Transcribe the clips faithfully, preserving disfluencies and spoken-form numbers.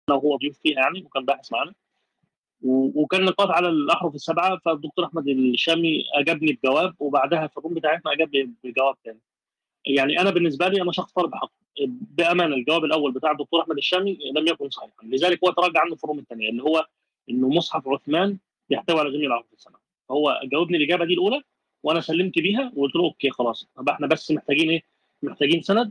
وهو ضيوف فيها يعني وكان باحث معانا. و وكان نقاش على الأحرف السبعة، فالدكتور أحمد الشامي أجابني بجواب، وبعدها في الroom بتاعتنا أجابني بجواب تاني. يعني أنا بالنسبة لي أنا شخص طالب حق. بأمانة الجواب الأول بتاع الدكتور أحمد الشامي لم يكن صحيحًا، لذلك هو تراجع عنه في الroom التانية، اللي هو إنه مصحف عثمان يحتوي على جميع الأحرف السبعة. فهو جاوبني الإجابة دي الأولى وأنا سلِّمت بيها وقُلت له: "أوكي خلاص، طب إحنا بس محتاجين إيه، محتاجين سَنَد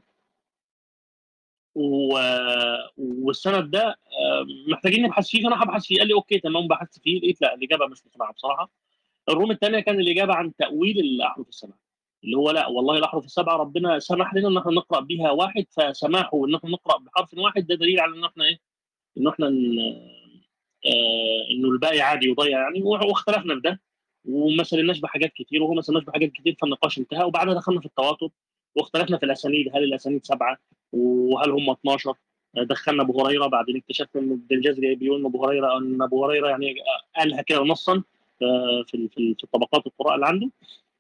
و والسَنَد ده آآ محتاجين نبحث فيه." فأنا هابحث فيه. قال لي: "أوكي تمام." بحثت فيه لقيت لأ، الإجابة مش مقنعة بصراحة. الroom التانية كان الإجابة عن تأويل الأحرف السبعة، اللي هو لأ والله الأحرف السبعة ربنا سمح لنا إن إحنا نقرأ بيها واحد، فسماحه إن إحنا نقرأ بحرف واحد ده دليل على إن إحنا إيه، إنه إحنا ن آآ إنه الباقي عادي يُضيّع يعني، و واختلفنا في ده، وما سالناش بحاجات كتير وهو ما سالناش بحاجات كتير، فالنقاش انتهى، وبعدها دخلنا في التواتر، واختلفنا في الأسانيد، هل الأسانيد سبعة وهل هم اتناشر. دخّلنا أبو هريرة، بعدين اكتشفنا إن ابن الجزري بيقول إن أبو هريرة إن أبو هريرة يعني أ قالها كده نصًا آآ في ال في ال في الطبقات القراء اللي عنده.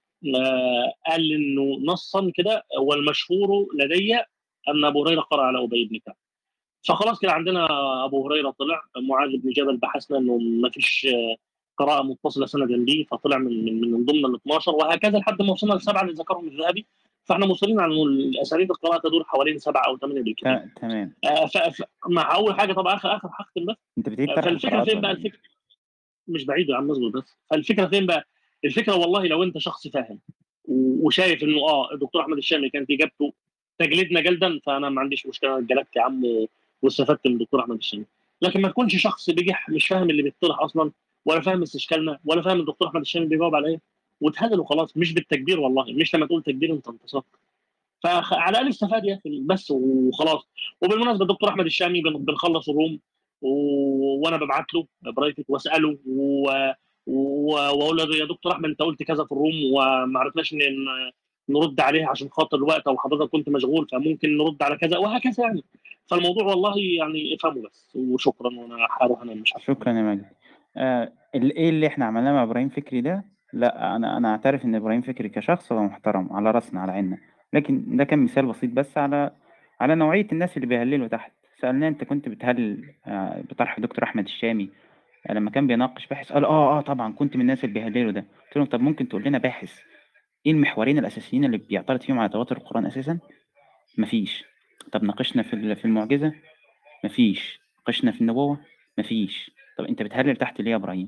آآ قال إنه نصًا كده: "والمشهور لدي أن أبو هريرة قرأ على أبي بن كعب." فخلاص كده عندنا أبو هريرة طلع، معاذ بن جبل بحثنا إنه ما فيش قراءة متصلة سندًا بيه، فطلع من من من ضمن الاتناشر وهكذا لحد ما وصلنا لسبعة اللي ذكرهم الذهبي. فإحنا مُصرين على إنه الأسانيد القراءة تدور حوالين سبعة أو تمانية بالكتير. ت تمام. آآ ف ف مع أول حاجة طبعًا آخر آخر هاختم بس. أنت بتعيد طرح فالفكرة القراءات فين بقى والّا إيه؟ الفكرة؟ مش باعيده يا عم اصبر بس. فالفكرة فين بقى؟ الفكرة والله لو أنت شخص فاهم و وشايف إنه آه الدكتور أحمد الشامي كانت إجابته تجلدنا جلدًا، فأنا ما عنديش مشكلة، أنا اتجلدت يا عم و واستفدت من الدكتور أحمد الشامي. لكن ما تكونش شخص بِجِح مش فاهم اللي بيتطرح أصلًا، ولا فاهم استشكالنا، ولا فاهم الدكتور أحمد الشامي بيجاوب على إيه، واتهزل وخلاص، مش بالتكبير والله، مش لمّا تقول تكبير أنت انتصرت. فخ على الأقل استفاد يا أخي بس وخلاص. وبالمناسبة الدكتور أحمد الشامي بن بنخلّص الروم و وأنا بابعت له private وأسأله و و وأقول له: "يا دكتور أحمد أنت قُلت كذا في الروم وما عرفناش ن ن نرُد عليه عشان خاطر الوقت أو حضرتك كنت مشغول فممكن نرُد على كذا." وهكذا يعني. فالموضوع والله يعني افهمه بس وشكرًا، وأنا هاروح أنام مش هافتح شكرًا يا مجدي. آآ ال إيه اللي إحنا عملناه مع إبراهيم فكري ده، لأ أنا أنا أعترف إن إبراهيم فكري كشخص هو محترم على راسنا على عيننا، لكن ده كان مثال بسيط بس على على نوعية الناس اللي بيهللوا تحت. سألناه أنت كنت بتهلل آآ بطرح دكتور أحمد الشامي لمّا كان بيناقش باحث؟ قال: "آه، آه طبعًا كنت من الناس اللي بيهللوا ده." قُلت له: "طب ممكن تقول لنا باحث إيه المحورين الأساسيين اللي بيعترض فيهم على تواتر القرآن أساسًا؟" ما فيش. طب ناقشنا في ال في المعجزة؟ ما فيش. ناقشنا في النبوة؟ ما فيش. طب أنت بتهلل تحت ليه يا إبراهيم؟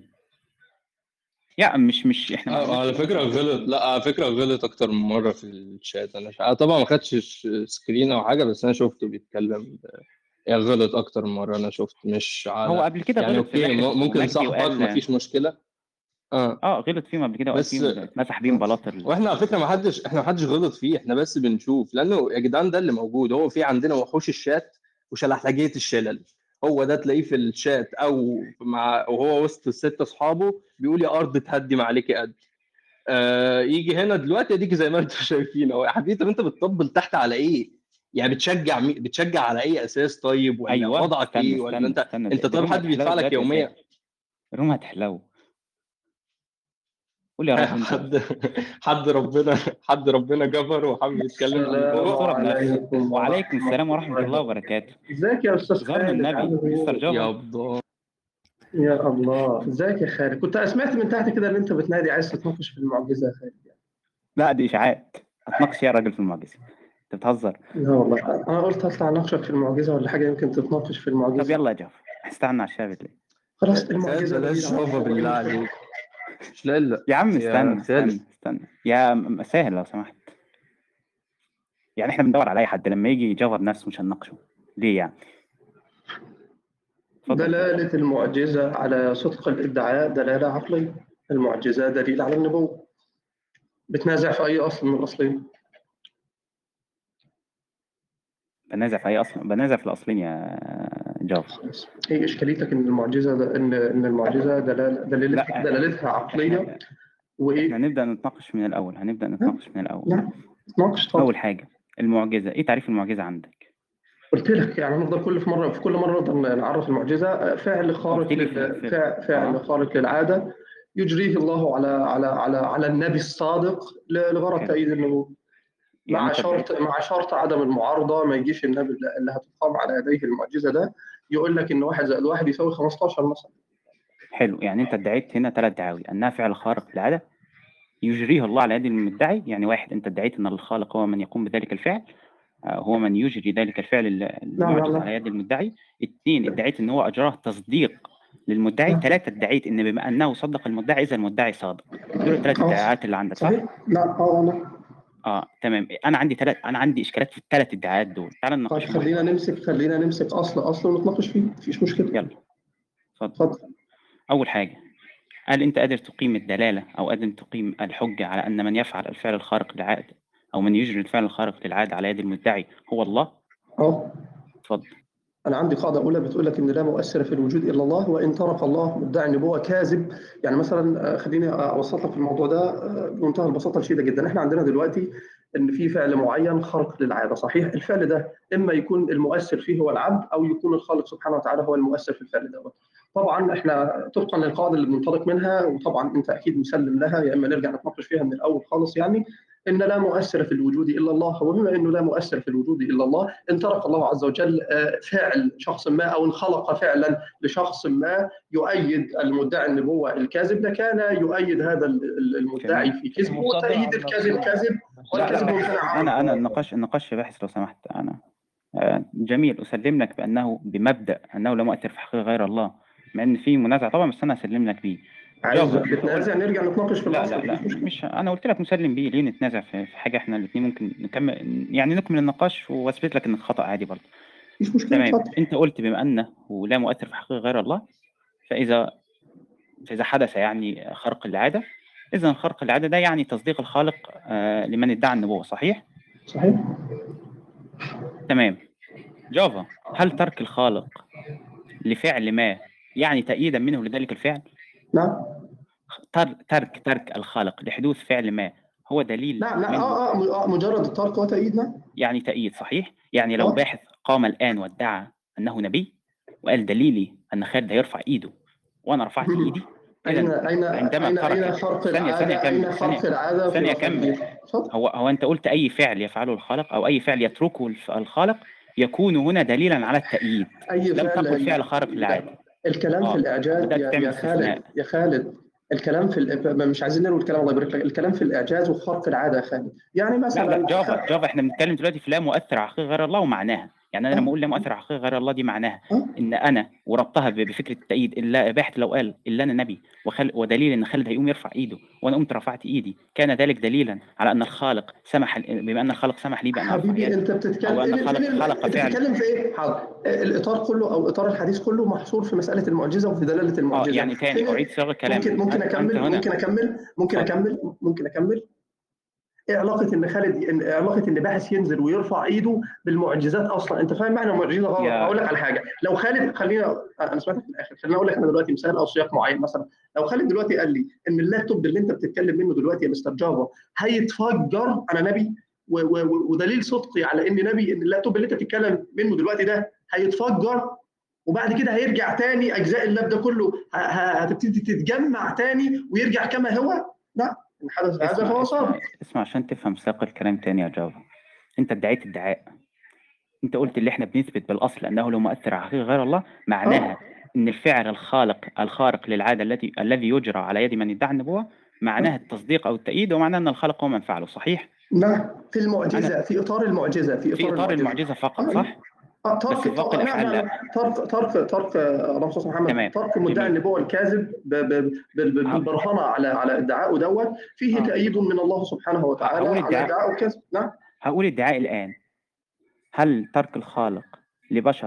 يع مش مش إحنا ما آه، عملناش على كده فكرة مثلًا. غلط، لأ على فكرة غلط أكتر من مرة في الشات. أنا ش... أنا طبعا ما خدتش سكرين أو حاجة، بس أنا شفته بيتكلم يعني غلط أكتر من مرة. أنا شفت مش هو على قبل كده يعني غلط في أوكي باحث م- ممكن ومجدي صاحبك وقال مفيش مشكلة. اه آه غلط فيهم قبل كده وقال بس فيهم اتمسح بيهم آه. بلاط ال واحنا على فكره ما حدش احنا ما حدش غلط فيه، احنا بس بنشوف، لانه يا جدعان ده اللي موجود. هو في عندنا وحوش الشات وشلحلجيه الشلل، هو ده تلاقيه في الشات او مع وهو وسط الست اصحابه بيقول يا ارض تهدي ما عليكي قد. آه يجي هنا دلوقتي اديك زي ما انتم شايفين اهو. يا حبيبي طب انت بتطبل تحت على ايه؟ يعني بتشجع مي... بتشجع على اي اساس طيب؟ ولا أيوه وضعك استنى ايه؟ ولا استنى انت استنى انت طيب الروم حد هتحلو بيدفع لك دلوقتي يا يوميا؟ ساهر. الروم هتحلو. قول يا رب أنت. حد حد ربنا حد ربنا جبر وحابب يتكلم في هو السلام الموضوع. الصورة بنفسه. عليكم وعليكم ورحمة السلام ورحمة الله الله وبركاته. وبركاته. ازيك يا أستاذ زارنا خالد، النبي عامل مستر إيه؟ يا جابر. الله. يا الله، ازيك يا خالد؟ كنت سمعت من تحت كده إن أنت بتنادي عايز تتناقش في المعجزة يا خالد. لا دي إشاعات. هتناقش إيه يا راجل في المعجزة؟ أنت بتهزر. لا والله أنا قلت أطلع أناقشك في المعجزة ولا حاجة، يمكن تتناقش في طب المعجزة. يلا يا جعفر استنى على الشابت ليه؟ خلاص يا خالد المعجزة بلاش دليل على جافا بالله القوة. عليك. مش لا لا يا عم يا استنى خالد. استنى استنى يا م- ساهر لو سمحت. يعني احنا بندور على اي حد لما يجي يجاوب نفسه مش هنناقشه ليه يعني؟ اتفضل يا فندم. دلالة المعجزة على صدق الادعاء دلالة عقلية. المعجزة دليل على النبوة. بتنازع في أي أصل من الأصلين؟ بنازع في اي اصل؟ بنازع في الاصلين يا جعفر. هي إشكاليتك إن المعجزة ده إن إن المعجزة دلالة دلالتها لا دلالتها عقلية احنا احنا وإيه؟ هنبدأ نتناقش من الاول. هنبدأ نتناقش من الاول. نعم ناقش اتفضل. اول حاجة المعجزة، ايه تعريف المعجزة عندك؟ قلت لك يعني هنفضل كل في مره في كل مره نفضل نعرف المعجزه فعل قلت خارق لي في, لل في فع- فعل اه خارق للعاده يجريه الله على على على على النبي الصادق ل- لغرض حلو. تأييد النبوه، يعني مع انت ب... شرط مع شرط عدم المعارضه، ما يجيش النبي اللي اللي هتقام على يديه المعجزه ده يقول لك ان واحد زائد واحد يساوي خمستاشر مثلا. حلو، يعني انت ادعيت هنا ثلاث دعاوي: انها فعل خارق للعاده يجريه الله على يد المدعي، يعني واحد انت ادعيت ان الخالق هو من يقوم بذلك الفعل، هو من يجري ذلك الفعل المعجز على يد المدعي. اثنين ادعيت ان هو اجراه تصديق للمدعي. ثلاثة ادعيت ان بما انه صدق المدعي اذا المدعي صادق. دول الثلاث ادعاءات اللي عندك، صح؟ صحيح؟ لا اه انا اه تمام. انا عندي ثلاث انا عندي اشكالات في الثلاث ادعاءات دول، تعال طيب نناقشهم. خلينا نمسك خلينا نمسك اصل اصل ونتناقش فيه، مفيش مشكله. يلا اتفضل. اتفضل. اول حاجه، هل انت قادر تقيم الدلاله او قادر تقيم الحجه على ان من يفعل الفعل الخارق للعاده او من يجري الفعل الخارق للعاده على يد المدعي هو الله؟ اه اتفضل. أنا عندي قاعدة أولى بتقول لك إن لا مؤثر في الوجود إلا الله، وإن ترك الله مدعي النبوة كاذب. يعني مثلا خليني أوسط لك الموضوع ده بمنتهى البساطة الشديدة جدا. إحنا عندنا دلوقتي إن في فعل معين خارق للعادة، صحيح؟ الفعل ده إما يكون المؤثر فيه هو العبد أو يكون الخالق سبحانه وتعالى هو المؤثر في الفعل ده. طبعا إحنا طبقا للقاعدة اللي بننطلق منها، وطبعا أنت أكيد مسلم لها، يا إما نرجع نتناقش فيها من الأول خالص، يعني إن لا مؤثر في الوجود إلا الله. وبما إنه لا مؤثر في الوجود إلا الله، إن ترك الله عز وجل فعل شخص ما أو إن خلق فعلا لشخص ما يؤيد المدعي النبوة الكاذب، لكان يؤيد هذا المدعي في كذبه، وتأييد الكاذب كاذب والكذب ممتنع. أنا أنا النقاش النقاش باحث لو سمحت. أنا جميل، أسلم لك بأنه بمبدأ أنه لا مؤثر في حقيقة غير الله، مع إن في منازع طبعا، بس أنا أسلم لك بيه. عايز نتنازع نرجع نتناقش في لا لا لا مش انا قلت لك مسلم بيه، ليه نتنازع في حاجه احنا الاثنين ممكن نكمل، يعني نكمل النقاش واثبت لك انك خطا عادي برضه. مش مشكله. تمام. انت قلت بما انه لا مؤثر في حقيقه غير الله، فاذا فاذا حدث يعني خرق العاده، اذا خرق العاده ده يعني تصديق الخالق آه لمن ادعى النبوه، صحيح؟ صحيح. تمام. جافا، هل ترك الخالق لفعل ما يعني تأييدا منه لذلك الفعل؟ نعم. ترك ترك الخالق لحدوث فعل ما هو دليل؟ لا لا اه اه مجرد الترك وتأييدنا يعني تأييد، صحيح؟ يعني لو أوه. باحث قام الآن وادعى أنه نبي وقال دليلي أن خالد هيرفع إيده وأنا رفعت إيدي، أين أين عندما أين ترك أين خرق العادة؟ أين خرق العادة؟ ثانية كمل. هو هو أنت قلت أي فعل يفعله الخالق أو أي فعل يتركه الخالق يكون هنا دليلا على التأييد. أي لم تقل فعل خارق للعادة. الكلام آه. في الإعجاز يا, يا خالد يا خالد الكلام في ال... مش عايزين نقول الكلام، الله يبارك لك، الكلام في الإعجاز وخرق العادة يا خالد. يعني مثلا لا لا جافا جافا احنا بنتكلم دلوقتي في لا مؤثر على حقيقة غير الله ومعناها. يعني انا لما اقول لا مؤثر على حقيقة غير الله دي معناها أه؟ ان انا وربطها بفكره التأييد. الا باحث لو قال الا انا نبي وخل... ودليل ان خالد هيقوم يرفع ايده وانا قمت رفعت ايدي، كان ذلك دليلا على ان الخالق سمح بما ان الخالق سمح لي بان ارفع حبيبي انت بتتكلم او ان الخالق خلق فعل. بتتكلم في ايه؟ حاضر. الاطار كله او اطار الحديث كله محصور في مساله المعجزه وفي دلاله المعجزه. اه يعني تاني اعيد صياغه كلامي. ممكن ممكن اكمل ممكن اكمل ممكن اكمل ممكن اكمل ايه علاقه ان خالد إن علاقه ان باحث ينزل ويرفع ايده بالمعجزات اصلا؟ انت فاهم معنى المعجزه غلط. هقول لك على حاجه، لو خالد خلينا انا سمعتك في الاخر، خليني اقول لك انا دلوقتي مثال او سياق معين. مثلا لو خالد دلوقتي قال لي ان اللابتوب اللي انت بتتكلم منه دلوقتي يا مستر جافا هيتفجر، انا نبي ودليل صدقي على اني نبي ان اللابتوب اللي انت بتتكلم منه دلوقتي ده هيتفجر، وبعد كده هيرجع تاني اجزاء اللاب ده كله هتبتدي تتجمع تاني ويرجع كما هو، لا ان حدث هذا فهو صادق. اسمع عشان تفهم سياق الكلام تاني يا جافا. انت ادعيت ادعاء، انت قلت اللي احنا بنثبت بالاصل انه لو مؤثر على حقيقة غير الله معناها أوه. ان الفعل الخالق الخارق للعاده التي الذي يجرى على يد من ادعى النبوه معناها التصديق او التأييد، ومعناه ان الخالق هو من فعله، صحيح؟ نعم. في المعجزه في اطار المعجزه في اطار, في إطار المعجزة, المعجزة فقط، صح؟ اه ترك ترك نعم ترك ترك ترك الرسول محمد تمام. ترك مدعي النبوه الكاذب بالبرهنه على على ادعائه دوت فيه آه. تأييد من الله سبحانه وتعالى على ادعائه الكاذب. نعم. هقول الدعاء الان، هل ترك الخالق لبشر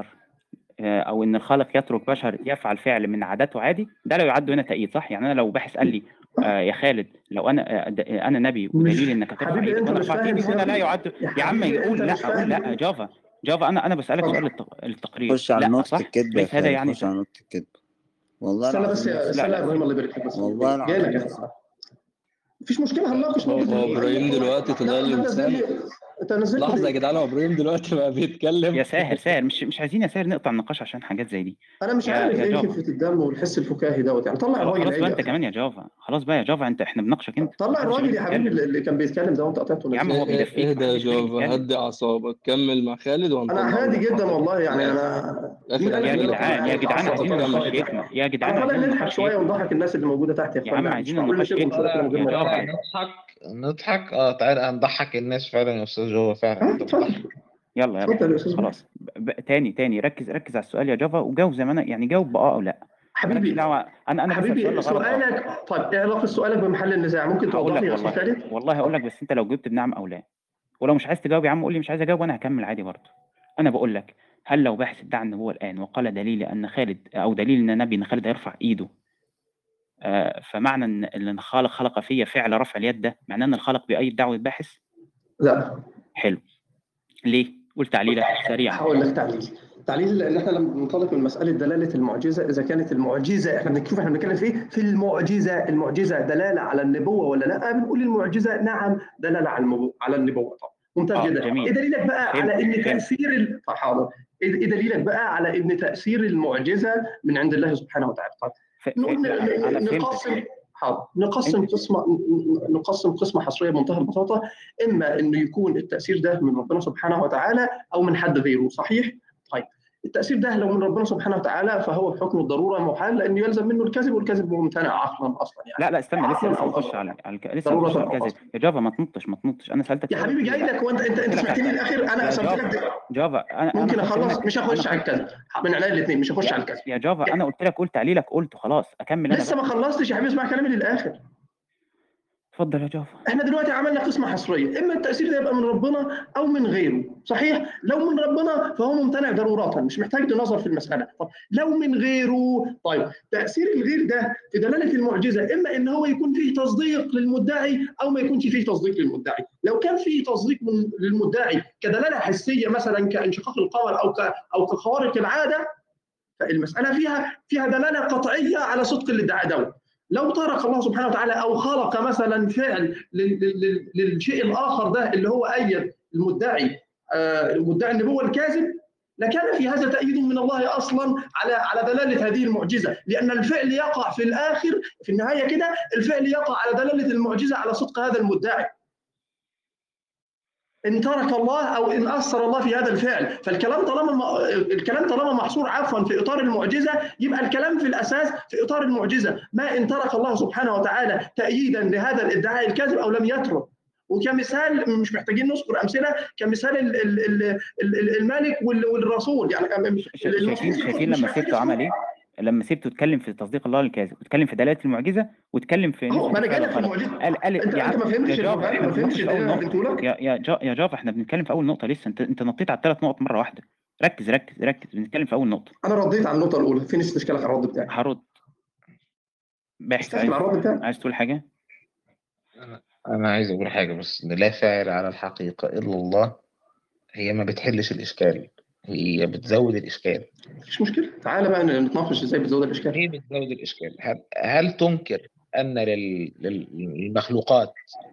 او ان الخالق يترك بشر يفعل فعل من عادته عادي ده لا يعد هنا تأييد، صح؟ يعني انا لو باحث قال لي آه يا خالد لو انا آه انا نبي ودليل انك هترفع ايدك وانا رفعت ايدي هنا لا يعد. يا عم يقول لا اقول لا جافا جافا انا انا بسالك سؤال التقرير. خش على نقطه الكذب ليس هذا يعني خش على نقطه الكذب. والله استنى بس يا استنى يا ابراهيم الله يبارك فيك. بس والله العظيم مفيش مشكله هنناقش هو ابراهيم دلوقتي طلع لي مثال انت نزلت لحظه يا ليه؟ جدعان، هو ابراهيم دلوقتي بقى بيتكلم. يا ساهر ساهر مش مش عايزين يا ساهر نقطع النقاش عشان حاجات زي دي. انا مش يا عارف يا ايه جافا خفه الدم والحس الفكاهي دوت يعني. طلع خلاص الراجل خلاص عيب بقى يا انت اخي. كمان يا جافا، خلاص بقى يا جافا، انت احنا بنناقشك انت، طلع محدش الراجل غيرك يا حبيبي يتكلم. اللي اللي كان بيتكلم ده وانت قطعته يا عم ونزلته. هو بيدفيك، اهدى يا محدش غيرك جافا، يتكلم. هدي اعصابك، كمل مع خالد انا وهنطلع هادي لك جدا حاضر والله في يعني. الاخر. انا اخر مين قال لك يا ان كلام انا طالع جدعان يا خالد. جدعان اتعصب عايزين وطالع النقاش خالد؟ يكمل، يا انا جدعان طالع عايزين نضحك النقاش شويه يكمل. ونضحك الناس اللي موجوده تحت يا يا عم اخوانا، مش عايزين معقول النقاش نسيبهم كده كده من يكمل غير يا ما جافا. يتكلموا. نضحك نضحك اه تعال نضحك الناس فعلا يا استاذ جوه، فعلا اه انت بتضحك. اتفضل يلا يلا اتفضل يا استاذ باسم. خلاص ب... ب... تاني تاني ركز ركز على السؤال يا جافا، وجاوب زي ما انا يعني، جاوب باه او لا، مالكش حبيبي دعوه. انا انا بسال سؤال حبيبي لغرض اخر. سؤالك، طيب ايه علاقه سؤالك بمحل النزاع؟ ممكن هقول توضح لك لي يا استاذ والله خالد؟ والله هقول لك، بس انت لو جبت بنعم او لا، ولو مش عايز تجاوب يا عم قول لي مش عايز اجاوب وانا هكمل عادي برضه. انا بقول لك، هل لو باحث ادعى النبوه الان وقال دليل ان خالد، او دليل ان النبي ان خالد هيرفع ايده، آه فمعنى ان ان الخالق خلق فيا فعل رفع اليد، ده معناه ان الخالق بأيد دعوه الباحث؟ لا حلو. ليه؟ قول تعليلك سريعا. هقول لك تعليل. تعليل ان احنا لما بننطلق من مساله دلاله المعجزه، اذا كانت المعجزه احنا بنشوف احنا بنتكلم في ايه؟ في المعجزه، المعجزه دلاله على النبوه ولا لا؟ بنقول المعجزه نعم دلاله على النبوه، على النبوه طبعا. ممتاز اه جدا. ايه جميل. دليلك بقى فهمت على ان فهمت تاثير ال... طيب حاضر. ايه دليلك بقى على ان تاثير المعجزه من عند الله سبحانه وتعالى؟ طيب ف... ف... نقول انا فهمتك. نقسم. حاضر نقسم انت قسمه نقسم قسمه حصريه بمنتهى البساطه. اما انه يكون التاثير ده من ربنا سبحانه وتعالى او من حد غيره، صحيح؟ طيب التاثير ده لو من ربنا سبحانه وتعالى فهو بحكم الضروره محال، لانه يلزم منه الكذب، والكذب ممتنع عقلا اصلا يعني. لا لا استنى، لسه عقلا لسه او هنخش ضروره. على على الك- لسه ضروره هنخش على او الكذب قصد. يا جافا. ما تنطش ما تنطش، انا سالتك يا سؤال حبيبي قلت لي جاي لا. لك، وانت انت انت قلت لك سمعتني هسأل. الاخر، انا يا سمعت جافا لك. جافا انا انا ممكن خدت اخلص؟ منك. مش انا هخش على خدت الكذب من عينيا الاثنين، مش هخش على الكذب. يا جافا انا قلت لك قول تعليلك قلته، خلاص اكمل انا لسه بقى. ما خلصتش يا حبيبي، اسمع كلامي للاخر. اتفضل يا جافا. احنا دلوقتي عملنا قسمه حصريه، اما التاثير ده يبقى من ربنا او من غيره، صحيح؟ لو من ربنا فهو ممتنع ضروره، مش محتاج نظر في المساله. طب لو من غيره، طيب تاثير الغير ده في دلاله المعجزه اما ان هو يكون فيه تصديق للمدعي او ما يكونش فيه تصديق للمدعي. لو كان فيه تصديق من للمدعي كدلاله حسيه مثلا كانشقاق القمر او ك او كخوارق العاده، فالمساله فيها فيها دلاله قطعيه على صدق الادعاء دوت. لو ترك الله سبحانه وتعالى او خلق مثلا فعل للشيء الاخر ده اللي هو ايد المدعي، المدعي النبوه الكاذب، لكان في هذا تأييد من الله اصلا على على دلاله هذه المعجزه، لان الفعل يقع في الاخر في النهايه كده، الفعل يقع على دلاله المعجزه على صدق هذا المدعي. ان ترك الله او ان اثر الله في هذا الفعل، فالكلام طالما الكلام طالما محصور عفوا في اطار المعجزه، يبقى الكلام في الاساس في اطار المعجزه، ما ان ترك الله سبحانه وتعالى تأييدا لهذا الادعاء الكاذب او لم يترك. وكمثال مش محتاجين نذكر امثله، كمثال الملك والرسول يعني. شايفين شايفين لما سيبته عمل ايه؟ لما سيبته اتكلم في تصديق الله الكاذب، واتكلم في دلاله المعجزه، واتكلم في اه ما انا جاي لك في المعجزه. قال قال انت يا انت ما فهمتش جافا ما فهمتش اللي انا قدمته لك. يا يا جا يا جافا احنا بنتكلم في اول نقطه لسه، انت انت نطيت على الثلاث نقط مره واحده. ركز ركز ركز، بنتكلم في اول نقطه. انا رديت على النقطه الاولى، فين استشكالك على الرد بتاعي؟ هرد. باحث عايز, عايز تقول حاجه؟ انا انا عايز اقول حاجه بس، ان لا فاعل على الحقيقه الا الله هي ما بتحلش الاشكال، هي بتزود الاشكال. مفيش مشكله، تعالى بقى نتناقش ازاي بتزود الاشكال. ايه بتزود الاشكال؟ هل, هل تنكر ان لل... للمخلوقات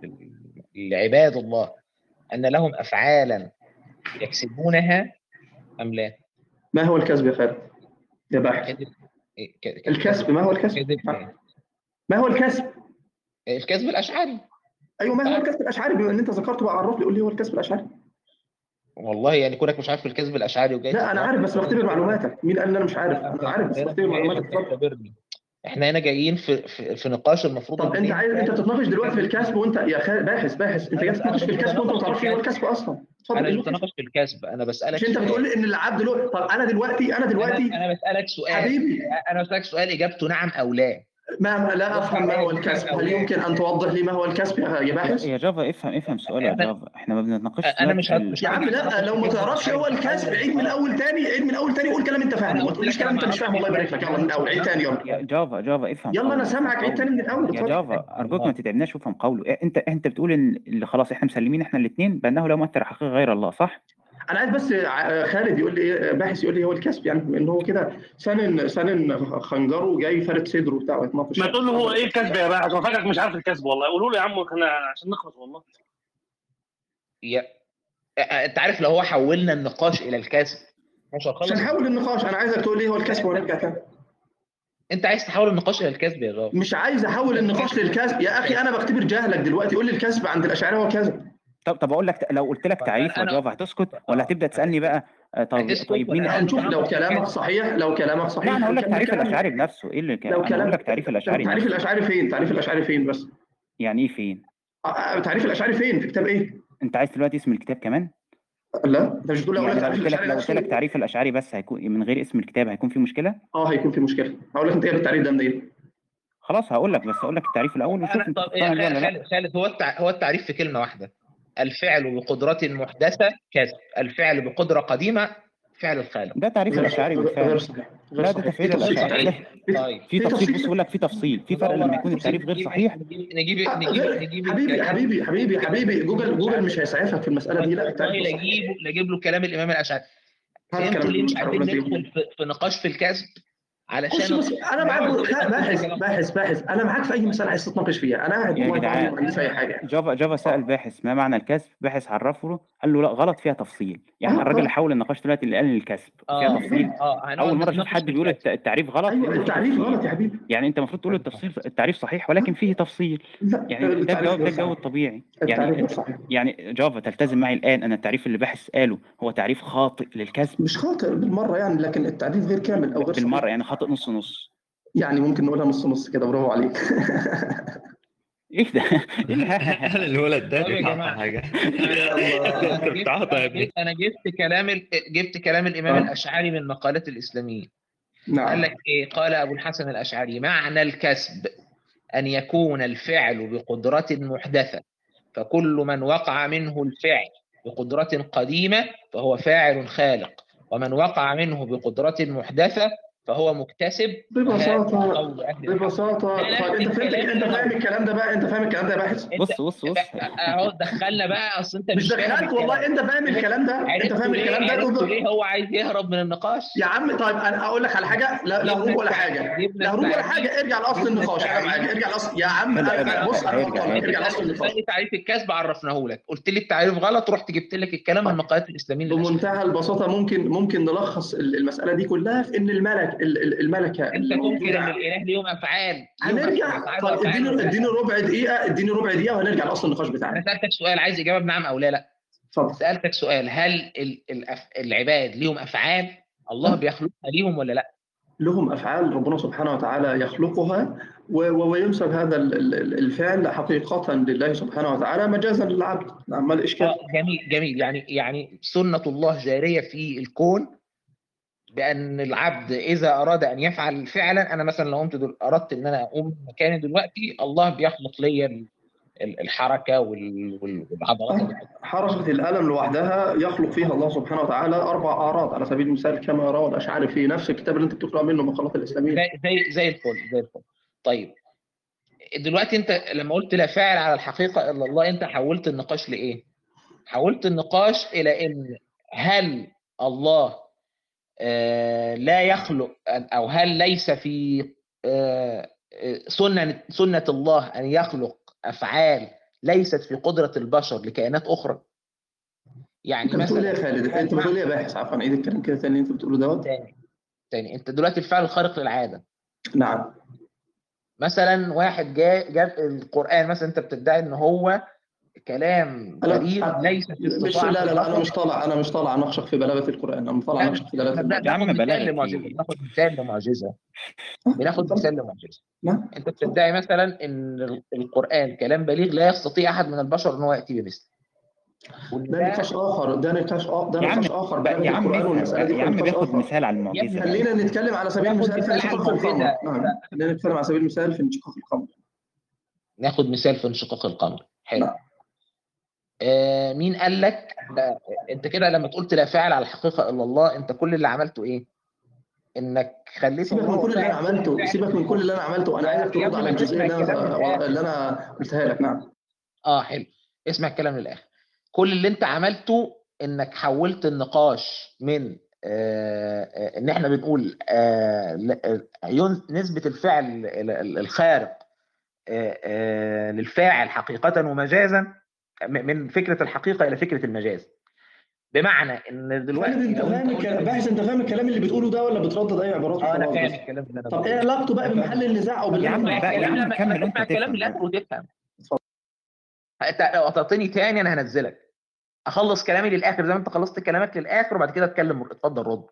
لعباد الله ان لهم افعالا يكسبونها ام لا؟ ما هو الكسب يا خالد يا باحث؟ كذب. ك... الكسب ما هو الكسب؟ كذب. ما هو الكسب؟ الكسب الاشعري. ايوه ما هو الكسب الاشعري؟ بما ان انت ذكرته بقى عرف لي، قول لي هو الكسب الاشعري. والله يعني كونك مش عارف الكذب الاشعري وجاي. لا انا عارف بس بختبر معلوماتك. مين قال ان انا مش عارف؟ انا عارف بس بختبر معلوماتك. احنا هنا جايين في في, في نقاش المفروض. طب انت عايز انت بتتناقش دلوقتي في الكسب وانت يا خالد باحث باحث انت جاي تتناقش في الكسب وانت ما تعرفش ايه هو الكسب اصلا. انا مش بتناقش في الكسب، انا بسالك مش انت بتقول لي ان العبد له. طب انا دلوقتي انا دلوقتي انا, أنا بسالك سؤال حبيبي، انا بسالك سؤال اجابته نعم او لا. ما لا افهم ما هو الكسب. هل يمكن ان توضح لي ما هو الكسب يا باحث؟ يا جافا افهم افهم سؤال يا جافا، احنا ما بنتناقش. انا مش ال... يا عم لا، لو ما تعرفش هو الكسب عيد من اول تاني، عيد من اول تاني، قول كلام انت فاهمه، ما تقوليش كلام انت مش فاهمه. الله يبارك لك. يلا من الاول عيد تاني. يلا يا جافا جافا افهم. يلا انا سامعك، عيد تاني من الاول. يا جافا ارجوك ما تتعبناش وافهم قوله. انت انت بتقول ان اللي خلاص احنا مسلمين احنا الاثنين بانه لا مؤثر حقيقي غير الله، صح؟ انا عايز بس خالد يقول لي ايه، باحث يقول لي هو الكسب يعني، ان هو كده سنن سنن خنجره جاي فارد صدره بتاعه يتناقش. ما تقول له هو ايه الكسب يا باحث؟ فاكرك مش عارف الكسب والله. قولوا له يا عم عشان نخلص والله. يا انت عارف لو هو حولنا النقاش الى الكسب مش هنخلص. عشان نحول النقاش انا عايزك تقول لي هو الكسب ونرجع تاني. انت عايز تحول النقاش الى الكسب يا جار. مش عايز احول النقاش للكسب يا اخي، انا بختبر جهلك دلوقتي. قول لي الكسب عند الاشاعره هو كذا. طب طب اقول لك، لو قلت لك تعريف يا أنا- جافا هتسكت ولا هتبدا تسالني بقى؟ آه، طب هتسكت طيب مين ولا هنشوف لو هنتناقش في كلامك الكسب؟ صحيح. لو كلامك صحيح لا انا هقول لك هنكمل تعريف كلامنا. الاشعري بنفسه ايه اللي ك... لو انا هقول كلام لك تعريف الاشعري تعريف نفسه. الاشعري فين؟ تعريف الاشعري فين بس؟ يعني ايه فين؟ آه، تعريف الاشعري فين؟ في كتاب ايه؟ انت عايز دلوقتي اسم الكتاب كمان؟ لا انت مش بتقول لي اقول يعني لك لو تعريف قلت لك الاشعري لو قلت لك نفسه؟ تعريف الاشعري بس هيكون من غير اسم الكتاب هيكون في مشكله؟ اه هيكون في مشكله. هقول لك انت جايب التعريف ده منين؟ خلاص هقول لك، بس هقول لك التعريف الاول وشوف لا انت طب تقتنع بيه ولا لا. خالد خالد هو التع... هو التعريف في كلمه واحده: الفعل بقدرة محدثة كسب، الفعل بقدرة قديمة فعل الخالق. ده تعريف غير الاشعري غير بالفعل. صحيح. غير لا ده صحيح. في تفعيل تفصيل الاشعري صحيح. ده. في طيب في في تفصيل، بص تفصيل. بقول لك في تفصيل، في فرق لما يكون التعريف غير صحيح. نجيب نجيب آه، نجيب غير- نجيب حبيبي الكلام. حبيبي حبيبي حبيبي جوجل جوجل مش هيسعفك في المساله دي. لا والله التعريف لا الصحيح. اجيبه لا اجيب له كلام الامام الاشعري. هات فهمتوا كلام ليه مش الاشعري عايزين ونزله. ندخل في, في نقاش في الكسب؟ خش علشان بس انا معاك باحث باحث باحث انا معاك في اي مساله عايز تتناقش فيها. انا قاعد يا والله فاضي جدعان وما عنديش اي حاجه. جافا جافا سأل باحث ما معنى الكسب، باحث عرفه له قال له لا غلط فيها تفصيل. يعني آه، الراجل اللي آه. حول النقاش دلوقتي اللي قال لي الكسب وفيها اه تفصيل. اه هنقعد اول مره اشوف نتناقش حد في بيقول الكسب. الت- التعريف غلط ايوه لانه فيه التعريف تفصيل. غلط يا حبيبي. يعني انت المفروض تقول التفصيل التعريف صحيح ولكن فيه تفصيل. لا يعني ده التعريف الجواب، غير ده الجو صحيح. الطبيعي. التعريف يعني غير صحيح. يعني جافا تلتزم معي الان ان التعريف اللي باحث قاله هو تعريف خاطئ للكسب مش خاطئ بالمره يعني، لكن التعريف غير كامل او غير بالمره، صحيح. يعني خاطئ نص نص. يعني ممكن نقولها نص نص كده. برافو عليك. ايه ده؟ ايه اللي هل الولد ده طيب يا بيفهم جماعه حاجة؟ انا انت جبت بتعطى يا انا ابني. جبت انا جبت كلام ال- جبت كلام الامام آه. الاشعري من مقالات الاسلاميين. قال نعم. لك ايه؟ قال ابو الحسن الاشعري: معنى الكسب ان يكون الفعل بقدرة محدثة، فكل من وقع منه الفعل بقدرة قديمة فهو فاعل خالق، ومن وقع منه بقدرة محدثة فهو مكتسب. ببساطه وهذا قول اهل الحق. ببساطه ده طيب نفس انت فهمت الكلام انت اللي فاهم انا الكلام ده بقى؟ انت فاهم الكلام ده يا باحث؟ انت بص بص بص اهو دخلنا بقى. اصل انت مش مش فاهم دخلت والله. الكلام. انت فاهم الكلام ده؟ انت عرفتوا فاهم ليه؟ الكلام ده؟ عرفتوا ليه هو عايز يهرب من النقاش؟ يا عم طيب انا اقول لك على حاجه. لا لا هروب ولا حاجه. جبنا لا هروب ولا التعريف. حاجه. ارجع لاصل جبنا النقاش يا عم. التعريف. ارجع لاصل يا عم. حلو قوي. أنا- بص انا هيرجع غلطان. هيرجع ارجع لاصل النقاش. ثاني تعريف الكسب عرفناه لك، قلت لي التعريف غلط، رحت جبت لك الكلام من مقالات الاسلاميين للاشعري. بمنتهى البساطه ممكن ممكن نلخص المساله دي كلها في ان الملك ال- ال- الملكه انت اللي تنكر ان موجوده. الاله ليهم افعال ليهم هنرجع. افعال طيب وافعال اديني ولا اديني لا؟ ربع دقيقه. اديني ربع دقيقه وهنرجع لاصل النقاش انا بتاعنا. سالتك سؤال عايز اجابه بنعم او لا. لا اتفضل. سالتك سؤال: هل ال- الأف- العباد ليهم افعال الله بيخلقها ليهم ولا لا؟ لهم افعال ربنا سبحانه وتعالى يخلقها و- و- وينسب هذا ال- ال- الفعل حقيقه لله سبحانه وتعالى مجازا للعبد. نعم ما الاشكال؟ اه جميل جميل. يعني يعني سنه الله جاريه في الكون، بان العبد اذا اراد ان يفعل فعلا، انا مثلا لو قمت دل... اردت ان انا اقوم مكاني دلوقتي، الله بيخلق لي ال- ال- الحركه وال... وال- والعضلات اللي بتبقى. حركة القلم لوحدها يخلق فيها الله سبحانه وتعالى أربع أعراض على سبيل المثال كما روى الأشعري في نفس الكتاب اللي أنت بتقرأ منه مقالات الإسلامية. زي زي زي الفل زي الفل. طيب دلوقتي انت لما قلت لا فاعل على الحقيقه الا الله، انت حولت النقاش لايه؟ حولت النقاش الى ان هل الله آه لا يخلق، او هل ليس في آه سنه سنه الله ان يخلق افعال ليست في قدره البشر لكائنات اخرى؟ يعني أنت بتقول إيه مثلا يا خالد؟ أنت بتقول إيه يا باحث؟ عفوا عيد الكلام كده تاني اللي أنت بتقوله دوت. تاني تاني انت دلوقتي الفعل الخارق للعاده. نعم. مثلا واحد جاء جاب القران مثلا، انت بتدعي ان هو كلام بليغ ليس في مش استطاعه لا لا لا أنا البشر. مش طالع أنا مش طالع أناقشك في بلاغة القرآن. أنا طالع لا أناقشك في دلالة احنا بنا- يا المعنى. عم بناخد مثال بلاغة لمعجزه، ايه؟ بناخد مثال لمعجزه بناخد اتفضل. مثال لمعجزه. نعم. انت بتدعي مثلا ان القران كلام بليغ لا يستطيع احد من البشر ان هو ياتي بمثله. ده نقاش آخر. ده نقاش آخر. ده يا عم نقاش آخر. بقى- بلاغة يا عم القرآن افهم والمسألة بقى. دي يا كان عم نقاش بياخد آخر. مثال على يا ابني المعجزة. خلينا نتكلم على سبيل ناخد المثال في مثال على انشقاق القمر. المعجزه. نعم خلينا نتكلم على سبيل المثال في انشقاق القمر. ناخد مثال في انشقاق القمر. حلو. نعم. آه مين قال لك ده؟ انت كده لما قلت لا فاعل على الحقيقه الا الله، انت كل اللي عملته ايه؟ انك خليت سيبك الله من كل اللي انا فاعل كل عملته. فعل. سيبك من كل اللي انا عملته. انا يا عايزك يا ترد ابني على ما تسمع الجزئيه اللي الكلام انا للاخر. اللي انا قلتها لك. نعم. اه حلو. اسمع الكلام للاخر. كل اللي انت عملته انك حولت النقاش من آه آه، ان احنا بنقول آه ل- آه، ين- نسبة الفعل ال- ال- الخارق آه آه للفاعل حقيقة ومجازا، م- من فكرة الحقيقة الى فكرة المجاز. بمعنى ان دلوقتي خالد انت لو فاهم انت الكلام، قلت باحث انت فاهم الكلام اللي بتقوله ده ولا بتردد اي عبارات اه انا وخلاص فاهم بس؟ الكلام اللي انا طب ايه بقوله. علاقته بقى بمحل النزاع او يا باللي عم احنا بقى، يا الكلام عم لما كمل لما وانت تسمع الكلام تفهم للاخر بقى. وتفهم. انت لو قطعتني تاني انا هنزلك. اخلص كلامي للاخر زي ما انت خلصت كلامك للاخر وبعد كده اتكلم. اتفضل رد.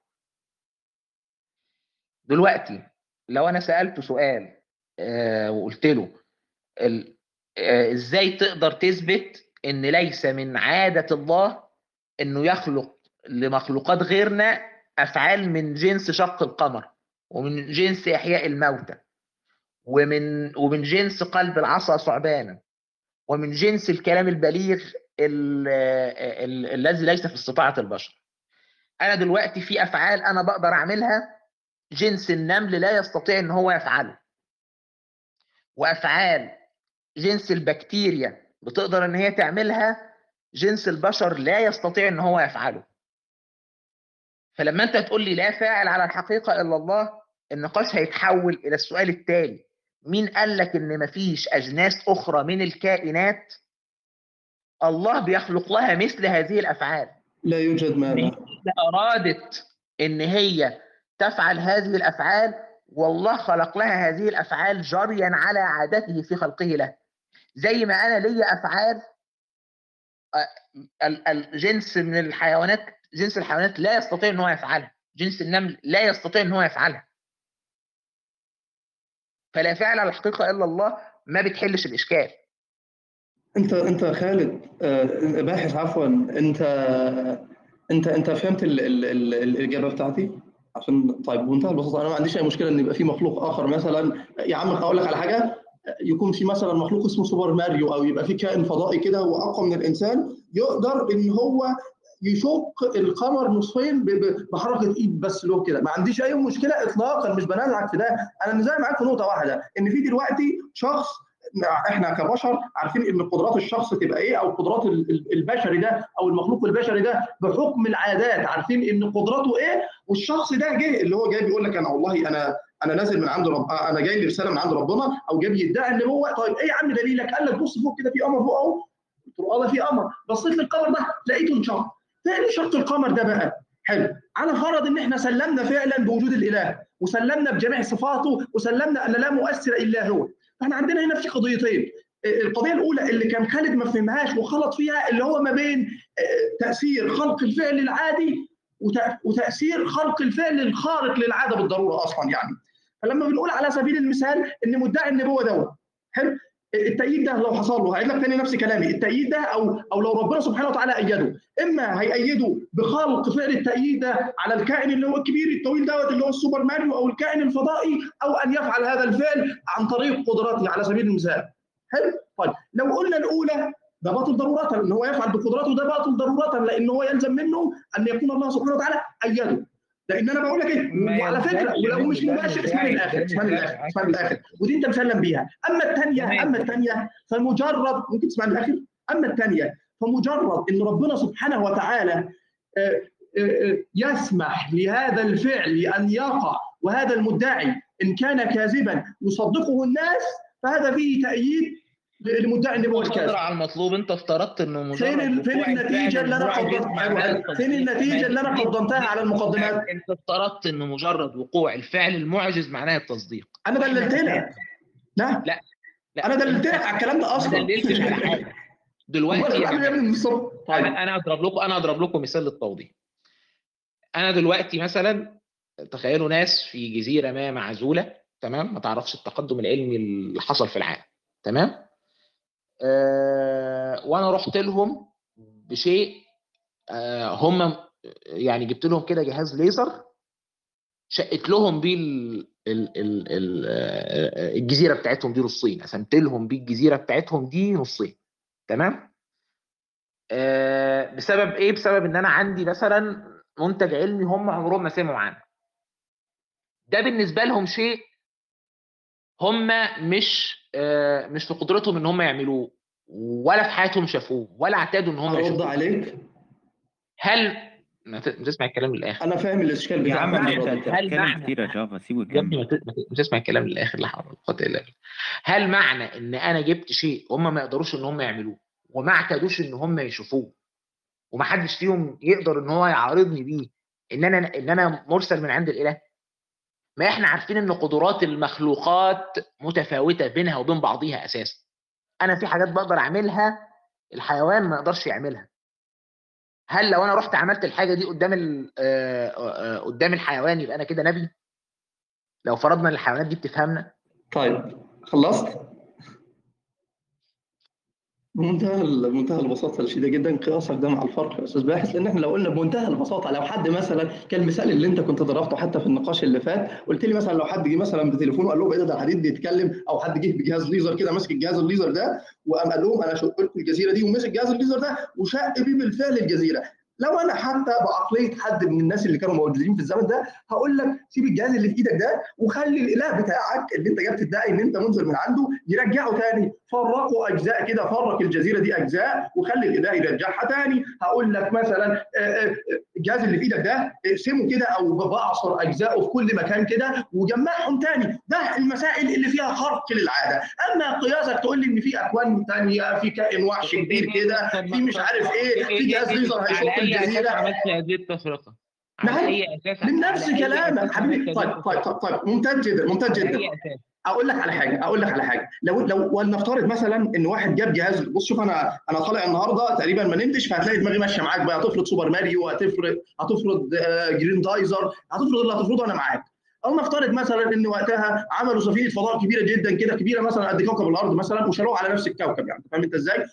دلوقتي لو انا سالته سؤال آه وقلت له ال... آه ازاي تقدر تثبت ان ليس من عاده الله انه يخلق لمخلوقات غيرنا افعال من جنس شق القمر ومن جنس احياء الموتى ومن ومن جنس قلب العصا ثعبانا ومن جنس الكلام البليغ ال- ال- الذي ليس في استطاعة البشر. انا دلوقتي في افعال انا بقدر اعملها جنس النمل لا يستطيع ان هو يفعله، وافعال جنس البكتيريا بتقدر ان هي تعملها جنس البشر لا يستطيع ان هو يفعله. فلما انت تقول لي لا فاعل على الحقيقة الا الله، النقاش هيتحول الى السؤال التالي: مين قال لك ان مفيش اجناس اخرى من الكائنات الله بيخلق لها مثل هذه الافعال؟ لا يوجد إن هي مانع. إذا ارادت ان هي تفعل هذه الافعال والله خلق لها هذه الافعال جريا على عادته في خلقه له. زي ما انا ليا افعال آه، ال- الجنس من الحيوانات، جنس الحيوانات لا يستطيع ان هو يفعلها، جنس النمل لا يستطيع ان هو يفعلها. فلا فعل على الحقيقه الا الله ما بتحلش الاشكال. انت انت خالد آه، باحث عفوا، انت انت انت فهمت ال ال ال الاجابه بتاعتي؟ عشان طيب بمنتهى البساطه انا ما عنديش اي مشكله ان يبقى في مخلوق اخر مثلا. يا عم هقول لك على حاجه، يكون في مثلا مخلوق اسمه سوبر ماريو او يبقى في كائن فضائي كده هو اقوى من الانسان، يقدر ان هو يشق القمر نصفين ب- ب- بحركه ايد بس له كده. ما عنديش اي مشكله اطلاقا، مش بنازعك في ده. انا نزاع معاك في نقطه واحده، ان في دلوقتي شخص، احنا كبشر عارفين ان قدرات الشخص تبقى ايه، او قدرات ال- ال- البشري ده او المخلوق البشري ده بحكم العادات عارفين ان قدراته ايه. والشخص ده جه اللي هو جاي بيقول لك انا والله انا انا نازل من عند رب، انا جاي لي رساله من عند ربنا، او جاي يدعي ان هو طيب ايه يا عم دليلك؟ قال لك بص فوق كده في قمر فوق اهو. قلت له اه ده في قمر. بصيت للقمر ده لقيته انشق. فين شق القمر ده بقى؟ حلو، على فرض ان احنا سلمنا فعلا بوجود الاله وسلمنا بجميع صفاته وسلمنا ان لا مؤثر الا هو. فاحنا عندنا هنا في قضيتين. القضيه الاولى اللي كان خالد ما فهمهاش وخلط فيها، اللي هو ما بين تاثير خلق الفعل العادي وتاثير خلق الفعل الخارق للعاده بالضروره اصلا يعني. فلما بنقول على سبيل المثال ان مدعي النبوه دوت حلو، التأييد ده لو حصل له، هعيد لك تاني نفس كلامي، التأييد ده او او لو ربنا سبحانه وتعالى أيده، اما هيأيده بخلق فعل التأييد ده على الكائن اللي هو الكبير الطويل دوت اللي هو السوبر ماريو او الكائن الفضائي، او ان يفعل هذا الفعل عن طريق قدراته على سبيل المثال. حلو؟ طيب لو قلنا الاولى ده باطل ضرورة، ان هو يفعل بقدراته ده باطل ضرورة، لان هو يلزم منه ان يكون الله سبحانه وتعالى أيده. لان انا بقول لك ايه، وعلى فكره ولو مش مباشر اسمعني الاخر اسمعني الاخر اسمعني الاخر ودي انت مسلم بيها. اما الثانيه اما الثانيه فمجرد، ممكن تسمعني الاخر، اما الثانيه فمجرد ان ربنا سبحانه وتعالى يسمح لهذا الفعل ان يقع، وهذا المدعي ان كان كاذبا يصدقه الناس، فهذا فيه تأييد للمدعي النبوة الكاذب. على المطلوب انت افترضت انه مجرد فين فين النتيجه اللي انا قدمتها؟ فين النتيجه اللي انا قدمتها على المقدمات؟ انت افترضت انه مجرد وقوع الفعل المعجز معناه التصديق. انا دللت لك. لا لا لا انا دللت لك على الكلام ده اصلا. ما دللتش على حاجه. دلوقتي يا ابني من الصبح. طيب انا انا اضرب لكم انا اضرب لكم مثال للتوضيح. انا دلوقتي مثلا تخيلوا ناس في جزيره ما معزوله، تمام، ما تعرفش التقدم العلمي اللي حصل في العالم، تمام، أه وانا رحت لهم بشيء، أه هم يعني جبت لهم كده جهاز ليزر شقت لهم بيه ال ال ال ال الجزيره بتاعتهم دي نصين، قسمت لهم بيه الجزيره بتاعتهم دي نصين، تمام. أه بسبب ايه؟ بسبب ان انا عندي مثلا منتج علمي هم عمرهم ما سمعوا عنه. ده بالنسبه لهم شيء هم مش أه مش في قدرتهم ان هم يعملوه، ولا في حياتهم شافوه، ولا اعتادوا ان هم يشوفوه. ارد عليك. هل ما تسمع الكلام للاخر؟ انا فاهم الاشكال يا عم بتاعك. انت انت هل بتتكلم معنى كتير يا جافا، سيبه يا ابني يكمل. ما تسمع الكلام للاخر؟ لا حول ولا قوه الا بالله. هل معنى ان انا جبت شيء هم ما يقدروش ان هم يعملوه وما اعتادوش ان هم يشوفوه ومحدش فيهم يقدر ان هو يعارضني بيه ان انا ان انا مرسل من عند الاله؟ ما احنا عارفين ان قدرات المخلوقات متفاوته بينها وبين بعضيها اساسا. انا في حاجات بقدر اعملها الحيوان ما يقدرش يعملها. هل لو انا رحت عملت الحاجه دي قدام ال- آه، آه، قدام الحيوان يبقى انا كده نبي؟ لو فرضنا ان الحيوانات دي بتفهمنا. طيب خلصت؟ بمنتهى بمنتهى البساطه الشديده جدا قياسك ده مع الفرق يا استاذ باحث، لان احنا لو قلنا بمنتهى البساطه لو حد مثلا كالمثال اللي انت كنت ضربته حتى في النقاش اللي فات، قلت لي مثلا لو حد جه مثلا بتليفونه قال لهم ايه ده ده حديد بيتكلم، او حد جه بجهاز ليزر كده ماسك الجهاز الليزر ده وقام قال لهم انا شق لكم الجزيره دي ومسك جهاز الليزر ده وشق بيه بالفعل الجزيره. لو انا حتى بعقليه حد من الناس اللي كانوا موجودين في الزمن ده هقول لك سيب الجهاز اللي في ايدك ده وخلي الاله بتاعك اللي انت جاي تدعي ان انت منزل من عنده يرجعه تاني. فرقوا اجزاء كده، فرق الجزيره دي اجزاء وخلي الاله يرجعها تاني. هقول لك مثلا الجهاز اللي في ايدك ده اقسمه كده او بعصر اجزائه في كل مكان كده وجمعهم تاني. ده المسائل اللي فيها خرق للعاده. اما قياسك تقول لي ان في اكوان ثانيه، في كائن وحش كبير كده، في مش عارف ايه، في جهاز ليزر على هيشق اي اساس الجزيره. عملت هذه التفرقه؟ على نعم اي اساس؟ من نفس على أي كلامك أساس حبيبي. عملت طيب هذه طيب التفرقة؟ طيب طيب ممتاز جدا ممتاز على جدا. اي اساس؟ اقول لك على حاجه اقول لك على حاجه لو لو ولنفترض مثلا ان واحد جاب جهاز. بص شوف انا انا طالع النهارده تقريبا ما نمتش، فهتلاقي دماغي ماشيه معاك بقى. هتفرض سوبر ماريو، هتفرض هتفرض آه، جرين دايزر، هتفرض اللي هتفرضه انا معاك. او نفترض مثلا ان وقتها عملوا سفينه فضاء كبيره جدا كده، كبيره مثلا قد كوكب الارض مثلا، وشالوها على نفس الكوكب. يعني فاهم انت ازاي؟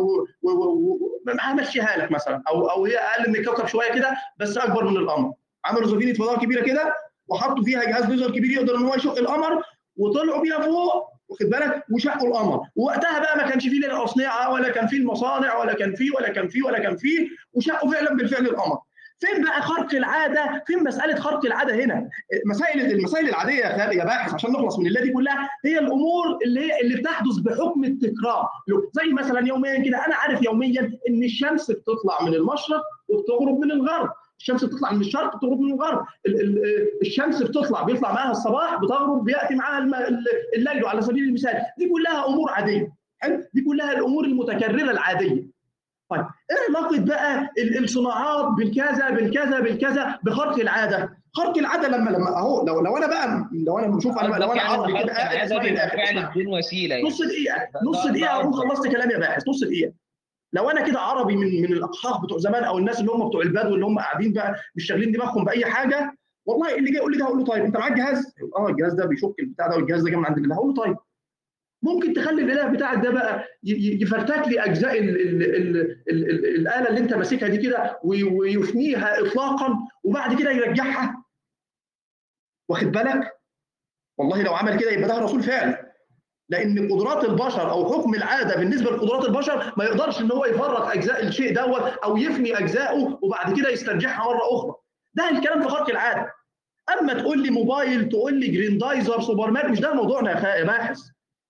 وهمشيها لك مثلا، او او هي اقل من الكوكب شويه كده بس اكبر من القمر. عملوا سفينه فضاء كبيره كده وحطوا فيها جهاز ليزر كبير يقدر ان هو يشق القمر، وطلعوا بيها فوق واخد بالك وشقوا القمر. ووقتها بقى ما كانش فيه لا اصنعه ولا كان فيه المصانع ولا كان فيه ولا كان فيه ولا كان فيه وشقوا فعلا بالفعل القمر. فين بقى خرق العاده؟ فين مساله خرق العاده هنا؟ مسائل المسائل العاديه يا يا باحث عشان نخلص من الليله دي كلها هي الامور اللي هي اللي بتحدث بحكم التكرار. زي مثلا يوميا كده انا عارف يوميا ان الشمس بتطلع من المشرق وبتغرب من الغرب. الشمس بتطلع من الشرق بتغرب من الغرب. الشمس بتطلع بيطلع معاها الصباح، بتغرب بياتي معاها الليل على سبيل المثال. دي كلها امور عاديه. دي كلها الامور المتكرره العاديه. طيب ايه علاقه بقى الصناعات بالكذا بالكذا بالكذا بخرق العاده؟ خرق العاده لما لما اهو لو لو انا بقى لو انا بشوف انا بقى لو انا عربي كده قاعد اسمعني بيبقى الاخر فعل اسمع بدون وسيله يعني. نص دقيقه نص دقيقه اكون خلصت كلامي يا باحث. نص دقيقه. لو انا كده عربي من من الاقحاح بتوع زمان او الناس اللي هم بتوع البدو اللي هم قاعدين بقى مش شاغلين دماغهم باي حاجه، والله اللي جاي يقول لي ده هقول له طيب انت معاك جهاز؟ اه الجهاز ده بيشك البتاع ده والجهاز ده جاي من عند الله. هقول له طيب ممكن تخلي الاله بتاعك ده بقى يفرتك لي اجزاء ال ال ال ال ال الاله اللي انت ماسكها دي كده ويفنيها اطلاقا وبعد كده يرجعها؟ واخد بالك؟ والله لو عمل كده يبقى ده رسول فعلا. لان قدرات البشر او حكم العاده بالنسبه لقدرات البشر ما يقدرش ان هو يفرق اجزاء الشيء دوت او يفني اجزائه وبعد كده يسترجعها مره اخرى. ده الكلام في خرق العاده. اما تقول لي موبايل، تقول لي جريندايزر، سوبرمان، مش ده موضوعنا يا باحث.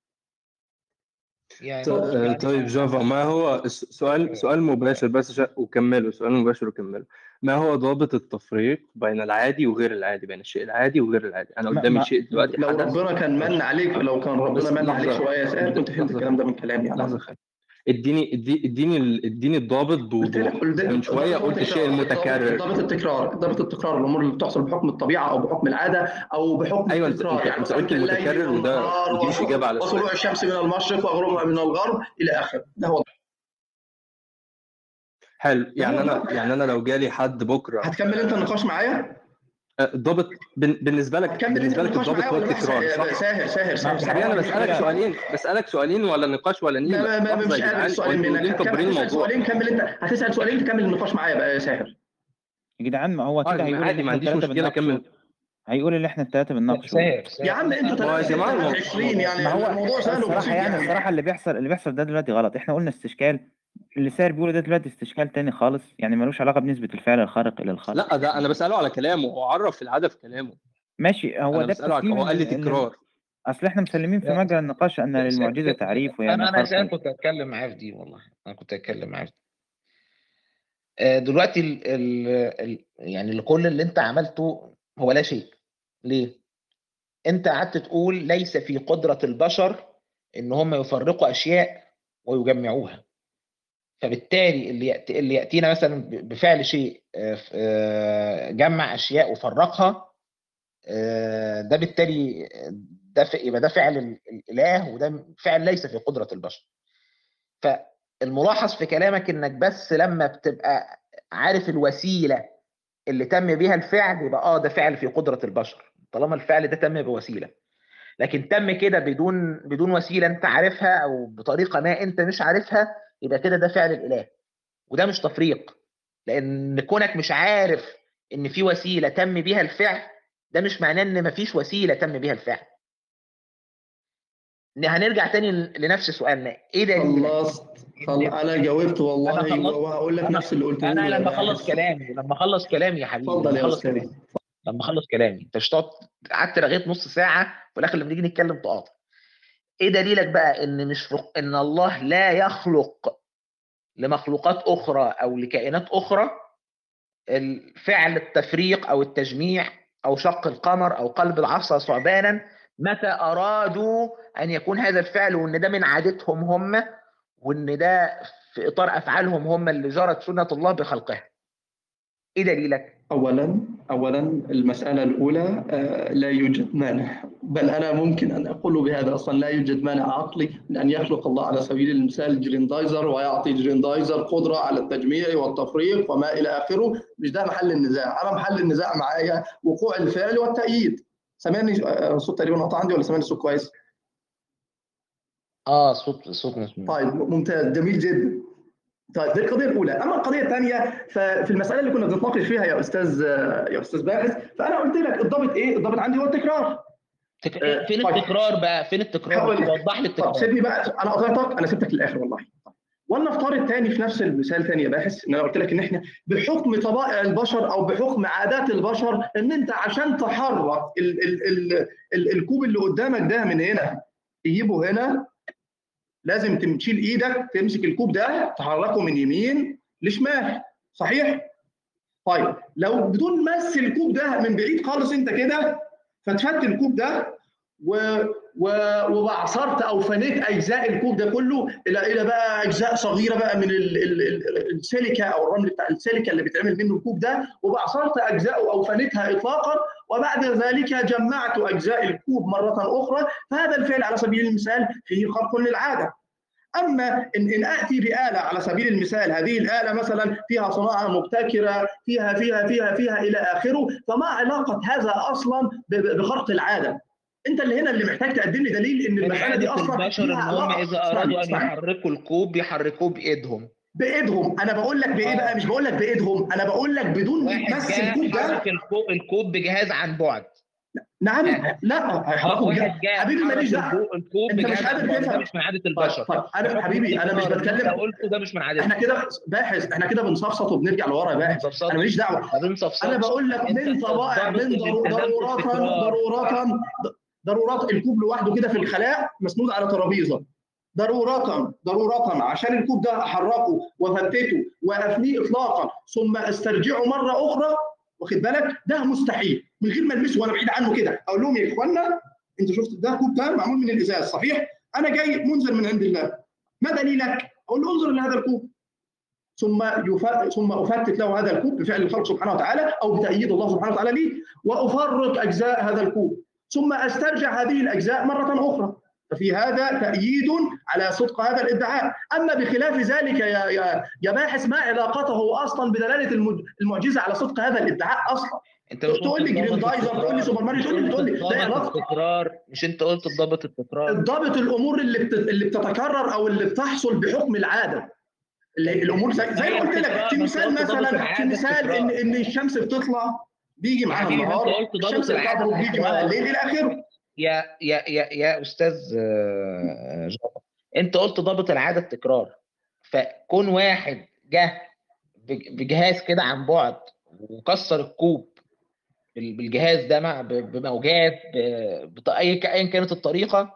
يعني طيب جافا، ما هو سؤال سؤال مباشر بس وكمله. سؤال مباشر وكمله. ما هو ضابط التفريق بين العادي وغير العادي، بين الشيء العادي وغير العادي؟ انا قدامي شيء دلوقتي لو حدث. ربنا كان من عليك لو كان ربنا من عليك شويه يا سائل كنت فهمت الكلام ده من كلامي. يعني لحظه خير. اديني اديني اديني الضابط بوضوح. من شويه قلت الشيء المتكرر. ضابط التكرار ضابط التكرار الامور اللي بتحصل بحكم الطبيعه او بحكم العاده او بحكم أيوة التكرار. يعني مثلا قلت المتكرر وده مش اجابه على السؤال. وطلوع الشمس من المشرق وغروبها من الغرب الى اخره. ده هو حلو. يعني انا يعني انا لو جالي حد بكره. هتكمل انت النقاش معايا؟ الضابط بالنسبه لك بالنسبه لك الضابط هو التكرار صح؟ ساهر ساهر ساهر انا بسالك سؤالين بسالك سؤالين ولا نقاش ولا نيله؟ لا ما مش قادر السؤالين منك. هتسال سؤالين كمل انت. هتسال سؤالين تكمل النقاش معايا بقى يا ساهر. يا جدعان ما هو كده هيقول عادي، ما عنديش مشكله. كمل. هيقول ان احنا الثلاثه بنناقشه. يا عم انتوا ثلاثة عشرين يعني ما هو الموضوع سهل الصراحه يعني الصراحه اللي بيحصل اللي بيحصل ده دلوقتي غلط. احنا قلنا استشكال، اللي ساير بيقوله ده دلوقتي استشكال تاني خالص، يعني ملوش علاقه بنسبه الفعل الخارق الى الخارق. لا ده انا بساله على كلامه، هو عرف العاده في كلامه. ماشي هو ده التسليم. هو قال لي تكرار. اصل احنا مسلمين في مجرى النقاش ان للمعجزه تعريف وهي انا انا كنت اتكلم معاه في دي. والله انا كنت اتكلم معاه في دي. دلوقتي ال ال يعني كل اللي انت عملته هو لا شيء. ليه؟ انت قعدت تقول ليس في قدرة البشر ان هم يفرقوا اشياء ويجمعوها. فبالتالي اللي يأتي اللي يأتينا مثلا بفعل شيء جمع أشياء وفرقها، ده بالتالي ده يبقى ده فعل الإله، وده فعل ليس في قدرة البشر. فالملاحظ في كلامك إنك بس لما بتبقى عارف الوسيلة اللي تم بيها الفعل يبقى اه ده فعل في قدرة البشر، طالما الفعل ده تم بوسيلة. لكن تم كده بدون بدون وسيلة انت عارفها او بطريقة ما انت مش عارفها، يبقى كده ده فعل الاله، وده مش تفريق. لان كونك مش عارف ان في وسيلة تم بيها الفعل، ده مش معناه ان مفيش وسيلة تم بيها الفعل. هنرجع تاني لنفس سؤالنا، ايه دليل؟ خلصت خل... انا جاوبت والله، أنا خلصت. وهقول لك أنا نفس اللي قلته انا له يا لما اخلص باحث. كلامي لما اخلص كلامي يا حبيبي اتفضل لما يا اخلص استاذ. كلامي لما اخلص كلامي انت مش تقعد قعدت لغايه نص ساعه في الاخر لما نيجي نتكلم تقاطع. ايه دليلك بقى ان مش فق... ان الله لا يخلق لمخلوقات اخرى او لكائنات اخرى الفعل التفريق او التجميع او شق القمر او قلب العصا ثعبانا متى ارادوا ان يكون هذا الفعل، وان ده من عادتهم هم، وان ده في اطار افعالهم هم اللي جرت سنه الله بخلقها؟ ايه دليلك؟ اولا اولا المساله الاولى آه، لا يوجد مانع، بل انا ممكن ان اقول بهذا اصلا لا يوجد مانع عقلي من ان يخلق الله على سبيل المثال جريندايزر ويعطي جريندايزر قدره على التجميع والتفريق وما الى اخره. مش ده محل النزاع. انا محل النزاع معايا وقوع الفعل والتأييد. سامعني الصوت تقريبا قطع عندي ولا سامعني الصوت كويس؟ اه صوت صوت مسموع. طيب ممتاز جميل جدا. طيب دي القضيه الاولى. اما القضيه الثانيه ففي المساله اللي كنا بنتناقش فيها يا استاذ يا استاذ باحث، فانا قلت لك الضابط ايه؟ الضابط عندي هو التكرار. تك... فين طيب. التكرار بقى؟ فين التكرار؟ هقول لك. وضح لي طب التكرار. سيبني بقى، انا قطعتك، انا سبتك للاخر والله. ولا افترض تاني في نفس المثال تاني يا باحث ان انا قلت لك ان احنا بحكم طبائع البشر او بحكم عادات البشر ان انت عشان تحرك ال ال ال ال الكوب اللي قدامك ده من هنا تجيبه هنا لازم تشيل ايدك تمسك الكوب ده تحركه من يمين لشمال، صحيح؟ طيب لو بدون مس الكوب ده من بعيد خالص انت كده فتفت الكوب ده و... و... وبعصرت او فنيت اجزاء الكوب ده كله الى الى بقى اجزاء صغيره بقى من ال... ال... ال... السيليكا او الرمل بتاع السيليكا اللي بيتعمل منه الكوب ده، وبعصرت اجزاءه او فنيتها اطلاقا، وبعد ذلك جمعت اجزاء الكوب مره اخرى، فهذا الفعل على سبيل المثال فيه خرق للعاده. اما ان ان اتي باله على سبيل المثال، هذه الاله مثلا فيها صناعه مبتكره، فيها فيها فيها فيها الى اخره، فما علاقه هذا اصلا بخرق العاده؟ انت اللي هنا اللي محتاج تقدم لي دليل ان المساله دي اصلا البشر فيها ان هم علاقه. اذا ارادوا ان يحركوا الكوب بيحركوه بايدهم. بايدهم. انا بقول لك بايه بقى؟ مش بقول لك بايدهم، انا بقول لك بدون مس الكوب ده. حرك الكوب بجهاز عن بعد. نعم. لا حبيبي ماليش دعوه. الكوب انت مش قادر تفهم. ده مش من عاده البشر. طيب انا حبيبي انا مش بتكلم. انت قلته ده مش من عادتنا. احنا كده باحث، احنا كده بنصفصط وبنرجع لورا يا باحث. انا ماليش دعوه. انا بقول لك من طبائع من ضرورات ضرورات ضرورات الكوب لوحده كده في الخلاء مسنود على ترابيزه. ضرورة ضرورة عشان الكوب ده احركه وفتته وافنيه اطلاقا ثم استرجعه مره اخرى، واخد بالك؟ ده مستحيل من غير ما المسه وانا بعيد عنه كده. اقول لهم يا اخوانا انتوا شفتوا ده كوب ده معمول من الازاز صحيح؟ انا جاي منزل من عند الله، ما دليلك؟ اقول له انظر لهذا الكوب، ثم يف... ثم افتت له هذا الكوب بفعل الخلق سبحانه وتعالى او بتأييد الله سبحانه وتعالى لي، وافرق اجزاء هذا الكوب ثم استرجع هذه الاجزاء مره اخرى. ففي هذا تأييد على صدق هذا الادعاء. اما بخلاف ذلك يا يا يا باحث ما علاقته اصلا بدلاله المعجزه على صدق هذا الادعاء اصلا؟ انت تقول لي جريندايزر، تقول لي سوبر ماريو، تقول لي تقول لي لا علاقه. التكرار مش انت قلت الضابط التكرار؟ الضابط الامور اللي بت... اللي بتتكرر او اللي بتحصل بحكم العاده. اللي الامور زي, زي ما قلت لك في مثال مثلا في مثال ان ان الشمس بتطلع بيجي معاها النهار، الشمس بتغرب بيجي معاها الليل الى اخره. يا يا يا يا استاذ جعفر، انت قلت ضابط العاده التكرار، فكون واحد جه بجهاز كده عن بعد وكسر الكوب بالجهاز ده مع بموجات ايا كانت الطريقه،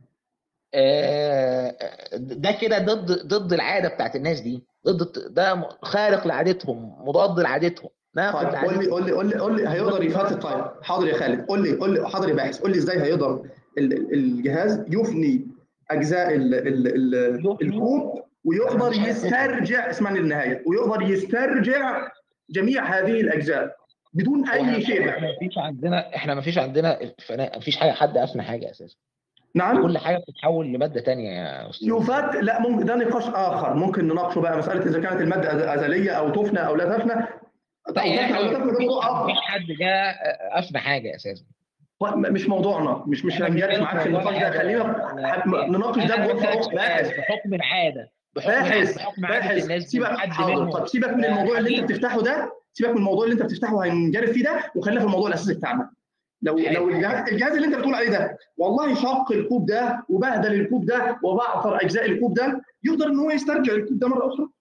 ده كده ضد ضد العاده بتاعت الناس دي، ضد ده خارق لعادتهم مضاد لعادتهم. طيب قول لي قول لي قول لي قول لي هيقدر يفاتت؟ طيب حاضر يا خالد، قول لي قول لي حاضر يا باحث، قول لي ازاي هيقدر الجهاز يفني اجزاء ال ال ال الكوب ويقدر يسترجع، اسمعني للنهايه، ويقدر يسترجع جميع هذه الاجزاء بدون اي شيء. احنا ما فيش عندنا احنا ما فيش عندنا فناء، ما فيش حاجه حد افنى حاجه اساسا. نعم، كل حاجه بتتحول لماده ثانيه يا استاذ. يفات لا ممكن، ده نقاش اخر ممكن نناقشه بقى، مساله اذا كانت الماده ازليه او تفنى او لا تفنى. يعني مفيش حد جاء افنى حاجه اساسا. مش موضوعنا، مش مش هنجلس معاك في النقاش ده، خلينا نناقش ده بغرفه باحث. بحكم العاده باحث باحث سيبك حاضر. طب سيبك من الموضوع اللي انت بتفتحه ده، سيبك من الموضوع اللي انت بتفتحه هنجرب فيه ده، وخلينا في الموضوع الاساسي بتاعنا. لو لو الجهاز, الجهاز اللي انت بتقول عليه ده والله شق الكوب ده وبهدل الكوب ده وبعثر اجزاء الكوب ده، يقدر ان هو يسترجع الكوب ده مره اخرى؟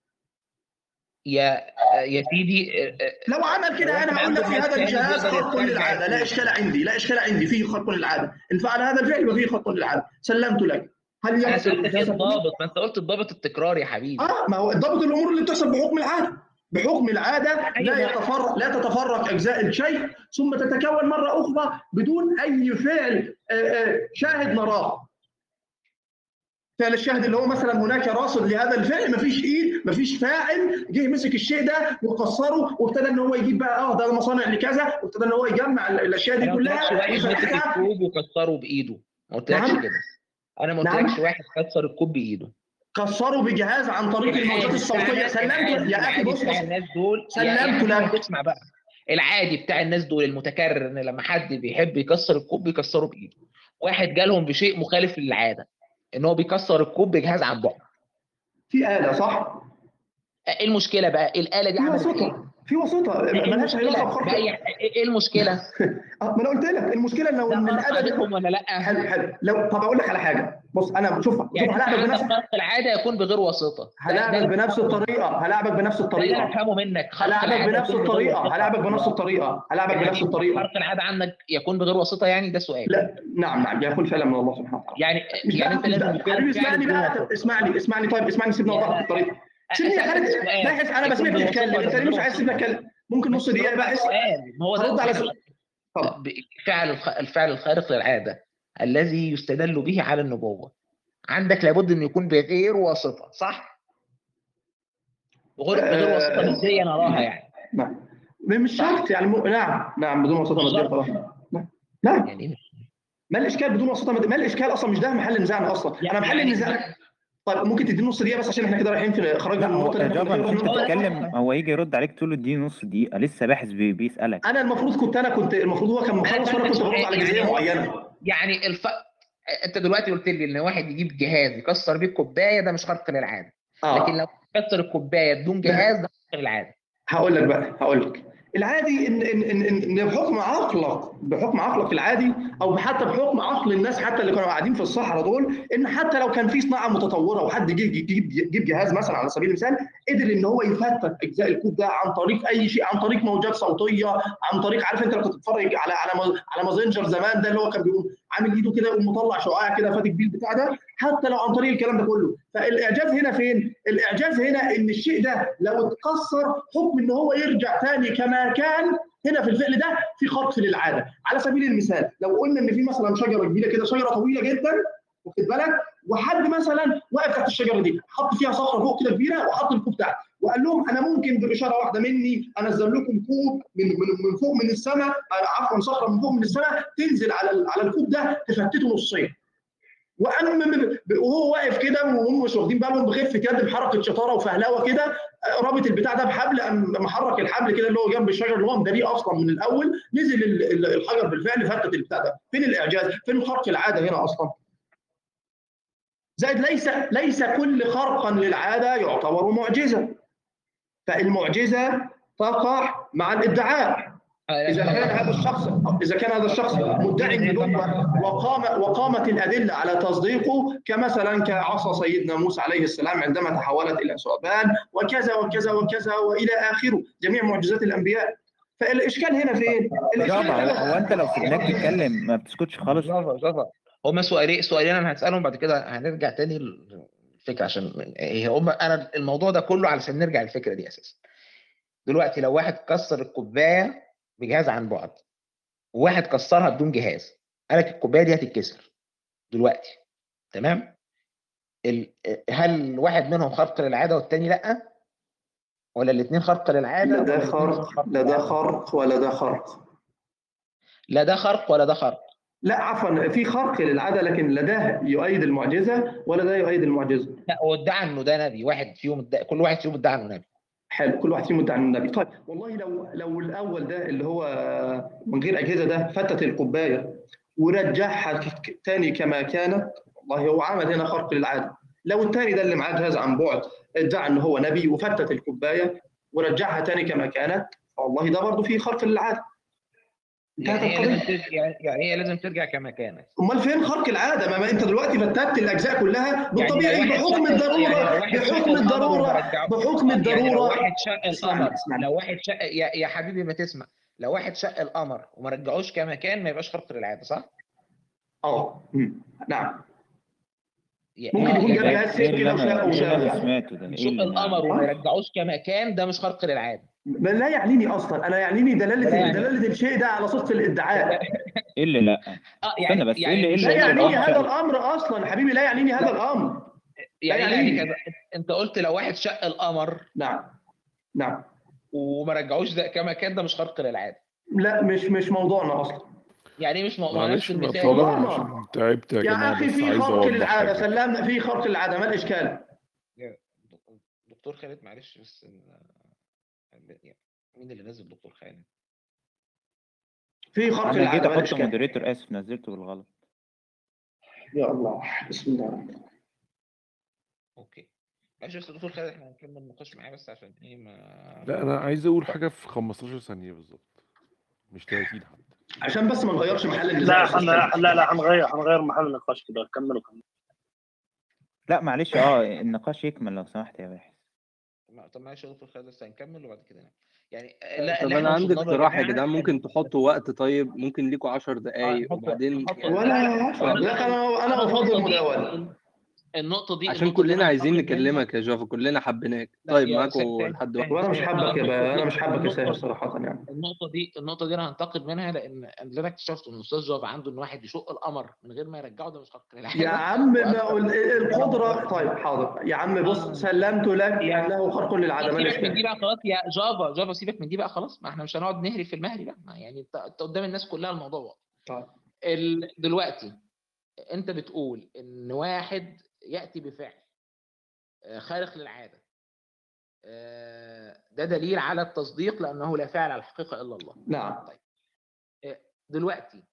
يا يا سيدي لو عمل كده انا هقول لك في هذا الجهاز خرق للعاده، لا اشكال عندي، لا اشكال عندي فيه خرق للعاده، ان فعل هذا الفعل يبقى فيه خرق للعاده، سلمت لك. هل يحصل الضابط؟ ما انت قلت الضابط التكرار يا حبيبي. اه ما هو الضابط الامور اللي بتحصل بحكم العاده، بحكم العاده لا يتفرق لا تتفرق اجزاء الشيء ثم تتكون مره اخرى بدون اي فعل شاهد نراه. فعل الشاهد اللي هو مثلا هناك راصد لهذا الفعل، مفيش ايد، مفيش فاعل جه مسك الشيء ده وكسره وابتدى ان هو يجيب بقى اه ده مصانع لكذا، وابتدى ان هو يجمع الاشياء دي كلها ويفتحها. الكوب وكسره بايده، ما قلتلكش كده. انا ما قلتلكش واحد كسر الكوب بايده، كسروا بجهاز عن طريق الموجات الصوتيه. سلمت يا اخي، بص بص الناس دول سلمت لك. اسمع بقى، العادي بتاع الناس دول المتكرر ان لما حد بيحب يكسر الكوب بيكسره بايده. واحد جالهم بشيء مخالف للعاده ان هو بيكسر الكوب بجهاز عن بعد. في آلة صح؟ ايه المشكله بقى؟ الاله دي عملت ايه؟ في وسيطه مالهاش علاقه بخرق. ايه المشكله؟ ما انا قلت لك المشكله لو ان الآلة دي ولا لا؟ حلو حلو. لو طب اقول لك على حاجه، بص انا شوف شوف يعني هلاعبك بنفس خرق العاده يكون بغير واسطه. هلاعبك بنفس الطريقه هلاعبك بنفس الطريقه انا افهمه منك. هلاعبك بنفس الطريقه هلاعبك بنفس الطريقه هلاعبك بنفس الطريقه. خرق العاده عندك يكون بغير واسطه، يعني ده سؤال. لا نعم نعم يكون فعلا من الله سبحانه وتعالى. يعني مش يعني انت لازم حبيبي اسمعني بقى، اسمعني اسمعني طيب اسمعني، سيبني اوضح الطريقه. سيبني يا خالد باحث، انا بسيبك تتكلم، انت ليه مش عايز تسيبني اتكلم؟ ممكن نص دقيقه باحث. ما هو هرد على سؤال. فعل الفعل الخارق للعاده الذي يستدل به على النبوه عندك لابد انه يكون بغير واسطه، صح؟ بغير بغير واسطه نسبيا نراها يعني. نعم مش شرط يعني م... نعم نعم بدون واسطه نسبيه خلاص. نعم نعم يعني ما الاشكال بدون واسطه؟ ما الاشكال اصلا؟ مش ده محل نزاعنا اصلا. يعني انا محل يعني النزاع. طيب ممكن تديني نص دقيقه بس عشان احنا كده رايحين في خرجنا من النقطه اللي احنا بنتكلم. هو يجي يرد عليك تقول له اديني نص دقيقه، لسه باحث بي بيسالك. انا المفروض كنت انا كنت المفروض هو كان مخلص وانا كنت برد على جزئيه معينه. يعني الف... انت دلوقتي قلت لي ان واحد يجيب جهاز يكسر بيه الكوبايه ده مش خرق للعاده. آه. لكن لو كسر الكوبايه بدون جهاز ده خرق للعاده. هقول لك بقى هقول لك العادي ان ان ان, إن بحكم عقلك بحكم عقلك العادي او حتى بحكم عقل الناس حتى اللي كانوا قاعدين في الصحراء دول، ان حتى لو كان في صناعه متطوره وحد جه يجيب يجيب جهاز مثلا على سبيل المثال قدر ان هو يفتت اجزاء الكوب ده عن طريق اي شيء، عن طريق موجات صوتيه، عن طريق عارف انت لو كنت بتتفرج على على على مازنجر زمان ده اللي هو كان بيقوم عامل ايده كده يقوم مطلع شعاع كده فاتك بيه البتاع ده، حتى لو عن طريق الكلام ده كله. فالاعجاز هنا فين؟ الاعجاز هنا ان الشيء ده لو اتكسر حكم ان هو يرجع ثاني كما كان، هنا في الفعل ده في خرق للعاده. على سبيل المثال لو قلنا ان في مثلا شجره كبيره كده، شجره طويله جدا واخد بالك، وحد مثلا واقف تحت الشجره دي حط فيها صخره فوق كده كبيره وحط الكوب تحت وقال لهم انا ممكن باشاره واحده مني انزل لكم كوب من من من فوق من السماء، عفوا صخره من فوق من السماء تنزل على على الكوب ده تفتته نصين. واما وهو واقف كده وهم مش واخدين بالهم بخفه يد بحركه شطاره وفهلاوه كده رابط البتاع ده بحبل، قام محرك الحبل كده اللي هو جنب الشجر اللي هو مداريه اصلا من الاول، نزل الحجر بالفعل فتت البتاع ده. فين الاعجاز؟ فين خرق العاده هنا اصلا؟ زائد ليس ليس كل خرقا للعاده يعتبر معجزه، فالمعجزه تقع مع الادعاء. إذا كان هذا الشخص إذا كان هذا الشخص مدعي النبوة وقام وقامت الأدلة على تصديقه، كمثلا كعصا سيدنا موسى عليه السلام عندما تحولت إلى ثعبان وكذا وكذا وكذا وإلى آخره، جميع معجزات الأنبياء. فالإشكال هنا فين؟ الإشكال هو أنت لو سيبناك تتكلم ما بتسكتش خالص. هما سؤالين سؤالين أنا هسألهم بعد كده هنرجع تاني للفكرة، عشان هما أنا الموضوع ده كله علشان نرجع للفكرة دي أساسا. دلوقتي لو واحد كسر الكوباية بجهاز عن بعد وواحد كسرها بدون جهاز، قالك الكوبايه دي هتتكسر دلوقتي، تمام؟ ال... هل واحد منهم خرق للعاده والتاني لا؟ ولا الاثنين خرق للعاده؟ لا ولا ده الاثنين مش خرق، خرق لا ده للعاده؟ خرق ولا ده خرق. لا ده خرق ولا ده خرق. لا عفوا، في خرق للعاده لكن لا ده يؤيد المعجزه ولا ده يؤيد المعجزه. لا هو ادعى انه ده نبي، واحد فيهم ادعى، كل واحد فيهم ادعى انه نبي. حلو، كل واحد فيهم مدعي عن النبي. طيب والله لو لو الاول ده اللي هو من غير اجهزه ده فتت الكوبايه ورجعها ك- تاني كما كانت، والله هو عمل هنا خرق للعاده. لو الثاني ده اللي معاه جهاز عن بعد ادعى ان هو نبي وفتت الكوبايه ورجعها تاني كما كانت، والله ده برضه فيه خرق للعاده. انتهت يعني هي لازم القضيه. ترجع، يعني يعني هي لازم ترجع كما كانت. امال فين خرق العاده؟ ما, ما انت دلوقتي فتت الاجزاء كلها يعني لو بالطبيعي واحد بحكم شق ال- الضروره، يعني لو واحد شق بحكم القمر وما الضروره رجعه، بحكم آه، يعني لو الضروره. واحد شق اسمعني القمر، اسمعني لو واحد شق يا, يا حبيبي ما تسمع، لو واحد شق القمر وما رجعوش كما كان ما يبقاش خرق للعاده، صح؟ اه أمم. نعم. يا- ممكن آه، يكون يعني جاب ده جهاز ايه سيف اللي كده وشاء انا ايه اللي وشاء انا يعني. سمعته ده؟ ايه يشق اللي القمر وما آه. يرجعوش كما كان ده مش خرق للعاده. ما لا يعنيني اصلا، انا يعنيني ولا دلاله يعني دلاله الشيء ده على صدق الادعاء. ايه اللي لا؟ اه استنى يعني بس، ايه يعني اللي ايه مش لا اللي شق لو يعنيني واحد هذا شق؟ الامر اصلا حبيبي، لا يعنيني هذا لا الامر. لا يعني يعني يعنيني. كذا، انت قلت لو واحد شق القمر نعم نعم. وما رجعوش ده كما كان ده مش خرق للعاده. لا مش مش موضوعنا اصلا. يعني إيه مش مو... ما هو نفس معلش انا المثال طالع يعني. موضوعنا عشان تعبت يا يا جماعة، اخي، بس في عايز خرق اوضح للعاده، حاجة. سلمنا في خرق للعاده، ما الاشكال؟ يا دكتور خالد معلش بس ال- يعني مين اللي نزل دكتور خالد؟ في خرق انا للعاده، جيت ما احط الاشكال؟ مودريتور، اسف نزلته بالغلط. يا الله، بسم الله الرحمن الرحيم. اوكي معلش بس دكتور خالد احنا هنكمل النقاش معاه بس عشان ايه ما لا انا عايز اقول حاجة في خمستاشر ثانية بالظبط، مش ثلاثين حتى. عشان بس ما نغيرش محل النزاع لا يا أستاذ لا خالد. لا لا هنغير هنغير محل النقاش كده، كملوا كملوا. لا معلش، اه النقاش يكمل لو سمحت يا باحث. ما- طب معلش يا دكتور خالد بس هنكمل وبعد كده نعمل. يعني لا طب اللي انا احنا عندي وصلنا له يا اقتراح يا جماعه جدعان، إن- ممكن تحطوا وقت طيب، ممكن ليكوا عشر اه دقايق نحط وبعدين نحط يعني ولا لا لا لا انا انا افضل النقطه دي مداوله. النقطه دي عشان النقطه دي كلنا انا عايزين هنتقد منها. نكلمك يا جافا، كلنا حبيناك. لا طيب يا معاكم سا- لحد سا- وقت. وانا مش سا- حابك يا النقطة بقى، دي- انا مش حابك يا النقطة- ساهر صراحه يعني. النقطة دي النقطة دي أنا هنتقد منها، لأن اللي أنا اكتشفته إن الأستاذ جافا عنده إن واحد يشق القمر من غير ما يرجعه ده مش خرق للعادة. يا عم ما وأكتر- أقول- القدره. طيب حاضر يا عم، بص سلمت لك يا- انه خرق للعاده، ما سيبك من دي الاشكال؟ بقى خلاص يا جافا، جافا سيبك من دي بقى خلاص، ما احنا مش هنقعد نهري في المهري بقى، ما يعني انت أنت قدام الناس كلها الموضوع واضح. طيب. ال- دلوقتي انت بتقول ان واحد ياتي بفعل آه، خارق للعاده، آه، ده دليل على التصديق لانه لا فعل على الحقيقه الا الله. نعم. طيب آه، دلوقتي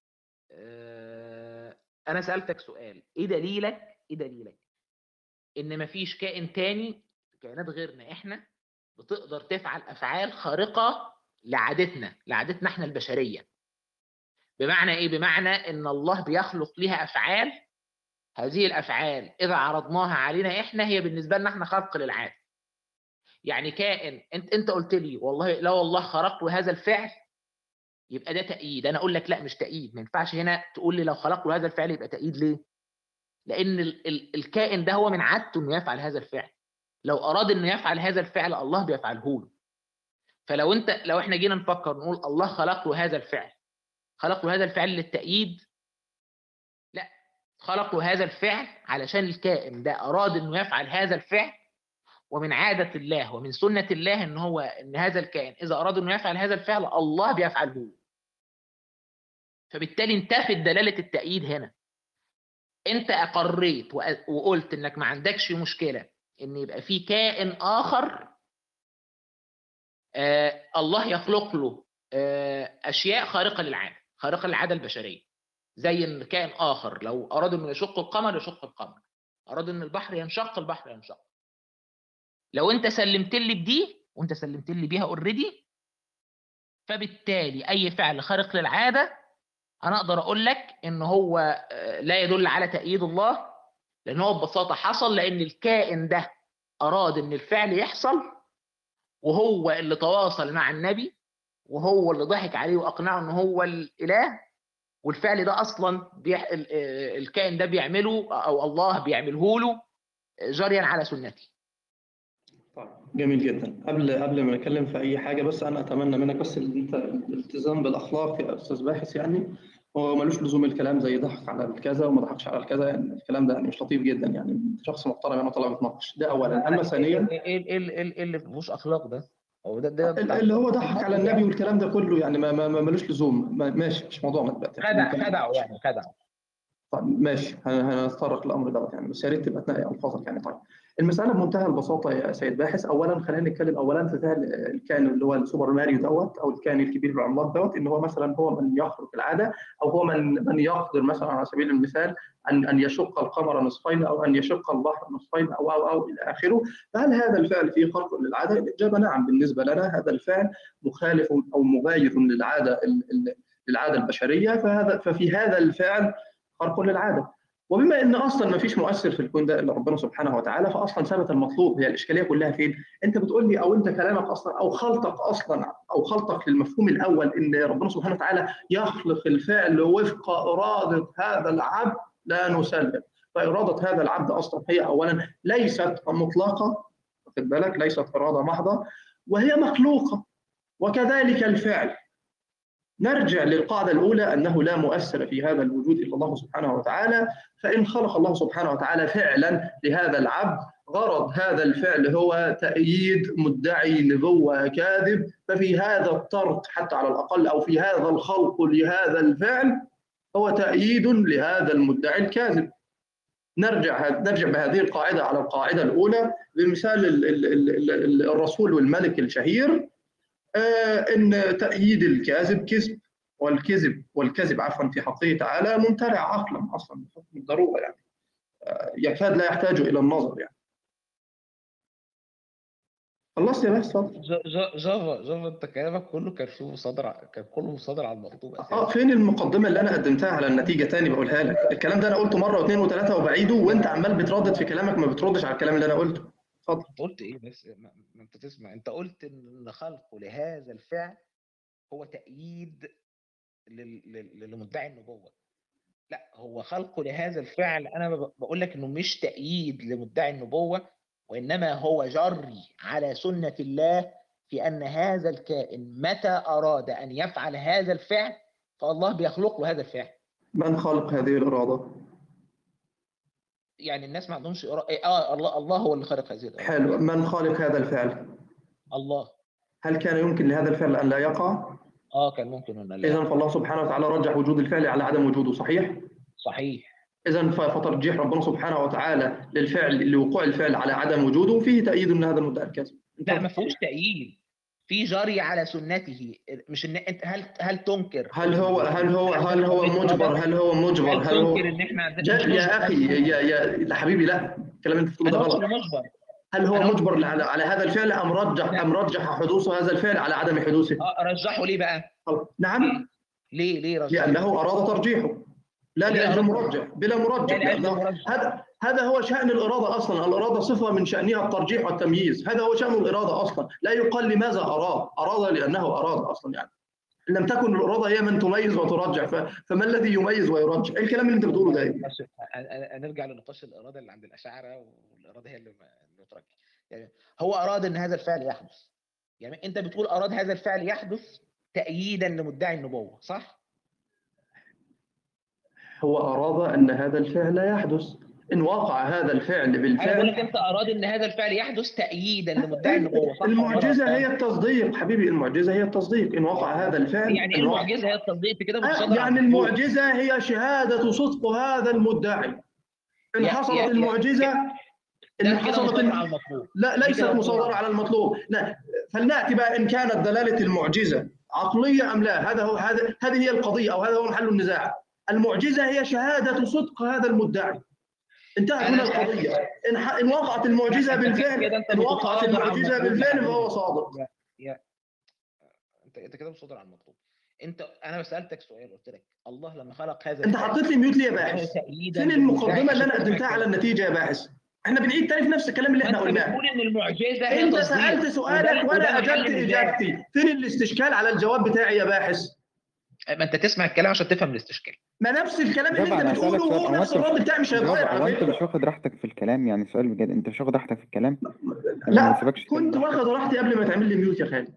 آه، انا سالتك سؤال، ايه دليلك ايه دليلك ان مفيش كائن تاني، كائنات غيرنا احنا بتقدر تفعل افعال خارقه لعادتنا لعادتنا احنا البشريه؟ بمعنى ايه؟ بمعنى ان الله بيخلق لها افعال، هذه الافعال اذا عرضناها علينا احنا هي بالنسبه لنا احنا خرق للعاده. يعني كائن انت انت قلت لي والله لا والله خرقت هذا الفعل يبقى ده تأييد، انا اقول لك لا مش تأييد، ما ينفعش هنا تقول لي لو خلقت هذا الفعل يبقى تأييد. ليه؟ لان ال ال الكائن ده هو من عادته انه يفعل هذا الفعل، لو اراد انه يفعل هذا الفعل الله بيفعله له. فلو انت لو احنا جينا نفكر نقول الله خلق له هذا الفعل، خلق له هذا الفعل للتأييد؟ لا، خلق له هذا الفعل علشان الكائن ده اراد انه يفعل هذا الفعل، ومن عادة الله ومن سنة الله ان هو ان هذا الكائن اذا اراد انه يفعل هذا الفعل الله بيفعله له. فبالتالي انتفت دلالة التأييد هنا. انت اقريت وقلت انك ما عندكش مشكلة ان يبقى في كائن اخر آه الله يخلق له آه اشياء خارقة للعادة، خارقة للعادة البشرية، زي ان كائن اخر لو اراد انه يشق القمر يشق القمر، اراد ان البحر ينشق البحر ينشق. لو انت سلمت لي بدي وانت سلمت لي بيها اوريدي، فبالتالي اي فعل خارق للعاده انا اقدر اقول لك ان هو لا يدل على تأييد الله، لان هو ببساطه حصل لان الكائن ده اراد ان الفعل يحصل، وهو اللي تواصل مع النبي، وهو اللي ضحك عليه واقنعه ان هو الاله، والفعل ده اصلا بيح... الكائن ده بيعمله او الله بيعمله له جريا على سنته. طيب جميل جدا. قبل قبل ما نتكلم في اي حاجه، بس انا اتمنى منك بس انت الالتزام بالاخلاق يا استاذ باحث يعني. هو ملوش لزوم الكلام زي ضحك على الكذا وما ضحكش على الكذا، يعني الكلام ده يعني مش لطيف جدا، يعني شخص محترم انا طالع بتناقش ده اولا. اما ثانيا ايه ايه ايه ايه إيه اللي مفيهوش اخلاق ده؟ هو ده ده بتاع اللي هو الخلاق. ضحك على النبي والكلام ده كله يعني ما ما- ما- ملوش لزوم، ما- ماشي مش موضوعنا دلوقتي. خدع خدعوا يعني خدعوا. طيب ماشي، هن- هنتطرق للامر دوت يعني، بس يا ريت تبقى تنقي الفاظك يعني. طيب المساله بمنتهى البساطه يا سيد باحث. اولا خلينا نتكلم اولا في فعل الكائن اللي هو السوبر ماريو دوت، او الكائن الكبير العملاق دوت، ان هو مثلا هو من يخرق العاده، او هو من من يقدر مثلا على سبيل المثال ان ان يشق القمر نصفين، او ان يشق البحر نصفين، او او او الى اخره. فهل هذا الفعل فيه خرق للعاده؟ الاجابه نعم. بالنسبه لنا هذا الفعل مخالف او مغاير للعاده للعاده البشريه، فهذا ففي هذا الفعل خرق للعاده. وبما ان اصلا ما فيش مؤثر في الكون ده الا ربنا سبحانه وتعالى، فاصلا ثبت المطلوب. هي الاشكاليه كلها فين؟ انت بتقول لي، او انت كلامك اصلا، او خلطك اصلا، او خلطك للمفهوم الاول ان ربنا سبحانه وتعالى يخلق الفعل وفق اراده هذا العبد، لا نسلم. فاراده هذا العبد اصلا هي اولا ليست مطلقه، واخد بالك، ليست اراده محضه، وهي مخلوقه. وكذلك الفعل. نرجع للقاعدة الأولى أنه لا مؤثر في هذا الوجود إلا الله سبحانه وتعالى. فإن خلق الله سبحانه وتعالى فعلا لهذا العبد، غرض هذا الفعل هو تأييد مدعي نبوة كاذب، ففي هذا الطرد حتى على الأقل، أو في هذا الخلق لهذا الفعل، هو تأييد لهذا المدعي الكاذب. نرجع نرجع بهذه القاعدة على القاعدة الأولى بمثال الرسول والملك الشهير، ان تأييد الكاذب كذب، والكذب والكذب عفوا في حقه تعالى ممتنع عقلا اصلا بحكم الضروره، يعني يكاد لا يحتاج الى النظر يعني. خلصت يا باشا؟ اتفضل. جافا جافا انت كلامك كله كان فيه مصادر، كان كله مصادر على المخطوط اساسا. اه فين المقدمه اللي انا قدمتها على النتيجه؟ تاني بقولها لك، الكلام ده انا قلته مره واثنين وثلاثه وبعيده، وانت عمال بتردد في كلامك، ما بتردش على الكلام اللي انا قلته. اتفضل. انت قلت ايه بس؟ ما انت تسمع، انت قلت ان خلقه لهذا الفعل هو تأييد لمدعي النبوة. لا، هو خلقه لهذا الفعل، انا بقول لك انه مش تأييد لمدعي النبوة، وانما هو جري على سنة الله في ان هذا الكائن متى اراد ان يفعل هذا الفعل فالله بيخلق له هذا الفعل. من خلق هذه الإرادة؟ يعني الناس ما عندهمش إرادة. اه الله الله هو اللي خلق هذه الإرادة. حلو. من خالق هذا الفعل؟ الله. هل كان يمكن لهذا الفعل ان لا يقع؟ اه كان ممكن ان لا. اذا فالله سبحانه وتعالى رجح وجود الفعل على عدم وجوده، صحيح؟ صحيح. اذا فترجيح ربنا سبحانه وتعالى للفعل، لوقوع الفعل على عدم وجوده، فيه تأييد ان هذا المدعي الكاذب. لا ما فيهوش تأييد، في جري على سنته. مش ان انت هل هل تنكر هل هو هل هو هل هو مجبر هل هو مجبر هل هل هو تنكر ان احنا عندنا يا اخي يا يا حبيبي، لا الكلام اللي انت بتقوله ده غلط. مجبر. هل هو مجبر على على هذا الفعل ام رجح ام رجح حدوث هذا الفعل على عدم حدوثه؟ اه رجحه ليه بقى؟ نعم. ليه ليه رجحه؟ لانه اراد ترجيحه، لا لأجل مرجح، بلا مرجح. هذا هذا هو شأن الإرادة أصلا. الإرادة صفة من شأنها الترجيح والتمييز، هذا هو شأن الإرادة أصلا. لا يقال لماذا أراد، أراد لأنه أراد أصلا. يعني إن لم تكن الإرادة هي من تميز وترجح، فما الذي يميز ويرجح؟ إيه الكلام اللي أنت بتقوله ده؟ نرجع لنقاش الإرادة اللي عند الأشاعرة، والإرادة هي اللي ترجح. يعني هو أراد أن هذا الفعل يحدث، يعني أنت بتقول أراد هذا الفعل يحدث تأييدا لمدعي النبوة، صح؟ هو أراد أن هذا الفعل يحدث. إن وقع هذا الفعل بالفعل، أنا بقول لك أنت أراد أن هذا الفعل يحدث تأييدا لمدعي النبوة، صح؟ المعجزة هي التصديق حبيبي، المعجزة هي التصديق. إن وقع هذا الفعل، يعني إيه المعجزة هي التصديق؟ كده آه يعني المعجزة هي شهادة صدق هذا المدعي. إن حصلت المعجزة، إن حصلت الم... لا ليست مصادرة على المطلوب. لا، فلنأتي بقى إن كانت دلالة المعجزة عقلية أم لا. هذا هو هذا هذه هي القضية، أو هذا هو محل النزاع. المعجزة هي شهادة صدق هذا المدعي. انتهت هنا القضية. إن, ح... إن وقعت المعجزة بالفعل، إن وقعت المعجزة بالفعل فهو صادق. يا يا انت انت كده مصادر على المطلوب. انت انا سألتك سؤال، قلت لك الله لما خلق هذا، انت حطيت لي ميوت ليه يا باحث؟ فين المقدمة اللي انا قدمتها على النتيجة يا باحث؟ احنا بنعيد تاني في نفس الكلام اللي احنا قلناه. بتقول ان المعجزة هي انت سألت سؤالك وانا اجبت اجابتي، فين الاستشكال على الجواب بتاعي يا باحث؟ ما انت تسمع الكلام عشان تفهم الاستشكال. ما نفس الكلام اللي انت بتقوله هو نفس الرد بتاعي، مش هيتغير على فكره. انت مش واخد راحتك في الكلام، يعني سؤال بجد، انت مش واخد راحتك في الكلام؟ لا كنت واخد راحتي قبل ما تعمل لي ميوت يا خالد.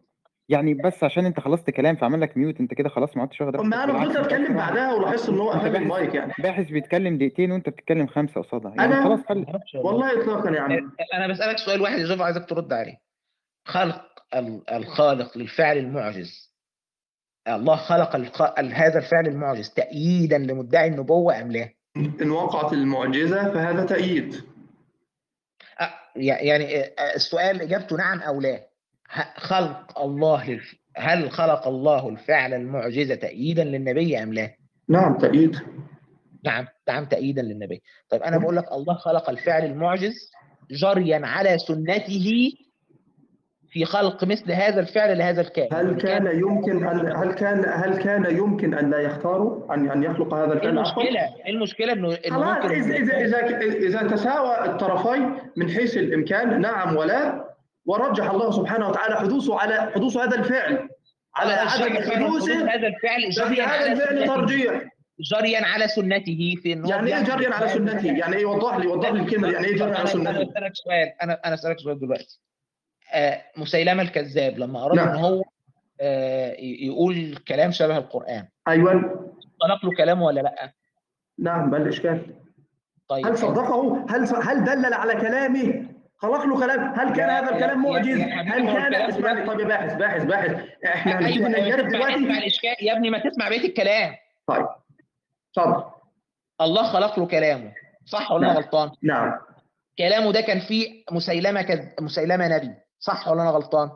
يعني بس عشان انت خلصت كلام فعمل لك ميوت، انت كده خلاص ما عدتش واخد راحتك. ما انا بالعكس فضلت انت اتكلم اصلا بعدها ولاحظت ان هو انت قفل باحث المايك يعني. باحث بيتكلم دقيقتين وانت بتتكلم خمسه قصادها، يعني انا خلاص خلي. والله اطلاقا يا عم. انا بسالك سؤال واحد يا جوف عايزك ترد عليه. خلق ال- الخالق للفعل المعجز، الله خلق الخ- هذا الفعل المعجز تأييدا لمدعي النبوة أم لا؟ ان وقعت المعجزه فهذا تأييد. أ- يعني أ- السؤال إجابته نعم أو لا. ه- خلق الله للف... هل خلق الله الفعل المعجز تأييدا للنبي أم لا؟ نعم تأييد. نعم نعم تأييدا للنبي. طيب أنا بقول لك الله خلق الفعل المعجز جريا على سنته في خلق مثل هذا الفعل لهذا الكائن. هل يعني كان يمكن ان هل كان هل كان يمكن ان لا يختاروا ان ان يخلق هذا ايه الفعل؟ عفوا. المشكلة؟ ايه المشكلة انه انه خلاص ممكن اذا إنه اذا يختار؟ اذا اذا تساوى الطرفين من حيث الامكان نعم ولا، ورجح الله سبحانه وتعالى حدوثه على حدوث هذا الفعل على آه، عدم جرى- جرى حدوث حدوثه، هذا الفعل ففي جريا هذا على الفعل سنته، ترجيح. جريا على سنته في ان هو يعني ايه بيحدث جريا على هذا سنته؟ الفعل. يعني ايه؟ وضح لي وضح لي الكلمه دي. يعني ايه طب جريا على انا انا سنته؟ اسالك سؤال، انا انا اسالك سؤال دلوقتي. آه، مسيلمة الكذاب لما اراد ان نعم. هو آه، ي- يقول كلام شبه القرآن، ايوه. خلق له كلامه ولا لا؟ نعم بل اشكال. طيب هل حلو. صدقه؟ هل هل دلل على كلامه؟ خلق له كلام؟ هل كان يا هذا يا الكلام يا معجز؟ يا حبيبي، هل ما هو كان الكلام اسمعني دلوقتي. طيب يا باحث باحث باحث احنا هنبتدي ايوه ايوه، ننجرف اسمع اسمع دلوقتي. الاشكال يا ابني، ما تسمع بقيه الكلام. طيب اتفضل. الله خلق له كلامه، صح ولا انا نعم غلطان؟ نعم. كلامه ده كان فيه مسيلمة كذ... مسيلمة نبي، صح ولا انا غلطان؟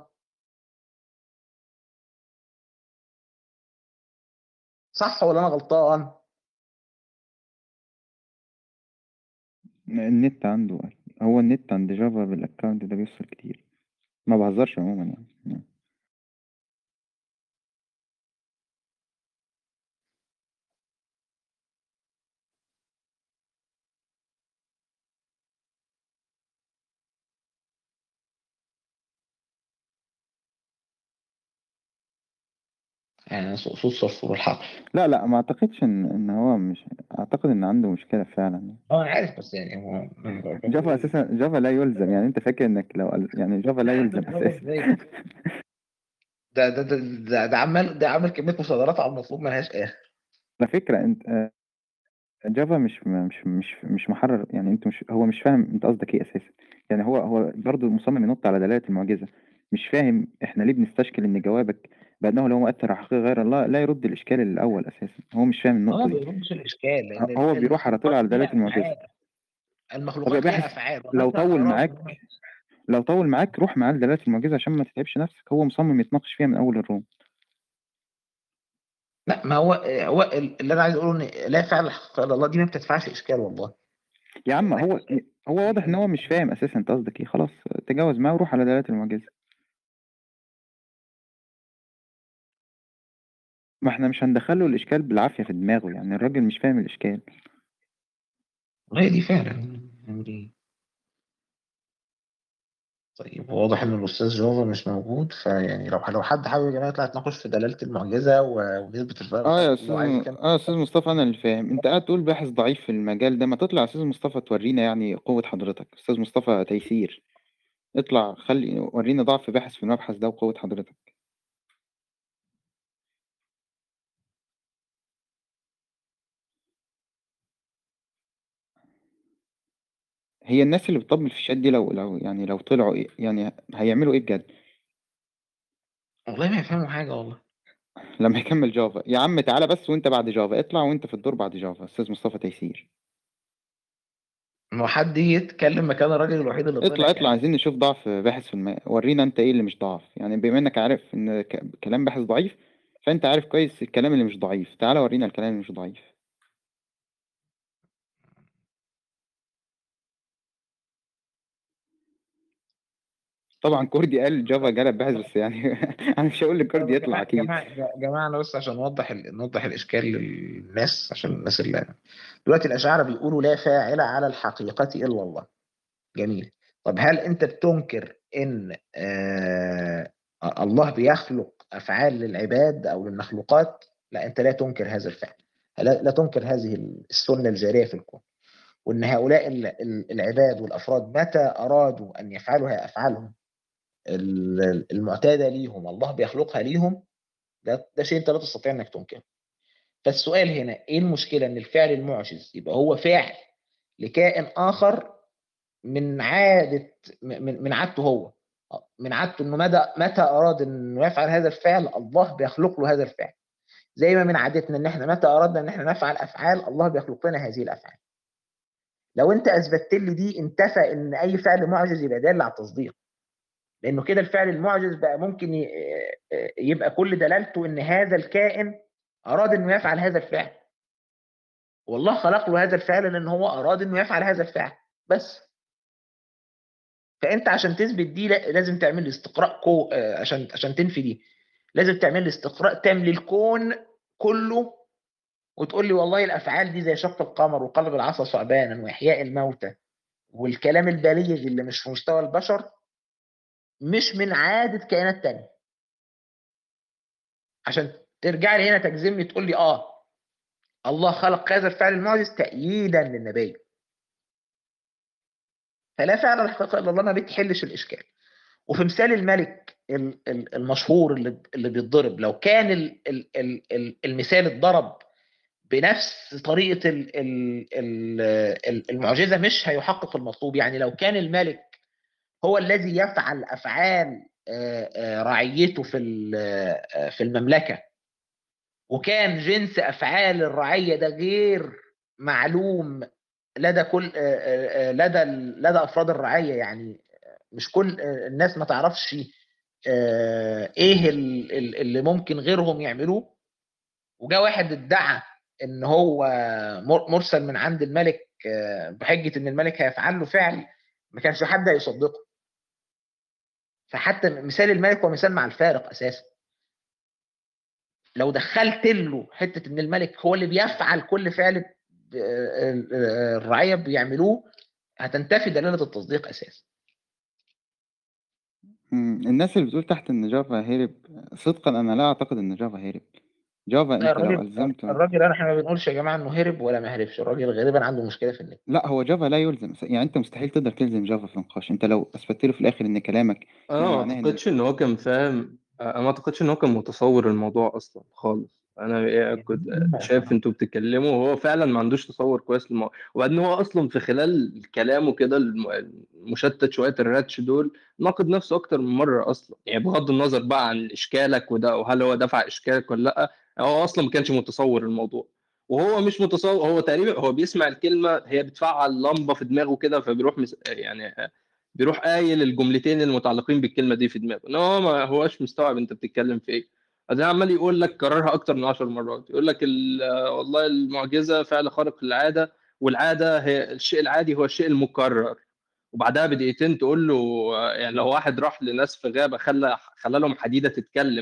صح ولا انا غلطان؟ النت عنده، هو النت عند جافا بالاكونت ده بيفصل كتير، ما بهزرش عموما يعني. يعني صوت صرصور الحق. لا لا ما اعتقدش ان ان هو مش، اعتقد ان عنده مشكلة فعلا. اه انا عارف، بس يعني هو جافا اساسا جافا لا يلزم، يعني انت فاكر انك لو قال- يعني جافا لا يلزم اساسا. ده ده ده ده, ده عمال ده عامل كمية مصادرات على المطلوب ملهاش اخر. على فكرة انت آه، جافا مش مش مش مش محرر، يعني انت مش، هو مش فاهم انت قصدك ايه اساسا. يعني هو هو برضه مصمم ينط على دلالة المعجزة، مش فاهم احنا ليه بنستشكل ان جوابك بانه لو مؤثر على حقيقة غير الله لا يرد الاشكال الاول اساسا. هو مش فاهم اه النقطة ما دي. بيردش الاشكال لان هو بيروح على طول المخلوقات على دلالة ليها المعجزة. افعال. طب يا المخلوقات ليها باحث افعال لو ولها طول اعراض معاك ولها- لو طول معاك روح معاه لدلالة المعجزة عشان ما تتعبش نفسك. هو مصمم يتناقش فيها من اول الروم. لا ما هو هو اللي انا عايز اقوله ان لا فعل الحقيقة الا الله دي ما بتدفعش اشكال والله. يا عم هو هو واضح ان هو مش فاهم اساسا انت قصدك ايه. خلاص تجاوز معاه وروح على دلالة المعجزة. ما احنا مش هندخله الاشكال بالعافية في دماغه، يعني الراجل مش فاهم الاشكال. هي دي فعلا يعني. طيب واضح ان الاستاذ جوفا مش موجود، فيعني لو لو حد حابب يا جماعه يطلع يتناقش في دلاله المعجزه و- ونسبه الفعل اه يا الخارقي استاذ لو عايز يكمل. اه يا استاذ مصطفى انا اللي فاهم. انت قاعد تقول باحث ضعيف في المجال ده، ما تطلع يا استاذ مصطفى تورينا يعني قوة حضرتك. استاذ مصطفى تيسير اطلع خلي ورينا ضعف باحث في المبحث ده وقوة حضرتك. هي الناس اللي بتطبل في الشات دي لو لو يعني لو طلعوا إيه يعني هيعملوا ايه بجد والله ما يفهموا حاجه والله. لما يكمل جافا؟ يا عم تعالى بس وانت بعد جافا، اطلع وانت في الدور بعد جافا. استاذ مصطفى تيسير ما هو حد يجي يتكلم مكان الراجل الوحيد اللي طلع اطلع اطلع يعني. عايزين نشوف ضعف باحث في الم... ورينا انت ايه اللي مش ضعف. يعني بما انك عارف ان ك... كلام باحث ضعيف، فانت عارف كويس الكلام اللي مش ضعيف. تعالى ورينا الكلام اللي مش ضعيف. طبعا كوردي قال جافا جلب باحث، بس يعني انا مش هقول لكوردي طيب يا يطلع جماعه اكيد. جماعه جماعه انا بس عشان نوضح ال... نوضح الاشكال للناس، عشان الناس اللي دلوقتي الاشاعره بيقولوا لا فاعل على الحقيقه الا الله. جميل. طب هل انت بتنكر ان آه الله بيخلق افعال للعباد او للمخلوقات؟ لا انت لا تنكر هذا الفعل، لا, لا تنكر هذه السنه الجاريه في الكون، وان هؤلاء ال- ال- العباد والافراد متى ارادوا ان يفعلوا هي افعالهم ال- المعتاده ليهم الله بيخلقها ليهم، ده ده شيء انت لا تستطيع انك تنكره. فالسؤال هنا ايه المشكله ان الفعل المعجز يبقى هو فعل لكائن اخر من عاده من من عادته هو، من عادته انه مدى متى اراد انه يفعل هذا الفعل الله بيخلق له هذا الفعل، زي ما من عادتنا ان احنا متى اردنا ان احنا نفعل افعال الله بيخلق لنا هذه الافعال. لو انت اثبتت لي دي انتفى ان اي فعل معجز يبقى دال على التصديق، لانه كده الفعل المعجز بقى ممكن يبقى كل دلالته ان هذا الكائن اراد انه يفعل هذا الفعل، والله خلق له هذا الفعل لان هو اراد انه يفعل هذا الفعل بس. فانت عشان تثبت دي لازم تعمل لي استقراء كو عشان عشان تنفي دي لازم تعمل لي استقراء تام للكون كله، وتقول لي والله الافعال دي زي شق القمر وقلب العصا ثعبانا واحياء الموتى والكلام البليغ اللي مش في مستوى البشر مش من عاده كائنات تانية، عشان ترجع لي هنا تجزم لي تقول لي اه الله خلق هذا الفعل المعجز تأييدا للنبي. فلا فعل الحقيقه الا الله ما بتحلش الاشكال. وفي مثال الملك المشهور اللي اللي بيتضرب، لو كان ال ال ال المثال اتضرب بنفس طريقه ال ال المعجزه مش هيحقق المطلوب. يعني لو كان الملك هو الذي يفعل افعال رعيته في في المملكه، وكان جنس افعال الرعيه ده غير معلوم لدى كل لدى لدى افراد الرعيه، يعني مش كل الناس ما تعرفش ايه اللي ممكن غيرهم يعملوه، وجاء واحد ادعى ان هو مرسل من عند الملك بحجه ان الملك هيفعل له فعل ما كانش حد هيصدقه. فحتى مثال الملك هو مثال مع الفارق اساسا. لو دخلت له حته ان الملك هو اللي بيفعل كل فعل الرعيه بيعملوه هتنتفي دلاله التصديق اساسا. الناس اللي بتقول تحت ان جافا هرب، صدقا انا لا اعتقد ان جافا هرب. جافا انت لو الزمت الراجل انا احنا ما بنقولش يا جماعه انه هرب ولا ما هربش، الراجل غالبا عنده مشكله في النت. لا هو جافا لا يلزم، يعني انت مستحيل تقدر تلزم جافا في نقاش. انت لو اثبتت له في الاخر ان كلامك انا يعني ما معناه ان اعتقدش ان هو كان فاهم، انا ما اعتقدش ان هو كان متصور الموضوع اصلا خالص. انا كنت شايف انتوا بتتكلموا وهو فعلا ما عندوش تصور كويس للموضوع، وبعدين هو اصلا في خلال كلامه كده المشتت شويه الراتش دول ناقد نفسه اكتر من مره اصلا، يعني بغض النظر بقى عن اشكالك وده وهل هو دفع اشكالك ولا لا، هو اصلا ما كانش متصور الموضوع. وهو مش متصور، هو تقريبا هو بيسمع الكلمه هي بتفعل لمبه في دماغه كده، فبيروح مس... يعني بيروح قايل الجملتين المتعلقين بالكلمه دي في دماغه، ان هو ما هوش مستوعب انت بتتكلم في ايه. ده عمال يقول لك كررها اكتر من عشر مرات، يقول لك والله المعجزه فعل خارق للعاده، والعاده هي الشيء العادي هو الشيء المكرر. وبعدها بدقيقتين تقول له يعني لو واحد راح لناس في غابه خلى خلى لهم حديده تتكلم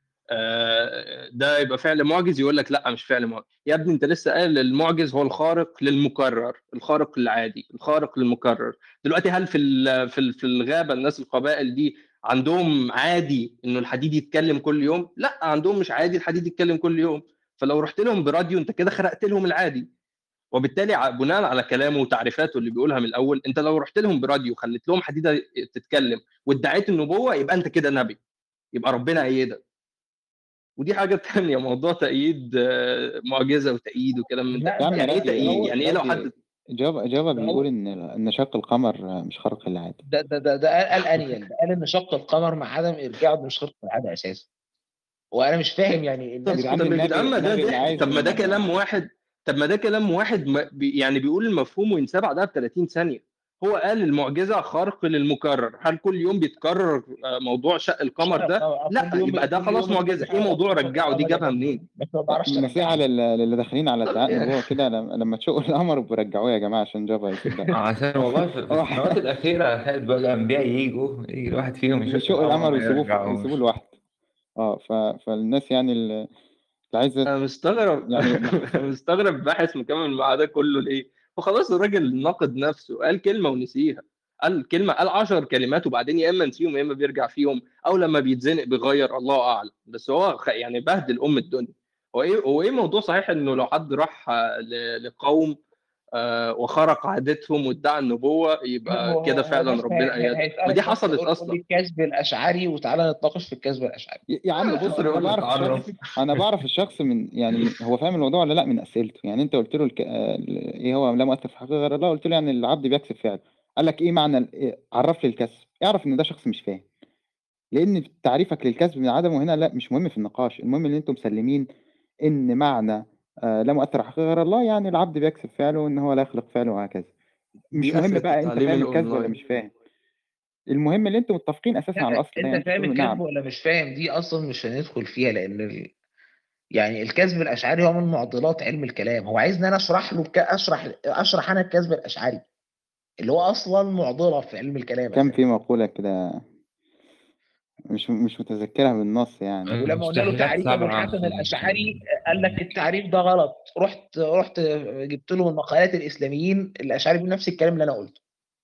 ده يبقى فعل معجز، يقول لك لا مش فعل معجز. يا ابني انت لسه قال المعجز هو الخارق للمكرر، الخارق للعادي، الخارق للمكرر. دلوقتي هل في في في الغابه الناس القبائل دي عندهم عادي انه الحديد يتكلم كل يوم؟ لا، عندهم مش عادي الحديد يتكلم كل يوم. فلو رحت لهم براديو انت كده خرقت لهم العادي. وبالتالي بناء على كلامه وتعريفاته اللي بيقولها من الاول، انت لو رحت لهم براديو وخليت لهم حديده تتكلم وادعيت النبوه يبقى انت كده نبي، يبقى ربنا ايدك. ودي حاجه ثانيه، موضوع تأييد معجزه وتأييد وكلام من ده. يعني ايه تأييد؟ يعني ايه لو حد جافا جافا بيقول ان ان شق القمر مش خارق للعاده؟ ده ده ده, ده قال انيل، ده قال ان شق القمر مع عدم ارجاعه مش خارق للعاده اساسا. وانا مش فاهم يعني الناس طب طب يا جدعان ما ده ضحك. طب ما ده كلام واحد طب ما ده كلام واحد ما بي يعني بيقول المفهوم وينساب بعدها ب ثلاثين ثانيه. هو قال المعجزه خارق للمكرر. هل كل يوم بيتكرر موضوع شق القمر ده؟ لا، يبقى ده خلاص معجزه. ايه موضوع رجعه دي جابها منين؟ نصيحه للي داخلين على ادعاء نبوه كده، لما تشقوا القمر برجعوه يا جماعه عشان جافا يصدق. عشان والله في السنوات الاخيره خدت بقى الانبياء يجوا يجي الواحد فيهم يشق القمر ويسيبوه ويسيبوه لوحده. اه ف... فالناس يعني اللي عايزه، انا مستغرب يعني مستغرب باحث مكمل مع ده كله ليه؟ وخلاص الراجل ناقد نفسه، قال كلمه ونسيها، قال كلمه قال عشر كلمات وبعدين يا اما نسيهم يا اما بيرجع فيهم، او لما بيتزنق بيغير، الله اعلم. بس هو يعني بهدل ام الدنيا. هو ايه هو ايه موضوع صحيح انه لو حد راح لقوم آه، وخرق عادتهم وادعى النبوه، يبقى هو كده هو فعلا بس ربنا هي- ايده. هيسألك ودي بس حصلت قول قول اصلا. لي الكذب الأشعري وتعالى نتناقش في الكذب الأشعري. يا يا عم بص، الفطر انا يقول لك بعرف الشخص عرف. انا بعرف الشخص من يعني من هو فاهم الموضوع ولا لا من اسئلته. يعني انت قلت له الك... آه، ايه هو لا مؤثر في حقيقه غير الله، قلت له يعني العبد بيكسب فعل. قال لك ايه معنى ال- إيه؟ عرف لي الكسب. اعرف ان ده شخص مش فاهم، لان تعريفك للكسب من عدمه هنا لا مش مهم في النقاش. المهم ان انتم مسلمين ان معنى آه، لا مؤثر في حقيقه غير الله يعني العبد بيكسب فعله وان هو لا يخلق فعله وهكذا. مش دي مهم اخرة بقى انت التعليم فاهم الكسب ولا الاونلاين. مش فاهم. المهم ان انتم متفقين اساسا على لا الاصل ده. يعني أنت انتوا فاهم بتقولوا الكذب نعم. ولا مش فاهم، دي أصلا مش هندخل فيها، لأن ال... يعني الكذب الأشعري هو من معضلات علم الكلام. هو عايزني أنا أشرح له ك... أشرح أشرح أنا الكذب الأشعري اللي هو أصلا معضلة في علم الكلام كان أساسا. في مقولة كده مش مش متذكرها بالنص يعني. ولما قلنا له المستحيلات تعريف ابو سبعة الحسن في الاشعري قال لك التعريف ده غلط. رحت رحت جبت له من مقالات الاسلاميين الاشعري بيقول نفس الكلام اللي انا قلته.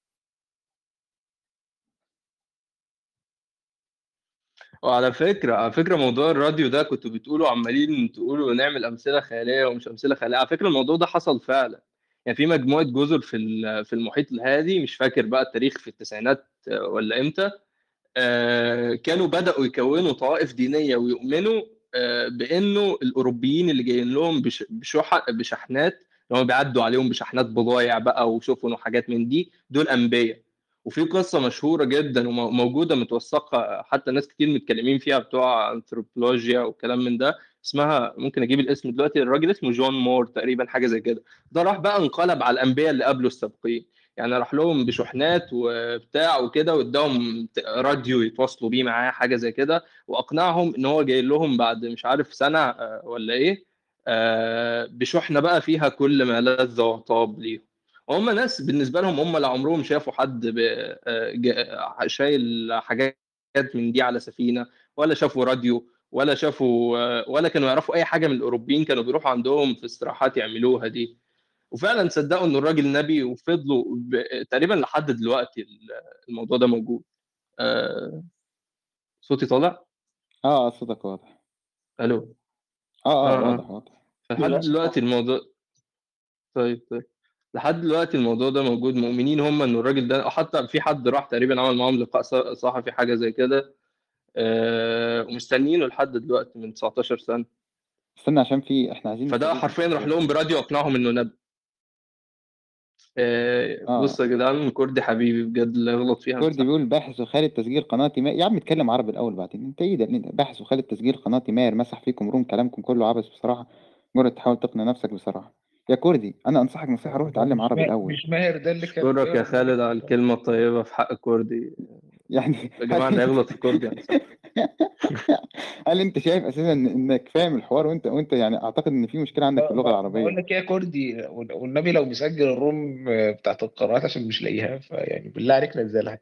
وعلى فكرة على فكرة موضوع الراديو ده كنتوا بتقولوا عمالين تقولوا نعمل أمثلة خيالية ومش أمثلة خيالية. على فكرة الموضوع ده حصل فعلا. يعني في مجموعة جزر في ال- في المحيط الهادي، مش فاكر بقى التاريخ في التسعينات آه، ولا إمتى. آه، كانوا بدأوا يكونوا طوائف دينية ويؤمنوا آه، بأنه الأوروبيين اللي جايين لهم بش- بشح بشحنات، اللي هم بيعدوا عليهم بشحنات بضايع بقى وشوفوا وحاجات من دي، دول أنبياء. وفي قصة مشهورة جدا وموجودة متوثقة، حتى ناس كتير متكلمين فيها بتوع أنثروبولوجيا وكلام من ده. اسمها ممكن أجيب الاسم دلوقتي، الراجل اسمه جون مور تقريبا، حاجة زي كده. ده راح بقى انقلب على الأنبياء اللي قبله السابقين. يعني راح لهم بشحنات وبتاع وكده، واداهم راديو يتواصلوا بيه معاه، حاجه زي كده، واقنعهم ان هو جاي لهم بعد مش عارف سنه آه، ولا ايه، آه، بشحنه بقى فيها كل ما لذ وطاب ليهم. وهم ناس بالنسبه لهم هم لا عمرهم شافوا حد ب- آه، جا- شايل حاجات من دي على سفينه، ولا شافوا راديو، ولا شافوا آه، ولا كانوا يعرفوا اي حاجه من الاوروبيين كانوا بيروحوا عندهم في استراحات يعملوها دي. وفعلا صدقوا ان الراجل نبي، وفضلوا ب... تقريبا لحد دلوقتي الموضوع ده موجود. آه... صوتي طالع؟ اه اه صوتك واضح. الو. اه اه اه واضح اه واضح. لحد دلوقتي الموضوع. طيب طيب. لحد دلوقتي الموضوع ده موجود، مؤمنين هم ان الراجل ده، أو حتى في حد راح تقريبا عمل معاهم لقاء ص- صحفي حاجه زي كده. آه... ومستنيينه لحد دلوقتي من تسعتاشر سنه. استنى عشان في احنا عايزين فده نستفيد من حرفيا راح الحكاية. لهم براديو اقنعهم انه نبي. آه... اه بص يا جدعان، كردي حبيبي بجد، اللي يغلط فيها كردي مسامح. بيقول باحث وخالد تسجيل قناتي ما... يا عم اتكلم عربي الاول بعدين. انت ايه ده اللي انت- باحث وخالد تسجيل قناتي ماهر مسح فيكم روم، كلامكم كله عبث بصراحه. مجرد تحاول تقنع نفسك بصراحه. يا كردي انا انصحك نصيحه، روح هو اتعلم مش عربي ما... الاول. مش ماهر ده اللي كان اشكرك يا بيقرا من خالد على الكلمه الطيبه في حق كردي. يعني يا هل جماعه اللي انت هيغلط في كردي يعني سامح. هل انت شايف اساسا إن- انك فاهم الحوار؟ وانت وانت يعني اعتقد ان في مشكله عندك في ب- اللغه ب- بقول العربيه. لك ايه يا كردي، وال- والنبي لو مسجل الروم بتاعت القراءات عشان مش لاقيها، فيعني بالله عليك نزلها.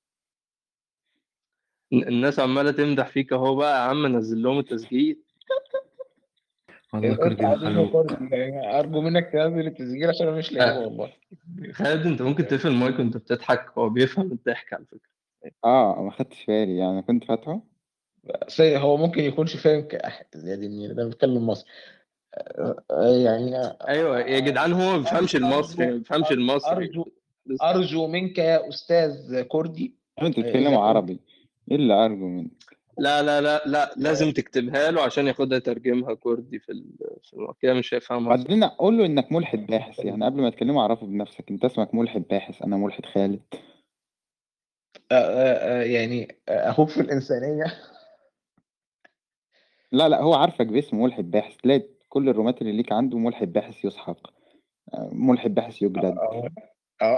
الناس عماله تمدح فيك اهو، بقى يا عم نزل لهم التسجيل. والله انت كردي عظيم يا الخلوق. كردي، يعني ارجو منك تنزل التسجيل عشان انا مش لاقيه آه، والله. خالد انت ممكن تقفل المايك وانت بتضحك، هو بيفهم الضحك على فكره. اه ما خدتش بالي يعني كنت فاتحه. بس هو ممكن يكونش فاهم كأحد يعني ده بيتكلم مصري. آه، آه، يعني ايوه يا جدعان، هو ما بيفهمش المصري، ما ارجو بيفهمش المصري. ارجو بس- ارجو منك يا استاذ كردي، انتوا آه، اذا تتكلموا كنت عربي. ايه اللي ارجو منك؟ لا لا لا لا، لازم تكتبها له عشان ياخدها يترجمها كردي في ال... في الوقت كده مش هيفهمها صح. بعدين اقول له انك ملحد باحث. يعني قبل ما تكلمه عرفه بنفسك. انت اسمك ملحد باحث، انا ملحد خالد. آه، آه، آه، يعني آه، اخوك في الانسانيه. لا لا هو عارفك باسم ملحد باحث. تلاقي كل الرومات اللي ليك عنده ملحد باحث يسحق، آه، ملحد باحث يجلد. اه اه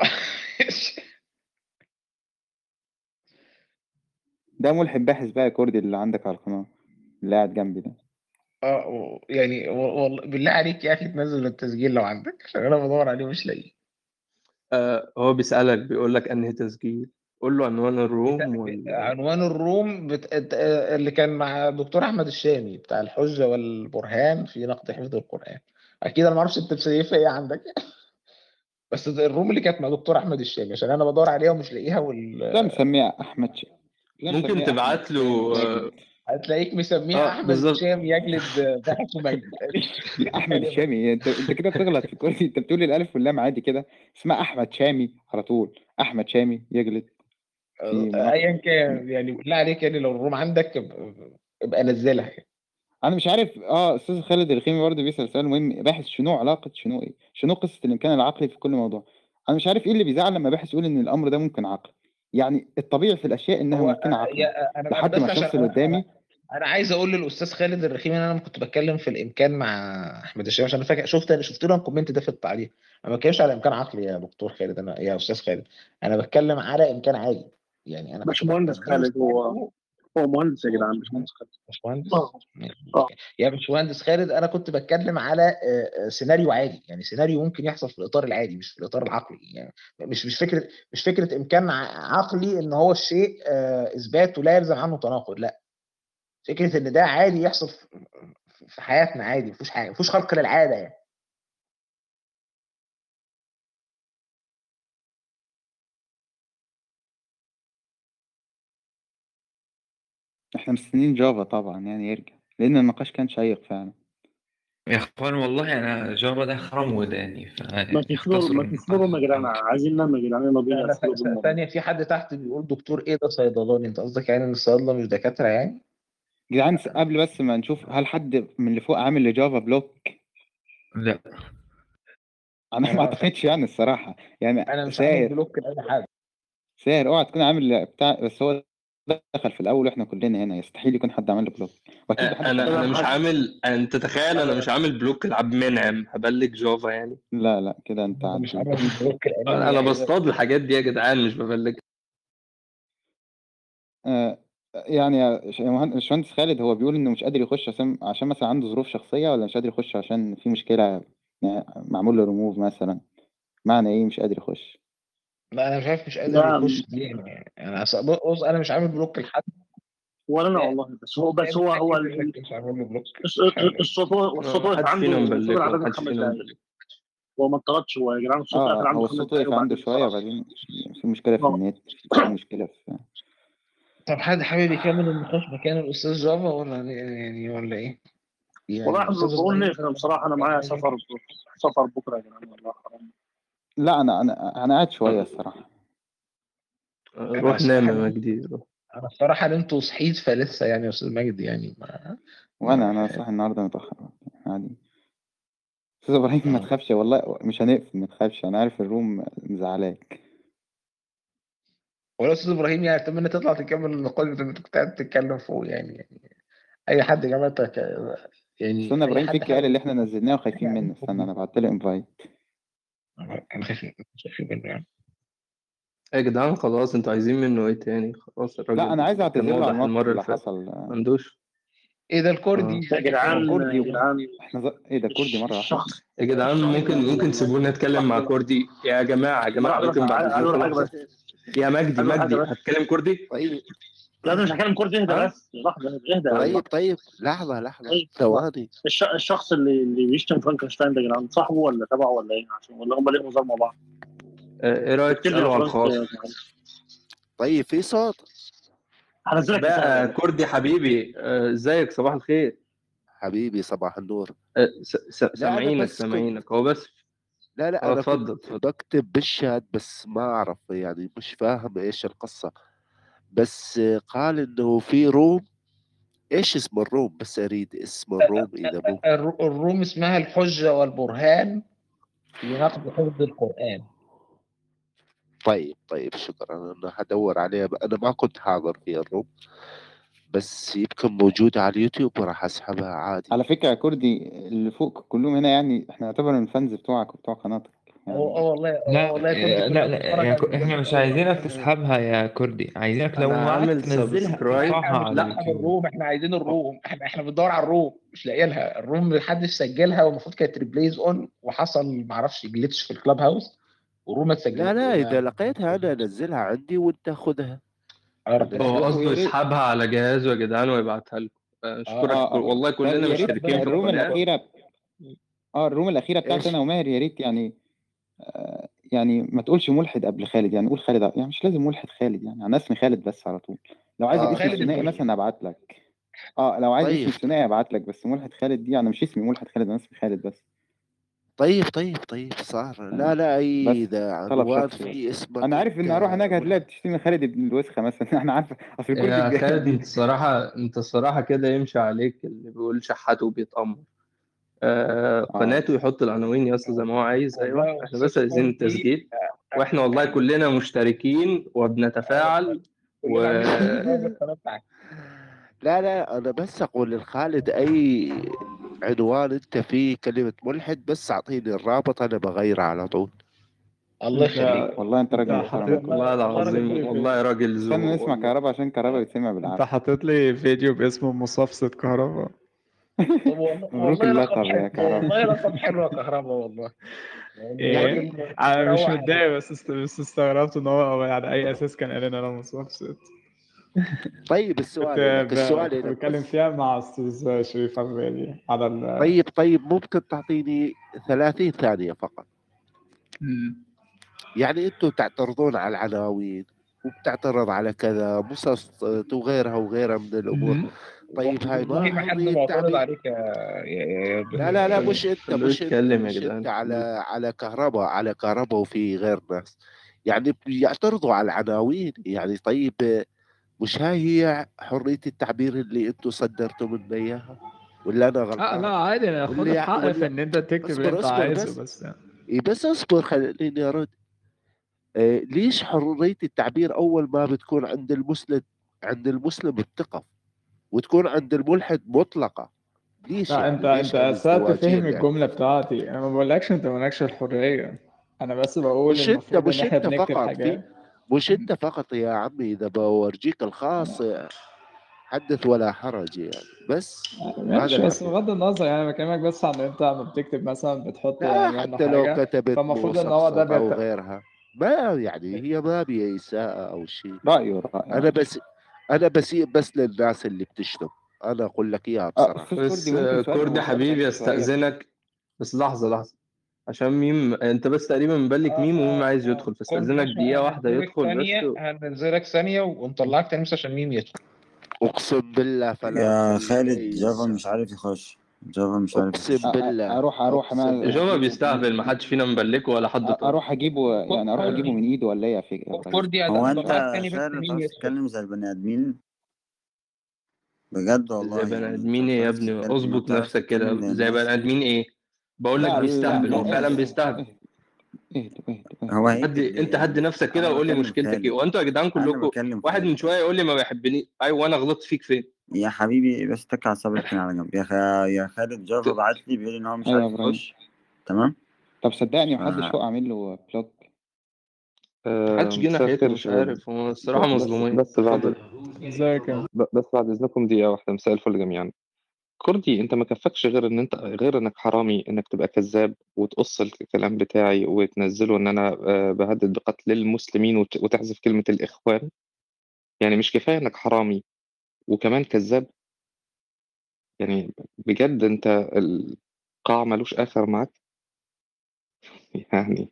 ده ملحد باحث بقى كردي اللي عندك على القناة اللي قاعد جنبي ده. اه و- يعني و- والله بالله عليك يا اخي تنزل التسجيل لو عندك عشان انا بدور عليه مش لاقيه. آه هو بيسألك بيقول لك انهي تسجيل، قول له عنوان بتا... الروم ب- وال... عنوان الروم بت... الت- اللي كان مع دكتور احمد الشامي بتاع الحجه والبرهان في نقد حفظ القران. اكيد انا ما اعرفش انت مسيفها ايه عندك بس ده الروم اللي كانت مع دكتور احمد الشامي عشان انا بدور عليها ومش لاقيها وال لا مسميها احمد ش... لا ممكن مسميها احمد تبعت له شامي آه، واجد. هتلاقيك مسميها اه احمد بالظبط. الشام يجلد ضحك ومجد. احمد الشامي، انت انت كده بتغلط في كل انت بتقول الالف واللام عادي كده، اسمها احمد شامي على طول، احمد شامي يجلد في مناطق. ايا كان يعني، بالله عليك يعني لو الروم عندك ابقى ابقى نزلها. انا مش عارف. اه استاذ خالد الخيمي برضه بيسال سؤال مهم، باحث شنو علاقه شنو ايه شنو قصه الامكان العقلي في كل موضوع. انا مش عارف ايه اللي بيزعل لما باحث يقول ان الامر ده ممكن عقلي. يعني الطبيعي في الاشياء انها هو ممكنه عقلا يا انا انا لحد ما بس عشان الشخص انا اللي انا قدامي. انا عايز اقول للاستاذ خالد الرخيمي ان انا لما كنت بتكلم في الامكان مع احمد الشام، عشان انا فاكر شفت انا شفت له الكومنت ده في التعليق. انا ما بتكلمش على امكان عقلي يا دكتور خالد، انا يا استاذ خالد، انا بتكلم على امكان عادي. يعني انا كنت باشمهندس بتكلم خالد، هو هو مهندس يا جدعان، باشمهندس خالد. باشمهندس اه ماشي، مش اه مشكلة. يا باشمهندس خالد، انا كنت بتكلم على آه، آه، سيناريو عادي، يعني سيناريو ممكن يحصل في الاطار العادي مش في الاطار العقلي يعني. مش مش فكره مش فكره امكان ع- عقلي ان هو الشيء آه، اثباته لا يلزم عنه تناقض، لا. فكره ان ده عادي يحصل في في حياتنا عادي، مفيش حاجه، مفيش خلق للعاده يعني. احنا مستنيين جافا طبعا يعني يرجع، لان النقاش كان شيق فعلا. يا اخوان والله انا جافا ده خرم وداني، ما تصبروا فاختصروا ما تصبروا النقاش يا جدعان، يمكن. عايزين ننام يا جدعان، يلا لا بينا لا، نقفلوا ث- ث- بالموضوع. ثانيه، في حد تحت بيقول دكتور ايه ده صيدلاني، انت قصدك يعني ان الصيادله مش دكاتره يعني؟ جدعان س- قبل بس ما نشوف، هل حد من اللي فوق عامل لجافا بلوك؟ لا انا ما انا اعتقدش يعني الصراحه يعني. انا مش عامل سائر بلوك لاي حد. سائر اوعى تكون عامل بتاع، بس هو دخل في الاول واحنا كلنا هنا، يستحيل يكون حد عمل له بلوك، واكيد محدش انا عمل انا له مش بلوك. عامل، انت تخيل انا مش عامل بلوك لعبد المنعم هبلك جافا يعني. لا لا كده انت انا مش عديت. عامل بلوك انا لاماني أنا يعني. بصطاد الحاجات دي يا جدعان، مش ببلك. آه يعني يا ش- يا مهن- باشمهندس خالد، هو بيقول انه مش قادر يخش عشان عشان مثلا عنده ظروف شخصيه، ولا مش قادر يخش عشان في مشكله يعني معمول له ريموف مثلا؟ معنى ايه مش قادر يخش؟ لا انا مش عارف مش قادر لا يخش دي يعني. انا أص- بص، انا مش عامل بلوك لحد. ولا انا لا، والله، بس هو لا بس هو هو متاكد ال- ال- انك مش عامل له بلوك، الص- مش عامل. الصوت الصوت ما واقف حدش عنده، فينا وصوت مبلكه العدد ومحدش خمس فينا دقايق مبلكه. هو ما اتطردش، هو يا جدعان الصوت اه قافل آه، عنده هو خمس الصوت دقايق وقف عنده وبعدين شويه، خلاص. وبعدين في مشكله في اه النت، في مشكله في. طب حد حابب يكمل النقاش مكان الاستاذ جافا ولا يعني ولا ايه؟ والله يعني احنا استاذ بنقول ابراهيم نقفل بصراحه، انا كان معايا عايز سفر يكمل. سفر بكره يا جدعان، والله حرام. لا انا انا انا قاعد شويه الصراحه. انا روح نام الصراحه يا مجدي روح. انا الصراحه ان انتوا صحيت فلسه يعني يا استاذ مجدي يعني ما, وانا انا ما... صاحي النهارده متاخر عادي. استاذ ابراهيم ما آه. تخافش والله، مش هنقفل، ما تخافش، انا عارف الروم مزعلاك. ولا استاذ ابراهيم يعني اتمنى تطلع تكمل النقاش اللي انت كنت قاعد تتكلم فوق يعني, يعني اي حد يا جماعه تك- يعني استنى، اي ابراهيم حد فكري قال حابب اللي احنا نزلناه وخايفين يعني. منه، استنى انا بعت له انفايت. انا خايف خايف منه يعني. يا جدعان خلاص، انتوا عايزين منه ايه تاني؟ خلاص لا انا عايز الراجل كان اعتذر له على واضح الموقف المرة اللي اللي فاتت، حصل. ما عندوش. ايه ده الكردي اه يا جدعان هو كردي يا و... جدعان احنا ز... ايه ده كردي مره واحده؟ الشخص يا جدعان الشخص ممكن اللي ممكن تسيبوني اتكلم مع لحظه كردي يا جماعة يا جماعة، لحظه بس ممكن بعد عايز اقول اذنكم حاجه لحظة. بس، يا مجدي عايز اقول حاجه مجدي بس. هتكلم كردي. طيب لا مش هكلم كورد، اهدى ها بس لحظه، اهدى طيب والله. طيب لحظة لحظة ايوه لحظة. ثواني. الش... الشخص اللي اللي بيشتم فرانكشتاين ده يا جدعان، صاحبه ولا تبعه ولا ايه؟ عشان ولا هم ليهم هزار مع بعض؟ اه، ايه رأيك اكتب لي يا تسأله على فرانك. الخاص طيب في صوت هنزلك رساله بقى؟ والله. كردي حبيبي، اه، ازيك؟ صباح الخير. حبيبي صباح النور. اه، س- س- لا أنا سامعينك بس كنت سامعينك هو بس. لا لا اه أنا كنت اتفضل اتفضل. بكتب بالشات بس ما أعرف يعني مش فاهم إيش القصة. بس قال إنه في روم. إيش اسم الروم؟ بس أريد اسم الروم إذا ممكن. الر- الروم اسمها الحجه والبرهان في نقد حفظ القران. طيب طيب شكرا، أنا هدور عليها. أنا ما كنت حاضر في الروم، بس يمكن موجودة على اليوتيوب وراح أسحبها عادي. على فكره يا كردي اللي فوق كلهم هنا يعني احنا نعتبر من الفانز بتوعك وبتوع قناتك اه يعني. اه والله اه لا والله كنت لا كنا لا بنتفرج يعني على ك- احنا الفيديوهات مش قوي. عايزينك تسحبها يا كردي، عايزينك لو انا معاك عامل تنزلها سبسكرايب. لا ترفعها مش على لا اصحاب اليوتيوب. الروم، احنا عايزين الروم، احنا احنا بندور على الروم مش لاقيينها. الروم اللي محدش سجلها والمفروض كانت ريبليز اون، وحصل معرفش جليتش في الكلاب هاوس والروم ما لا اتسجلت. لا إذا ما لقيتها أنا أنزلها عندي وأنت خذها. يا رب هو أنزلها. قصده ويا ريت. يسحبها على جهازه يا جدعان ويبعتها لكم. اه، اه اشكرك اه كل... اه والله طيب كلنا يا ريت مشتركين في ربنا الروم القناة. الاخيره. اه الروم الاخيره بتاعت انا إيش؟ وماهر، يا ريت يعني آه يعني ما تقولش ملحد قبل خالد، يعني قول خالد، يعني مش لازم ملحد خالد، يعني انا اسمي خالد بس على طول. لو عايز آه الاسم خالد الثنائي شكرا. مثلا ابعت لك. اه لو عايز اسم طيب ثنائي ابعت لك، بس ملحد خالد دي انا مش اسمي ملحد خالد، انا اسمي خالد بس. طيب طيب طيب صار لا لا بس أي ده طلب عنوان شخصي بس. في اسمك انا عارف ان هروح أنت هناك هتلاقي ملحد. بتشتمي خالد ابن الوسخه مثلا. انا عارف اصل كل يا دي خالد دي انت الصراحة انت الصراحة كده يمشي عليك اللي بيقول شحاته وبيتأمر. آه اه قناته يحط العناوين يا اسطى زي ما هو عايز. ايوه والله يا احنا استاذ بس عايزين كردي، التسجيل، آه، واحنا والله كلنا مشتركين وبنتفاعل و كلنا عايزين نشتغل بالقناه بتاعتك. لا لا أنا بس أقول للخالد أي عنوان أنت فيه كلمة ملحد بس أعطيني الرابط أنا بغيره على طول. الله انت يخليك. والله انت انت راجل محترم يا حاطط كرم. والله والله والله راجل العظيم محترم. والله راجل استنى ذوق نسمع والله. كهربا عشان كهربا بيتسمع انت بالعافيه. حاطط لي فيديو باسمه مصفصة كهرباء. طب والله مبروك والله رقم اللقب يا حلو، كهربا. والله رقم حلو يا كهربا والله. يعني ايه راجل يعني انا مش مروق عليك. متضايق، بس است... بس استغربت ان هو هو على اي اساس كان قال ان انا مصفصة. طيب كنت السؤال لك ب... السؤال كنت لك بتكلم بس. فيها مع استاذ شريف عبادي على ال طيب طيب ممكن تعطيني ثلاثين ثانية فقط. مم. يعني انتوا تعترضون على العناوين وبتعترض على كذا مسقط وغيرها وغيرها من الامور. مم. طيب هاي والله ما ما حد حرية معترض تعبير. عليك يا يا يا لا لا لا يا- مش انت خلوه مش انت يتكلم يا مش انت جدعان. على على كهرباء على كهرباء وفي غير ناس. يعني بيعترضوا على العناوين. يعني طيب مش هاي هي حرية التعبير اللي انتوا صدرتوا منا اياها ولا انا اه لا غلطان؟ عادي، انا خد ولا حق في ولا ان انت تكتب اللي اصبر انت اصبر عايزه، بس. بس يعني. إيه بس اصبر خليني ارد. آه، ليش حرية التعبير أول ما بتكون عند المسلم عند المسلم بتقف وتكون عند الملحد مطلقة؟ ليش لا انت يعني ليش انت اسأت الازدواجية فهم اللي عندنا؟ الجملة بتاعتي، انا ما بقولكش انت مالكش الحرية، انا بس بقول مش انت المفروض ان مش احنا انت بنكتب فقط في حاجات. مش انت فقط يا عمي، إذا بورجيك الخاص حدث ولا حرج يعني. بس هذا ماشي، اللي بس حبيت. بغض النظر يعني بكلمك بس عن انت لما بتكتب مثلا بتحط لا عنوان حتى لو لحاجة، كتبت فالمفروض ان هو ده مصفصف أو بيت... غيرها ما يعني هي ما بي إساءة أو شيء. رايه رايه أنا ماشي. بس أنا بسيء بس للناس اللي بتشتم. أنا أقول لك إياها اه بصراحة. استاذ كردي بس ممكن آه، سؤال؟ كردي هو سؤال حبيبي بس صغير. يستأذنك. بس لحظة لحظة عشان ميم انت بس تقريبا مبلك اه ميم وميم اه عايز اه يدخل، كل فاستأذنك باشا دقيقة واحدة هنزلك يدخل بس. ثانية، هنزلك ثانية ونطلعك تاني بس عشان ميم يدخل. اقسم بالله فلا يا نخلي خالد اي جافا انسان. مش عارف يخش، جافا مش عارف اقسم يخش. أ- أ- بالله اروح اروح ما اقسم بالله. جافا اجيبه م- بيستهبل، ما حدش فينا مبلكه ولا حد أ- طايق. اروح اجيبه، يعني اروح اجيبه من كردي ايده ولا ايه يا فيك يا ابراهيم؟ كردي هو انت هطلعك تاني بس خالد ما ميم بتعرفش يدخل. تتكلم زي البني ادمين؟ بجد زي والله بني يعني انت ادمين ما ايه يا بتعرفش ابني؟ تتكلم، ما اظبط بتعرفش نفسك تتكلم كده. زي زي بني الناس. ادمين ايه؟ بقول لك لا لا بيستهبل، لا هو فعلا اهدى بيستهبل. اهدى اهدى اهدى اهدى هو اهدى. هدي هيكتب انت ليه هدي يعني؟ نفسك كده انا وقول لي بكلم مشكلتك ايه. خالد، وانتوا يا جدعان انا كلكم بكلم واحد خالد. من شويه يقول لي ما بيحبني. ايوه وانا غلطت فيك فين؟ يا حبيبي بس تك اعصابك كده على جنب يا خ... يا خالد. جافا ت- بعت لي بيقول لي ان هو مش ايوه يا عارف ابراهيم. يخش. تمام. طب صدقني ف محدش فوق عامل له بلوك. محدش آه، جه مساء ناحيته الخير يا مش شباب. عارف، هم الصراحه ب- بس مظلومين. بس بعد اتفضل. ازيك يا ب- بس بعد إذنكم دقيقة واحدة. مساء الفل جميعا. كردي أنت ما كفكش غير إن أنت غير إنك حرامي، إنك تبقى كذاب وتقص الكلام بتاعي وتنزله إن أنا آه، بهدد بقتل المسلمين وت- وتحذف كلمة الإخوان. يعني مش كفاية إنك حرامي وكمان كذاب؟ يعني بجد أنت القاع ملوش آخر معاك. يعني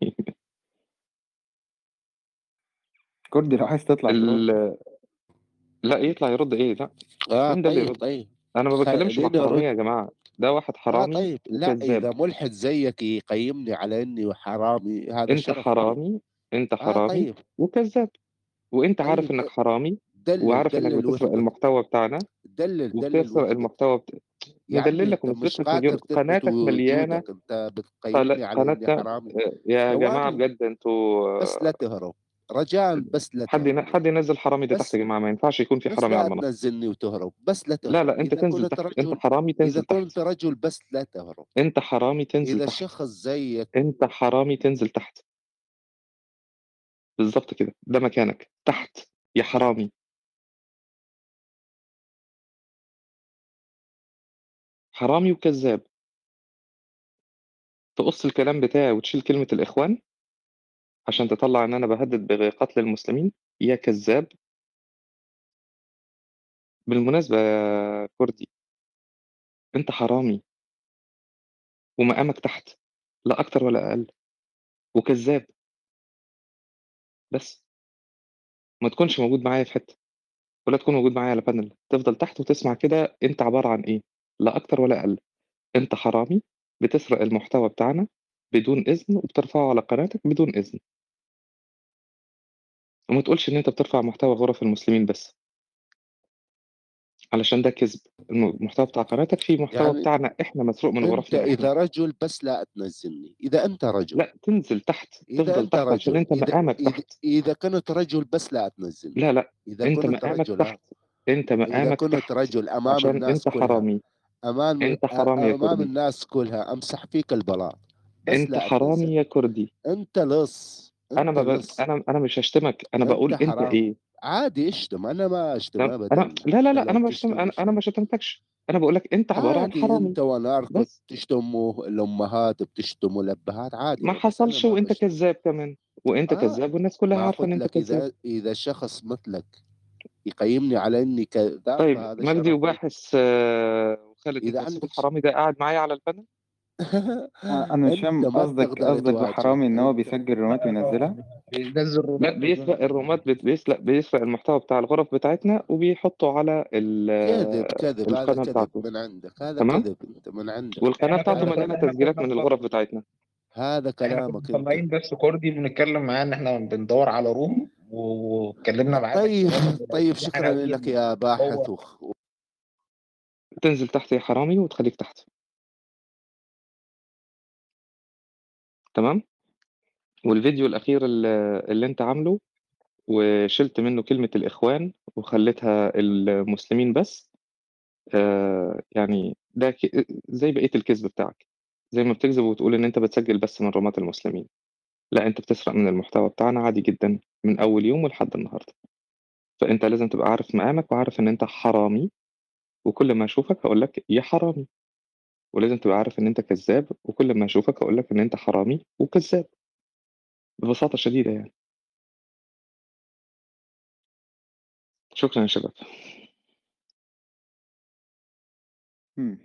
كردي لو عايز تطلع ترد. ال... لا يطلع يرد إيه؟ لا اه مين ده اللي طيب يرد؟ طيب أنا ما بتكلمش مع خليني حرامية ارد. يا جماعة. ده واحد اه حرامي طيب لا وكذاب. اذا ملحد زيك يقيمني على اني حرامي هذا انت شرف لي. حرامي، انت اه حرامي طيب وكذاب، وانت عارف طيب انك حرامي دلل وعارف انك دلل بتسرق واثبت. المحتوى بتاعنا دلل دلل وبتسرق واثبت. المحتوى بت... يا عمي مدللك انت مش ومثبت لك مليون. قادر تثبت قناتك مليانه. وجودك، انت قل- بتقيمني على اني قناتنا. حرامي. يا جماعه ثواني بجد انتوا بس لا تهرب، رجاء بس لا حد ين- تهرب. حد ينزل حرامي ده تحت بس يا جماعه. ما ينفعش يكون في بس حرامي على لا المنصه. تنزلني وتهرب، بس لا لا تهرب. لا انت اذا تنزل كنت تحت. انت رجل، حرامي اذا تنزل تحت. كنت رجل بس لا تهرب. انت حرامي تنزل اذا تحت. شخص زيك انت حرامي تنزل تحت. بالظبط كده، ده مكانك تحت يا حرامي. حرامي وكذاب. تقص الكلام بتاعي وتشيل كلمة الإخوان عشان تطلع إن أنا بهدد بقتل المسلمين. يا كذاب. بالمناسبة يا كردي، أنت حرامي ومقامك تحت، لا أكتر ولا أقل، وكذاب. بس ما تكونش موجود معايا في حتة. ولا تكون موجود معايا على بانل، تفضل تحت وتسمع كده أنت عبارة عن إيه، لا أكتر ولا أقل. أنت حرامي بتسرق المحتوى بتاعنا بدون إذن وبترفعه على قناتك بدون إذن. وما تقولش إن أنت بترفع محتوى غرف المسلمين بس، علشان ده كذب. الم المحتوى بتاع قناتك فيه محتوى يعني بتاعنا إحنا مسروق من أنت غرفنا إحنا. إذا رجل بس لا تنزّلني، إذا أنت رجل. لأ، تنزل تحت، إذا تفضل أنت تحت عشان رجل، أنت إذا مقامك إذا تحت. إذا كنت رجل بس لا تنزّلني، لا، لأ، إذا أنت كنت مقامك رجل ها، تحت، أنت إذا مقامك كنت تحت رجل أمام عشان الناس أنت كلها، حرامي، أمام أنت أ حرامي يا أمام كردي. الناس كلها أمسح فيك البلاط، بس أنت لا حرامي تنزّل. يا كردي. أنت لص، أنا أنت ما ب لص، أنا أنا مش هاشتمك، أنا أنت باقول أنت حرامي. إيه. عادي اشتم، أنا ما أشتم تمام، أبدًا، أنا لا، لا، أنت لأ، لو أنا ما باشتم تشتم أنا أنا اشتم. ما شتمتكش، أنا باقول لك أنت عبارة عن عادي حرامي أنت وناركو بس. بتشتموا الأمهات، بتشتموا الأبهات، عادي، ما بس أنا حصلش ما وأنت باشتم. كذاب كمان، وأنت آه، كذاب والناس كلها ما عارفة إن قُلت أنت لك كذاب. إذا إذا شخص مثلك يقيّمني على إني كذاب طيب فهذا مجدي شرف لي. وباحث وخالد، إذا أنتم هتسيبوا عندك ش الحرامي ده قاعد معايا على البانل؟ آه، أنا مش أنت فاهم ما قصدك بتقدر قصدك تواجهه، بحرامي إن هو أنت بيسجل رومات وينزلها؟ بينزل لأ، رومات بيسرق الرومات بت بيسرق بيسرق المحتوى بتاع الغرف بتاعتنا وبيحطه على ال كذب، كذب، هذا القناة كذب بتاعته. من عندك، هذا تمام؟ كذب أنت من عندك، والقناة احنا بتاعته كنا هذا مليانة احنا تسجيلات كنا من الغرف بتاعتنا. هذا احنا كنا كلامك أنت. مطلعين بس كردي بنتكلم معاه ان احنا بندور على روم واتكلمنا معاه طيب، باحترام ان لو طيب في شكرًا لك عناوين يا باحث هو وخ تنزل تحت يا حرامي وتخليك تحت. تمام؟ والفيديو الأخير ال اللي أنت عامله وشِلت منه كلمة الإخوان وخليتها المسلمين بس، آآ يعني ده ك زي بقية الكذب بتاعك، زي ما بتكذب وتقول إن أنت بتسجل بس من رومات المسلمين، لأ أنت بتسرق من المحتوى بتاعنا عادي جدًا من أول يوم ولحد النهارده. فأنت لازم تبقى عارف مقامك وعارف إن أنت حرامي، وكل ما أشوفك هاقول لك يا حرامي، ولازم تبقى عارف إن أنت كذاب، وكل ما أشوفك هاقول لك إن أنت حرامي وكذاب، ببساطة شديدة يعني. شكرًا يا شباب. إمم.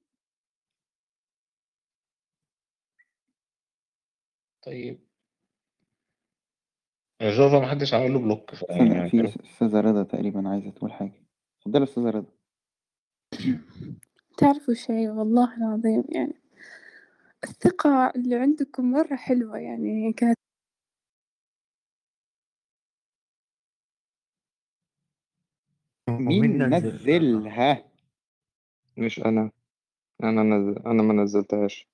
طيب يا جوفا ما حدش عمل له بلوك استنى، في فيعني أستاذة رضا تقريبًا عايزة تقول حاجة. اتفضلي يا أستاذة رضا. تعرفوا شيء والله العظيم يعني الثقة اللي عندكم مرة حلوة يعني كانت مين ومين نزّل؟ نزّلها؟ مش أنا، أنا نز أنا ما نزّلتهاش.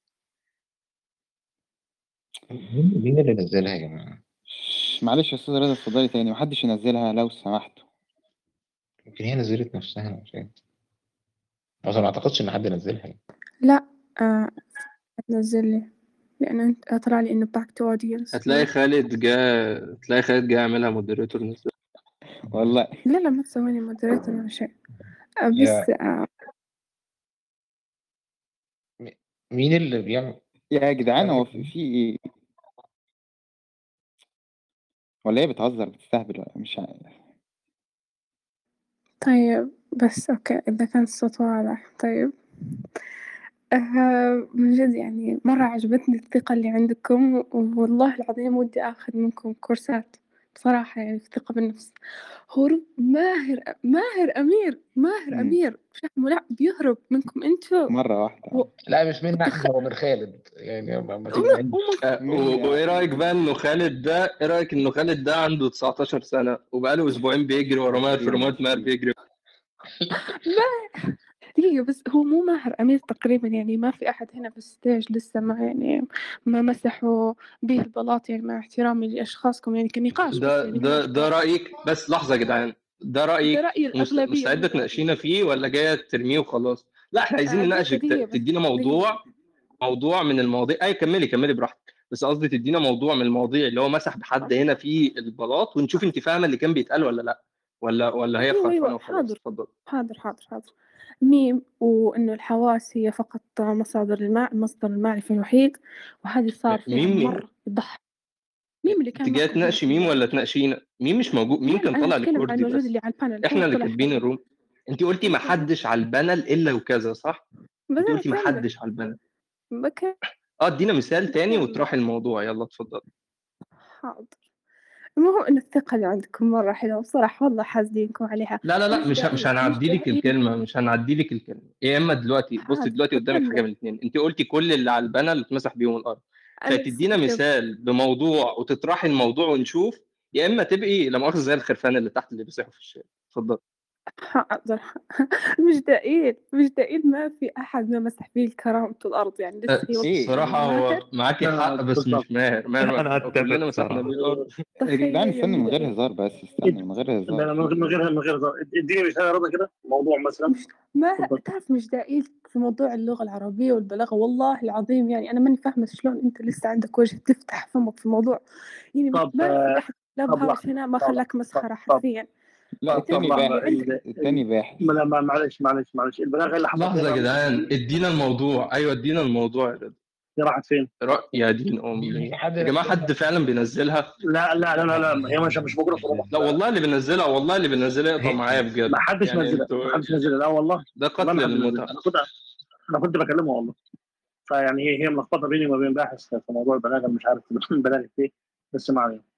مين مين اللي نزّلها يا جماعة؟ معلش يا أستاذة رضا اتفضلي تاني، ما حدش ينزّلها لو سمحتوا. يمكن هي نزّلت نفسها أنا مش عارف. أصلًا ما أعتقدش إن حد نزّلها يعني. لأ آه تنزل لي لأنه أنت طلع لي إنه back to audience هتلاقي خالد جا هتلاقي خالد جا يعملها مودريتور نزل. والله لا لا ما تسويني moderator ولا شيء آه يا بس آه م مين اللي بيعمل يا جدعان هو بتعمل في في إيه؟ والّا هي بتهزر بتستهبل والّا مش عارف. طيب بس أوكي إذا كان الصوت واضح طيب آه من جد يعني مرة عجبتني الثقة اللي عندكم والله العظيم ودي آخذ منكم كورسات بصراحة يعني في الثقة بالنفس. هروب ماهر ماهر أمير ماهر إمم. أمير فهموا لأ بيهرب منكم أنتم مرة واحدة و... آه. لأ مش منا تخ... إحنا هو من خالد يعني ما ما هم تجمعنيش. هم أه، منّي و- وإيه أنا رأيك بقى إنه خالد ده إيه رأيك إنه خالد ده عنده تسعتاشر سنة وبقاله أسبوعين بيجري ورا ماهر في عشرين، رومات ماهر عشرين. بيجري. ما دقيقة بس هو مو ماهر أمير تقريبا يعني ما في أحد هنا في الستيج لسه ما يعني ما مسحوا به البلاط يعني مع احترامي لأشخاصكم يعني كنقاش بس ده يعني مو ده ده أكتر. رأيك بس لحظة يا جدعان، ده ده رأيك رأي مست- الأغلبية مستعدة مو رأيي. تناقشينا فيه ولا جاية ترميه وخلاص؟ لا احنا عايزين آه دقيقة نناقشك، دقيقة ت- بس تدينا دقيقة موضوع موضوع من المواضيع. اي كملي كملي براحتك، بس قصدي تدينا موضوع من المواضيع اللي هو مسح بحد هنا في البلاط ونشوف انت فاهمه اللي كان بيتقال ولا لا، ولا ولا هي أيوة خرفانه أيوة وخلاص. حاضر اتفضل. حاضر حاضر حاضر ميم وإنه الحواس هي فقط مصادر الماء مصدر المعرفة الوحيد وهذه صار فيها ميم مين؟ مرة تضحك. ميم اللي انت كان جايه معكم هنا تناقشي في ميم ال... ولا تناقشينا؟ ميم مش موجود، ميم لا لا كان أنا طالع أتكلم عن لكوردي الموجود بس، اللي على البانل هو احنا اللي طلع كاتبين فعلا. الروم. انت قلتي ما أيوة أيوة حدش على البانل الا وكذا صح؟ انت قلتي ما بكمل حدش على البانل. بكمل اه ادينا مثال تاني بكمل وتروحي الموضوع، يلا اتفضل. حاضر. المهم إن الثقة اللي عندكم مرة حلوة بصراحة، والله حاسدينكم عليها. لا لا لا مش مش ه- مش دقيق مش هنعدي لك دقيق الكلمه مش هنعدي لك الكلمه يا اما دلوقتي بص حاضر دلوقتي قدامك حاجه بكمل. من الاثنين. انت قلتي كل اللي على البنا اللي اتمسح بيهم الارض، أنا فتدينا سكت. مثال بموضوع وتطرحي الموضوع ونشوف، يا اما تبقي لا مؤاخذه زي الخرفان اللي تحت اللي بيصيحوا في الشارع. اتفضل. حاضر. مش دقيق مش دقيق ما في أحد ما مسح فيه كرامة الأرض، يعني لسه أه، هي وصلت الصراحه لماهر. هو معاكي لا حق بس بالظبط. مش ماهر ماهر انا لو كلنا اتفق مسحنا بيه صراحه. الارض. يا جدعان تخيل استنوا من مش غير دقيق. هزار بس استنوا من غير لا هزار. لا، من غير من غير من غير هزار. اديني مثال يا رضا كده موضوع مثلا. مش ما اتفضل. تعرف مش دقيق في موضوع اللغة العربية والبلاغة، والله العظيم يعني أنا ماني فاهمة شلون أنت لسه عندك وجه تفتح فمك في موضوع، يعني طب ما في آه، أحد طب كلاب هاوس لحظه. هنا ما طب خلاك طب مسخرة طب حرفيا. لا طب طب التاني لحظه. باحث عندك ال- التاني ال- باحث. لا ما- معلش معلش معلش البلاغه اللي حصل لحظه فيها يا بقى جدعان ادينا الموضوع. ايوه ادينا الموضوع يا رضا. دي راحت فين؟ رأي يا دين في امي حد يا جماعه، نزلها؟ حد فعلا بينزلها؟ لا لا لا لا لا، هي مش مش موجوده في الروح. لا والله اللي بينزلها، والله اللي بينزلها يقطع هي معايا بجد. ما حدش يعني نزلها ما انتوا حدش نزلها لا والله. ده والله قتل ما حد نزلها. المتعه. انا كنت انا كنت بكلمه والله. فيعني هي هي ملخبطه بيني وما بين باحث في موضوع البلاغه، مش عارف البلاغه ايه، بس ما علينا.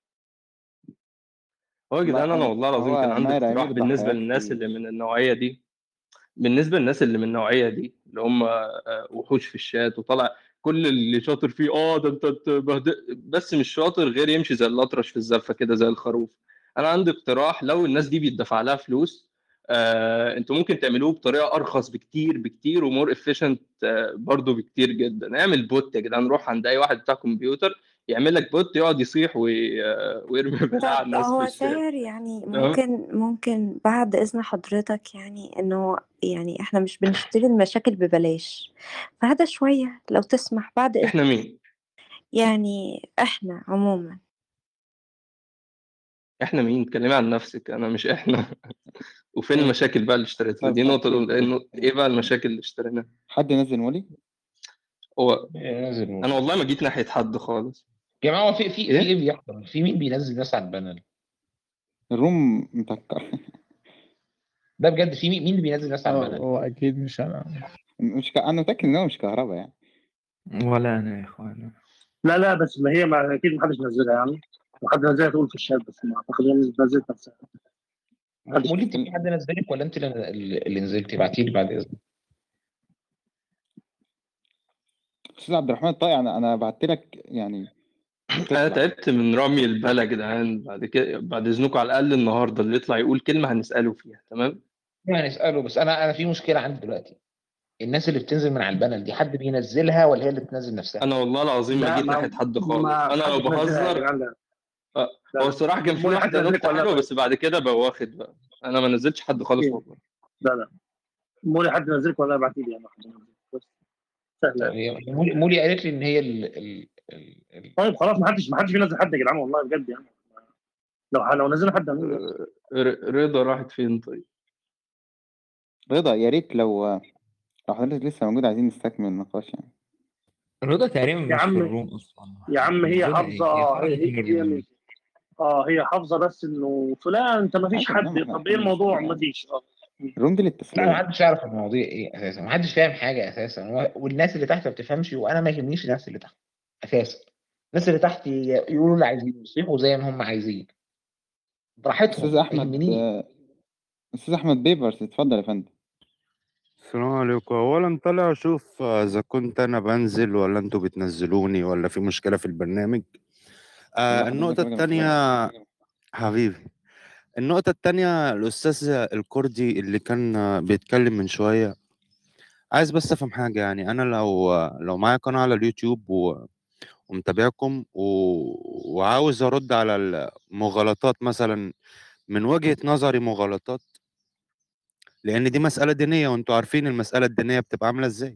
هو يا جدعان انا ما والله العظيم كان هو عندي ماهر اقتراح أمير بالنسبه ضحايا للناس كتير. اللي من النوعيه دي. بالنسبه للناس اللي من النوعيه دي اللي هم آه، وحوش في الشات وطلع كل اللي شاطر فيه اه ده انت تبهدل، بس مش شاطر غير يمشي زي الاطرش في الزفه كده زي الخروف. انا عندي اقتراح، لو الناس دي بيدفع لها فلوس آه، انتوا ممكن تعملوه بطريقه ارخص بكتير بكتير ومور افيشنت آه، برضو بكتير جدا. اعمل بوت يا جدعان، روح عند اي واحد بتاع كمبيوتر يعمل لك بوت يقعد يصيح وي- آه، ويرمي بلاء على طب الناس في هو الشارع. ساهر يعني تمام. ممكن ممكن بعد إذن حضرتك، يعني إنه يعني إحنا مش بنشتري المشاكل ببلاش، فهذا شوية لو تسمح بعد إذن. احنا مين؟ يعني إحنا عموما. احنا مين؟ اتكلمي عن نفسك، انا مش احنا. وفين طيب المشاكل بقى اللي اشتريتها؟ طيب دي النقطة طيب الأولى. إيه النق- إيه بقى المشاكل اللي اشتريناها؟ حد نزل مولي؟ هو نازل أنا والله ما جيت ناحية حد خالص. يا جماعه، هو في في في إيه؟ ايه بيحصل؟ في مين بينزل ناس على البانل الروم متكر. ده بجد؟ في مين مين اللي بينزل ناس على اه البانل؟ هو اكيد مش انا. مش ك... انا متاكد ان هو مش كهرباء يعني. ولا انا يا اخوان. لا لا، بس ما هي ما اكيد ما حدش نزلها يعني. لو حد نزلها تقول في الشات، بس ما اعتقد هي نزلت نفسها. محدش مولي، انت نزلها. في حد نزلك ولا انت اللي اللي نزلتي؟ ابعتي لي بعد اذنك. استاذ عبد الرحمن الطائع، انا انا بعت لك يعني أنا تطلع. تعبت من رمي البلا يا جدعان. بعد كده بعد إذنكم على الأقل النهاردة اللي يطلع يقول كلمة هنسأله فيها. تمام؟ يعني اساله. بس انا انا في مشكله عندي دلوقتي. الناس اللي بتنزل من على البانل دي حد بينزلها ولا هي اللي بتنزل نفسها؟ أنا والله العظيم ما لا جيت ما ناحية حد خالص. ما أنا لو حدش نزلها يا بهزر جدعان. لا آه، لا هو لا. الصراحة كان في مولي حد واحدة نزلك نكتة ولا لا؟ حلوة طيب بس بعد كده بقى واخد بقى. أنا ما نزلتش حد خالص إيه؟ والله. لا لا، مولي حد نزلك ولا ابعتي لي انا حد نزلك بس. سهله. طب هي مولي مولي قالت لي ان هي ال ال ال ال طيب خلاص، ما حدش ما حدش بينزل حد يا جدعان والله بجد يعني. لو لو نزلنا حد هنقول لا. آه، ر- رضا راحت فين طيب؟ رضا يا ريت لو لو حضرتك لسه موجود عايزين نستكمل النقاش يعني. رضا تقريبا يا مش في عم الروم اصلا. يا عم هي نزلها حافظه. ايه؟ هي اه هي خرجت هي, من هي الروم. مش اه هي حافظه بس انه فلان انت ما فيش عادي يا جدعان، ما حد. احنا طب احنا ايه بنشتغل الموضوع؟ ما يعني. فيش. اه الروم دي لا، ما للتسلية. حدش يعرف المواضيع ايه اساسا، ما حدش فاهم حاجه اساسا، هو- والناس اللي تحت ما بتفهمش، وانا ما يهمنيش الناس اللي تحت اساسا. الناس اللي تحت ي- يقولوا اللي عايزين، يصيحوا زي ما هم عايزين براحتهم، استاذ ما احمد يهمنيش. آه، استاذ احمد بيبرس اتفضل يا فندم. السلام عليكم. اولا طالع اشوف اذا كنت انا بنزل ولا انتوا بتنزلوني ولا في مشكله في البرنامج. والله آه حضرتك النقطه راجل الثانيه محترم. حبيبي، النقطه الثانيه الاستاذ الكردي اللي كان آه، بيتكلم من شويه، عايز بس افهم حاجه. يعني انا لو آه، لو معايا قناه على اليوتيوب و... ومتابعكم و... وعاوز ارد على المغالطات مثلا، من وجهه نظري مغالطات، لان دي مساله دينيه وانتوا عارفين المساله الدينيه بتبقى عامله ازاي.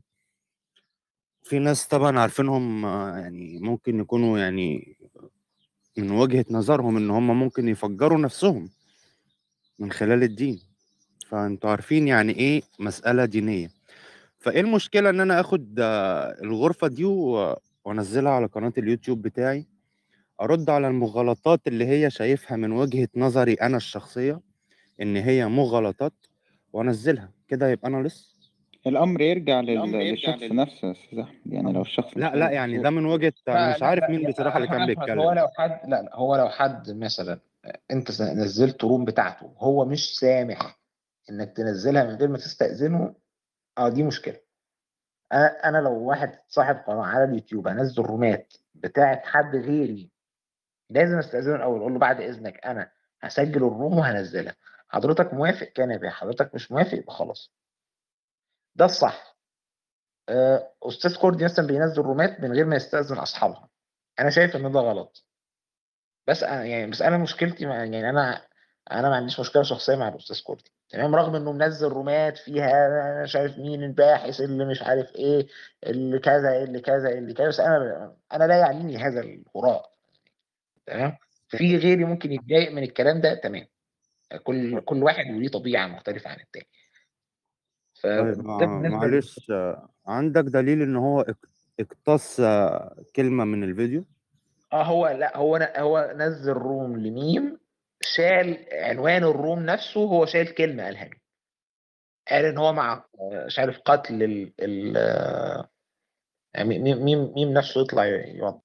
في ناس طبعا عارفينهم آه، يعني ممكن يكونوا يعني من وجهة نظرهم ان هم ممكن يفجروا نفسهم من خلال الدين، فانتوا عارفين يعني ايه مسألة دينية. فايه المشكلة ان انا اخد آه، الغرفة دي و- وانزلها على قناة اليوتيوب بتاعي، ارد على المغالطات اللي هي شايفها من وجهة نظري انا الشخصية ان هي مغالطات، وانزلها كده يبقى انا لص. الأمر يرجع لل... للشخص نفسه يا أستاذ أحمد، يعني لو الشخص لا مش لا عايز يعني يسوق. ده من وجهة أنا لا مش لا عارف لا مين يا بصراحة اللي احمد كان احمد هو بيتكلم. لو حد لا لا هو لو حد مثلا انت نزلت روم بتاعته هو مش سامح انك تنزلها من غير ما تستأذنه، اه دي مشكلة. انا انا لو واحد صاحب قناة على اليوتيوب انزل رومات بتاعت حد غيري لازم استأذنه الاول، اقول له بعد اذنك انا هسجل الروم وهنزلها، حضرتك موافق كان يبقى، حضرتك مش موافق يبقى خلاص. ده الصح. آه، استاذ كوردي مثلا بينزل رومات من غير ما يستأذن اصحابها، انا شايف ان ده غلط. بس انا يعني بس انا مشكلتي مع يعني انا انا ما عنديش مشكله شخصيه مع الاستاذ كوردي تمام، رغم انه منزل رومات فيها انا مش عارف مين الباحث اللي مش عارف ايه اللي كذا اللي كذا اللي كذا، بس انا انا لا يعنيني هذا الهراء تمام. في غيري ممكن يتضايق من الكلام ده تمام، كل كل واحد وليه طبيعه مختلفه عن التاني. طيب فده مع- بالنسبه لل... معلش آه، عندك دليل إن هو اك- اقتص آه، كلمة من الفيديو؟ اه هو لا هو ن- هو نزل روم لميم، شال عنوان الروم نفسه، هو شال كلمه قالها لي، قال ان هو مع آه، مش عارف قتل ال ال آه، يعني ميم ميم ميم نفسه يطلع يوضح.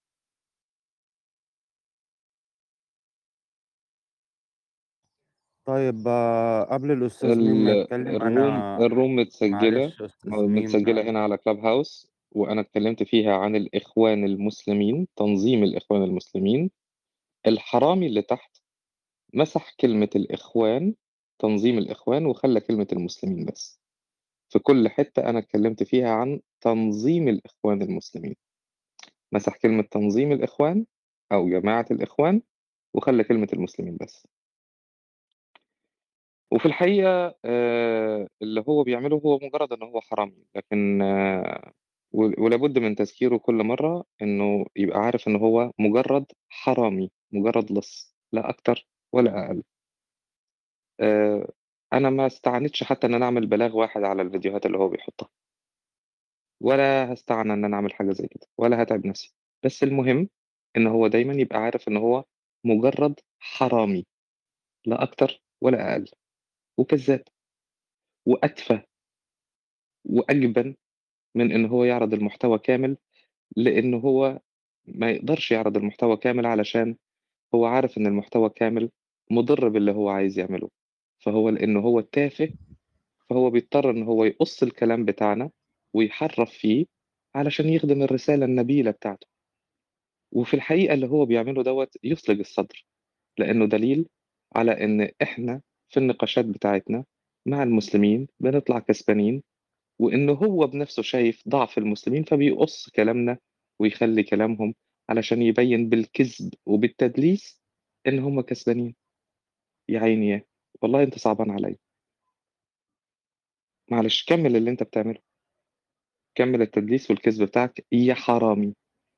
طيب آه، قبل الأستاذ ميم ما ال- يتكلم الروم أنا الروم متسجلة معلش أستاذ ميم متسجلة هنا على كلاب هاوس، وأنا اتكلمت فيها عن الإخوان المسلمين، تنظيم الإخوان المسلمين. الحرامي اللي تحت مسح كلمة الإخوان، تنظيم الإخوان، وخلى كلمة المسلمين بس. في كل حتة أنا اتكلمت فيها عن تنظيم الإخوان المسلمين، مسح كلمة تنظيم الإخوان أو جماعة الإخوان وخلى كلمة المسلمين بس. وفي الحقيقة آه، اللي هو بيعمله هو مجرد إن هو حرامي، لكن آه، و- ولابد من تذكيره كل مرة إنه يبقى عارف إن هو مجرد حرامي، مجرد لص، لا أكتر ولا أقل. آه، أنا ما استعنتش حتى إن أنا أعمل بلاغ واحد على الفيديوهات اللي هو بيحطها، ولا هستعنى إن أنا أعمل حاجة زي كده، ولا هتعب نفسي. بس المهم إن هو دايما يبقى عارف إن هو مجرد حرامي، لا أكتر ولا أقل، وكذاب وأتفه وأجبن من إن هو يعرض المحتوى كامل، لإن هو ما يقدرش يعرض المحتوى كامل علشان هو عارف إن المحتوى كامل مضر باللي هو عايز يعمله. فهو لإنه هو تافه، فهو بيضطر إن هو يقص الكلام بتاعنا ويحرف فيه علشان يخدم الرسالة النبيلة بتاعته. وفي الحقيقة اللي هو بيعمله دوت يثلج الصدر، لأنه دليل على إن إحنا في النقاشات بتاعتنا مع المسلمين بنطلع كسبانين، وإنه هو بنفسه شايف ضعف المسلمين فبيقص كلامنا ويخلي كلامهم علشان يبين بالكذب وبالتدليس إن هم كسبانين. يا عيني يا والله أنت صعبان عليا. معلش كمل اللي أنت بتعمله، كمل التدليس والكذب بتاعك يا حرامي.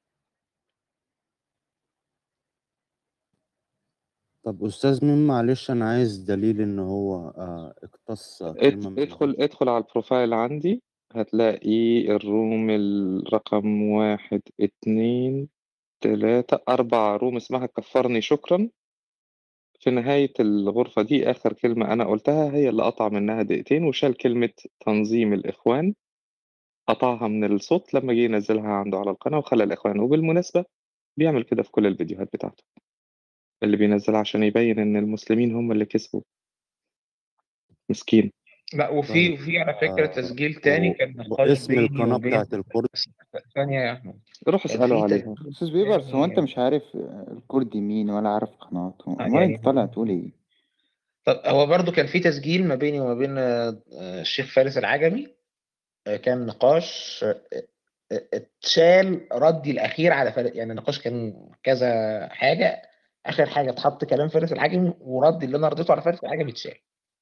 طب أستاذ ميم معلش أنا عايز دليل إن هو آه، اقتص اد- كلمة من ادخل الفيديو. ادخل على البروفايل عندي، هتلاقي الروم الرقم واحد اتنين تلاتة أربع روم اسمها كفرني شكرا. في نهاية الغرفة دي آخر كلمة أنا قلتها هي اللي قطع منها دقيقتين، وشال كلمة تنظيم الإخوان، قطعها من الصوت لما جه ينزلها عنده على القناة وخلى الإخوان. وبالمناسبة بيعمل كده في كل الفيديوهات بتاعته اللي بينزلها عشان يبين إن المسلمين هم اللي كسبوا. مسكين. لا وفي طيب وفي على فكره آه، تسجيل تاني و... كان نقاش واسم بيني القناة وبين بتاعت الكورد ثانيه يا احمد، روح كان اسأله في عليها. تسجيل أستاذ بيبرس، هو أنت تاني مش عارف الكردي مين ولا عارف قناته، آه، أمال أنت يعني طالع تقول إيه؟ طب هو برضو كان في تسجيل ما بيني وما بين آه، آه، الشيخ فارس العجمي، آه، كان نقاش آه، آه، اتشال ردي الاخير على فارس، يعني النقاش كان كذا حاجه، اخر حاجه اتحط كلام فارس العجمي وردي اللي انا رديته على فارس العجمي اتشال.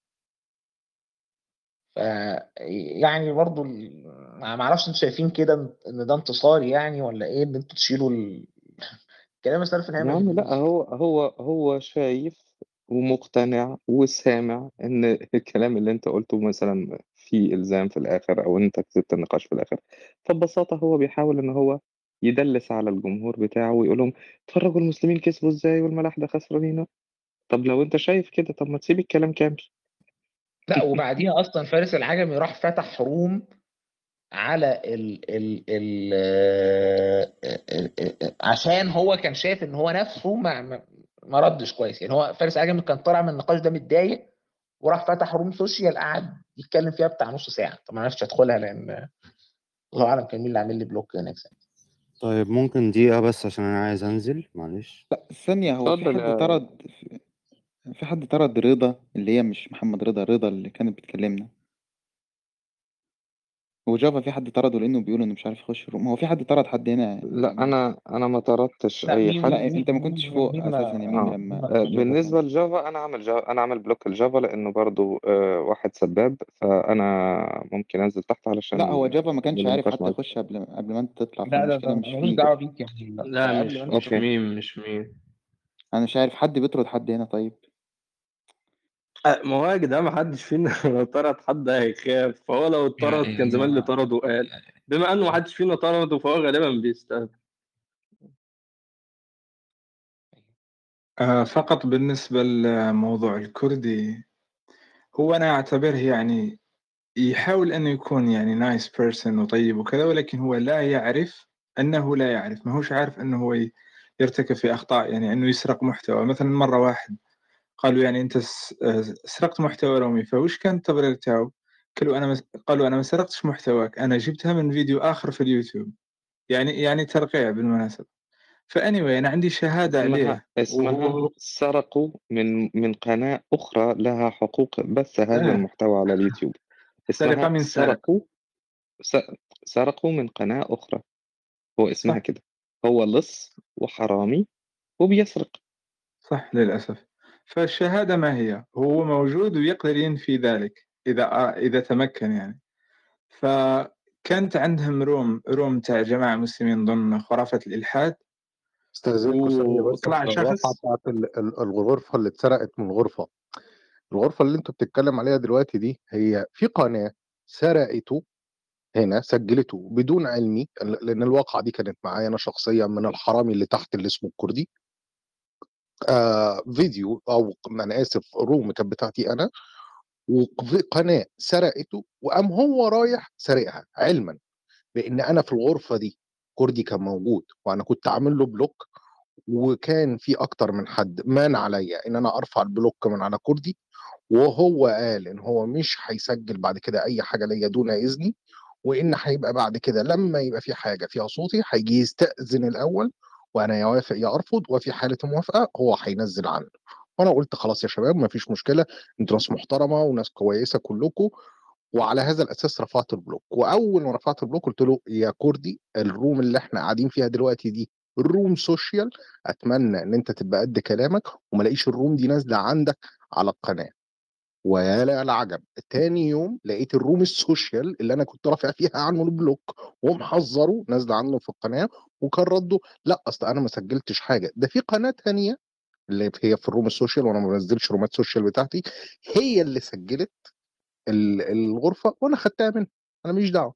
ف يعني برضو ال- ما اعرفش انتوا شايفين كده ان ده انتصار يعني ولا ايه، ان انتوا تشيلوا ال- الكلام السلف في النهايه يا ما عم لا، يهمنيش. هو هو هو شايف ومقتنع وسامع ان الكلام اللي انت قلته مثلا فيه الزام في الاخر، او انت كسبت النقاش في الاخر. فببساطه هو بيحاول ان هو يدلس على الجمهور بتاعه ويقول لهم اتفرجوا المسلمين كسبوا ازاي والملاحده خسرانين. طب لو انت شايف كده طب ما تسيب الكلام كامل. لا وبعديها اصلا فارس العجمي راح فتح روم على ال ال ال عشان هو كان شايف ان هو نفسه ما ما ما ردش كويس. يعني هو فارس عجمي كان طالع من النقاش ده متضايق، وراح فتح روم سوشيال قعد يتكلم فيها بتاع نص ساعه. طب ما عرفتش ادخلها لان الله اعلم كان مين اللي عامل لي بلوك هناك ساعتها. طيب ممكن دقيقة بس عشان أنا عايز أنزل معلش. لا ثانية، هو في اتفضل حد يا طرد في في حد طرد رضا، اللي هي مش محمد رضا، رضا اللي كانت بتكلمنا. وجافا في حد طرده لأنه بيقول إنه مش عارف يخش الروم. هو في حد طرد حد هنا؟ لا، انا انا ما طردتش لا اي ميم حد. لا أنت ما كنتش ميم فوق ميم أساسا يا ميم اه لما آه، جافا بالنسبه كان. لجافا انا عامل جافا انا عامل بلوك الجافا لانه برضو آه، واحد سباب، فانا ممكن انزل تحت لا علشان هو جافا ما كانش نعمل عارف نقاش حتى مع. يخش قبل قبل ما أنت تطلع، لا ده فالمشكلة ده مش ملوش فيك. دعوه بيك يعني. لا لا ده قبل مش ما مش اوكي. ميم مش ميم. أنا مش عارف حد بيطرد حد هنا. طيب أه، ما هو يا جدعان ما حدش فينا لو طرد حد هيخاف، فهو لو اتطرد كان زمان اللي طرده وقال. بما انه ما حدش فينا طرده فهو غالبا بيستاهل. آه فقط بالنسبة لموضوع الكردي، هو أنا أعتبره يعني يحاول أنه يكون يعني نايس بيرسون وطيب وكذا، ولكن هو لا يعرف أنه لا يعرف، ما هوش عارف أنه هو ي- يرتكب في أخطاء، يعني أنه يسرق محتوى. مثلا مرة واحد قالوا يعني أنت س- آه، سرقت محتوى رومي، فوش كان التبرير تاعو؟ قالوا أنا مس... قالوا أنا ما سرقتش محتواك، أنا جبتها من فيديو آخر في اليوتيوب. يعني يعني ترقيع بالمناسبة. فأنيوي أنا عندي شهادة اسمها عليه اسمها وهو سرقوا من من قناة أخرى لها حقوق بث هذا إيه، المحتوى على اليوتيوب. سرقة اسمها من سارق. سرقوا س- سرقوا من قناة أخرى. هو اسمها صح كده. هو لص وحرامي وبيسرق. صح للأسف. فالشهادة ما هي؟ هو موجود ويقدر ينفي ذلك إذا إذا تمكن يعني. فكانت عندهم روم روم تاع جماعة مسلمين ضمن خرافة الإلحاد، استاذنكم ثانية بس وطلع عشان الواقعة شخص. بتاعت ال- ال- الغرفة اللي اتسرقت من الغرفة. الغرفة اللي انتوا بتتكلم عليها دلوقتي دي هي في قناة سرقته هنا، سجلته بدون علمي، لأن الواقعة دي كانت معايا أنا شخصيا من الحرامي اللي تحت اللي اسمه الكردي. آه فيديو أو أنا آسف روم كانت بتاعتي أنا، وفي قناة سرقته وقام هو رايح سرقها علما بأن أنا في الغرفة دي كردي كان موجود وأنا كنت عامل له بلوك، وكان في اكتر من حد مان عليا ان انا ارفع البلوك من على كردي، وهو قال ان هو مش هيسجل بعد كده اي حاجه ليا دون اذني، وان هيبقى بعد كده لما يبقى في حاجه فيها صوتي هيجي يستأذن الاول وانا يوافق يا ارفض، وفي حاله موافقه هو هينزل عنه. وانا قلت خلاص يا شباب مفيش مشكله، انتوا ناس محترمه وناس كويسه كلكم. وعلى هذا الاساس رفعت البلوك. واول ما رفعت البلوك قلت له يا كردي الروم اللي احنا قاعدين فيها دلوقتي دي روم سوشيال، اتمنى ان انت تبقى قد كلامك وما الاقيش الروم دي نازله عندك على القناه. ويا لا العجب، تاني يوم لقيت الروم السوشيال اللي انا كنت رافع فيها عنه البلوك ومحذره نازله عنه في القناه. وكان رده لا اصل انا ما سجلتش حاجه، ده في قناه تانيه اللي هي في الروم السوشيال وانا ما بنزلش رومات سوشيال بتاعتي هي اللي سجلت ال- الغرفه وانا خدتها منها، انا ماليش دعوه.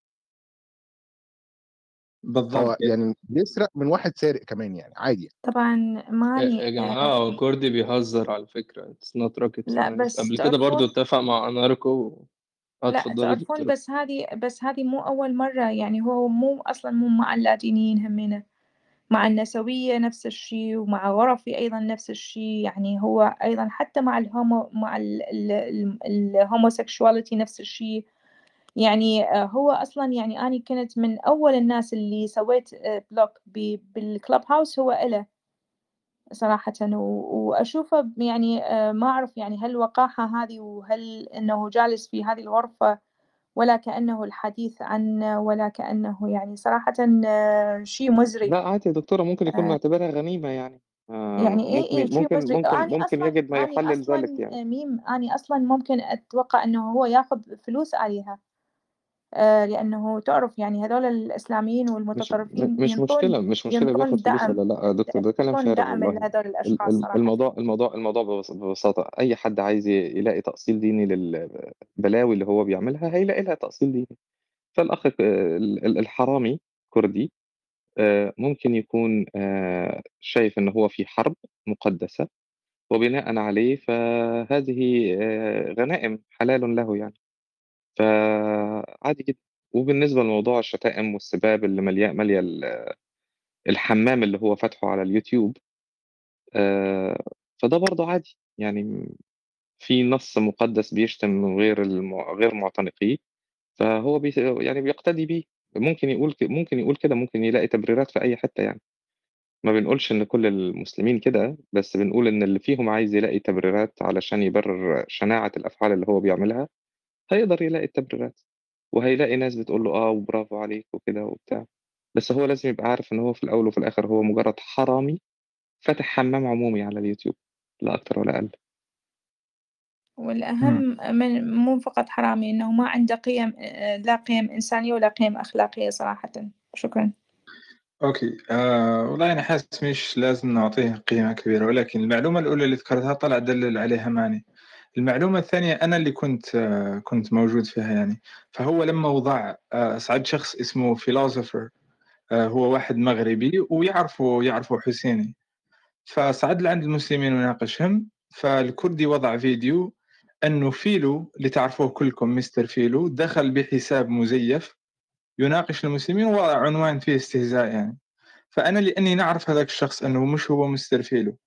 بالضبط. هو يعني بيسرق من واحد سارق كمان يعني عادي. طبعا يا ماني يا جماعة آه هو كوردي بيهزر على فكرة. it's not rocket لا science. بس قبل كده برضو تعرفون، اتفق مع أناركو. اه لا اتفضلي تعرفون دكتورة. بس هذه بس هذه مو أول مرة. يعني هو مو أصلا مو مع اللاتينيين همينة، مع النسوية نفس الشيء، ومع غرفي أيضا نفس الشيء. يعني هو أيضا حتى مع الهومو مع الهوموسيكشواليتي نفس الشيء. يعني آه، هو أصلا يعني أنا كنت من أول الناس اللي سويت آه، بلوك بالكلاب هاوس هو إله صراحة. و- وأشوفه يعني آه، ما أعرف يعني هل الوقاحة هذه، وهل أنه جالس في هذه الغرفة، ولا كأنه الحديث عنه، ولا كأنه يعني صراحة آه، شيء مزري. لا عادي يا دكتورة، ممكن يكون آه، معتبرها غنيمة يعني. آه يعني إيه إيه ممكن شيء ممكن مزري. ممكن أني ممكن أصلا يجد ما أني يحلل ذلك أصلا يعني. آه، ميم أني أصلا ممكن أتوقع أنه هو ياخذ فلوس عليها. آه، لأنه تعرف يعني هذول الإسلاميين مش م- والمتطرفين مش ينطون مشكلة مش مشكلة ينطون بياخد فلوس دعم، ولا لا يا دكتور، ده كلام ينطون فارغ دعم والله. لهذول ال- الأشخاص ال- صراحة. الموضوع الموضوع الموضوع ببس- ببساطة أي حد عايز ي- يلاقي تأصيل ديني للبلاوي اللي هو بيعملها هيلاقي لها تأصيل ديني. فالأخ ك- ال- ال- الحرامي كردي آه، ممكن يكون آه، شايف إن هو في حرب مقدسة، وبناء عليه فهذه آه، غنائم حلال له يعني. فعادي جدا. وبالنسبة لموضوع الشتائم والسباب اللي مليا مالية ال- الحمام اللي هو فاتحه على اليوتيوب، آه، فده برضه عادي يعني، في نص مقدس بيشتم غير المع... غير معتنقيه، فهو بي... يعني بيقتدي بيه. ممكن يقول ك... ممكن يقول كده، ممكن يلاقي تبريرات في أي حتة يعني. ما بنقولش إن كل المسلمين كده، بس بنقول إن اللي فيهم عايز يلاقي تبريرات علشان يبرر شناعة الأفعال اللي هو بيعملها، هيقدر يلاقي التبريرات، وهيلاقي ناس بتقول له آه وبرافو عليك وكده وبتاع. بس هو لازم يبقى عارف إن هو في الأول وفي الآخر هو مجرد حرامي فاتح حمام عمومي على اليوتيوب، لا أكتر ولا أقل. مم. والأهم من مو فقط حرامي، إنه ما عنده قيم، آه، لا قيم إنسانية ولا قيم أخلاقية صراحة. شكرا. اوكي، آه والله انا حاسس مش لازم نعطيه قيمة كبيرة، ولكن المعلومة الاولى اللي ذكرتها طلع دلل عليها ماني. المعلومة الثانية انا اللي كنت آه كنت موجود فيها يعني. فهو لما وضع آه صعد شخص اسمه فيلوسوفر، آه هو واحد مغربي ويعرفوا يعرفوا حسيني، فصعد لعند المسلمين وناقشهم. فالكردي وضع فيديو انه فيلو اللي تعرفوه كلكم، مستر فيلو، دخل بحساب مزيف يناقش المسلمين ووضع عنوان فيه استهزاء يعني. فأنا لأني نعرف هذاك الشخص أنه مش هو مستر فيلو،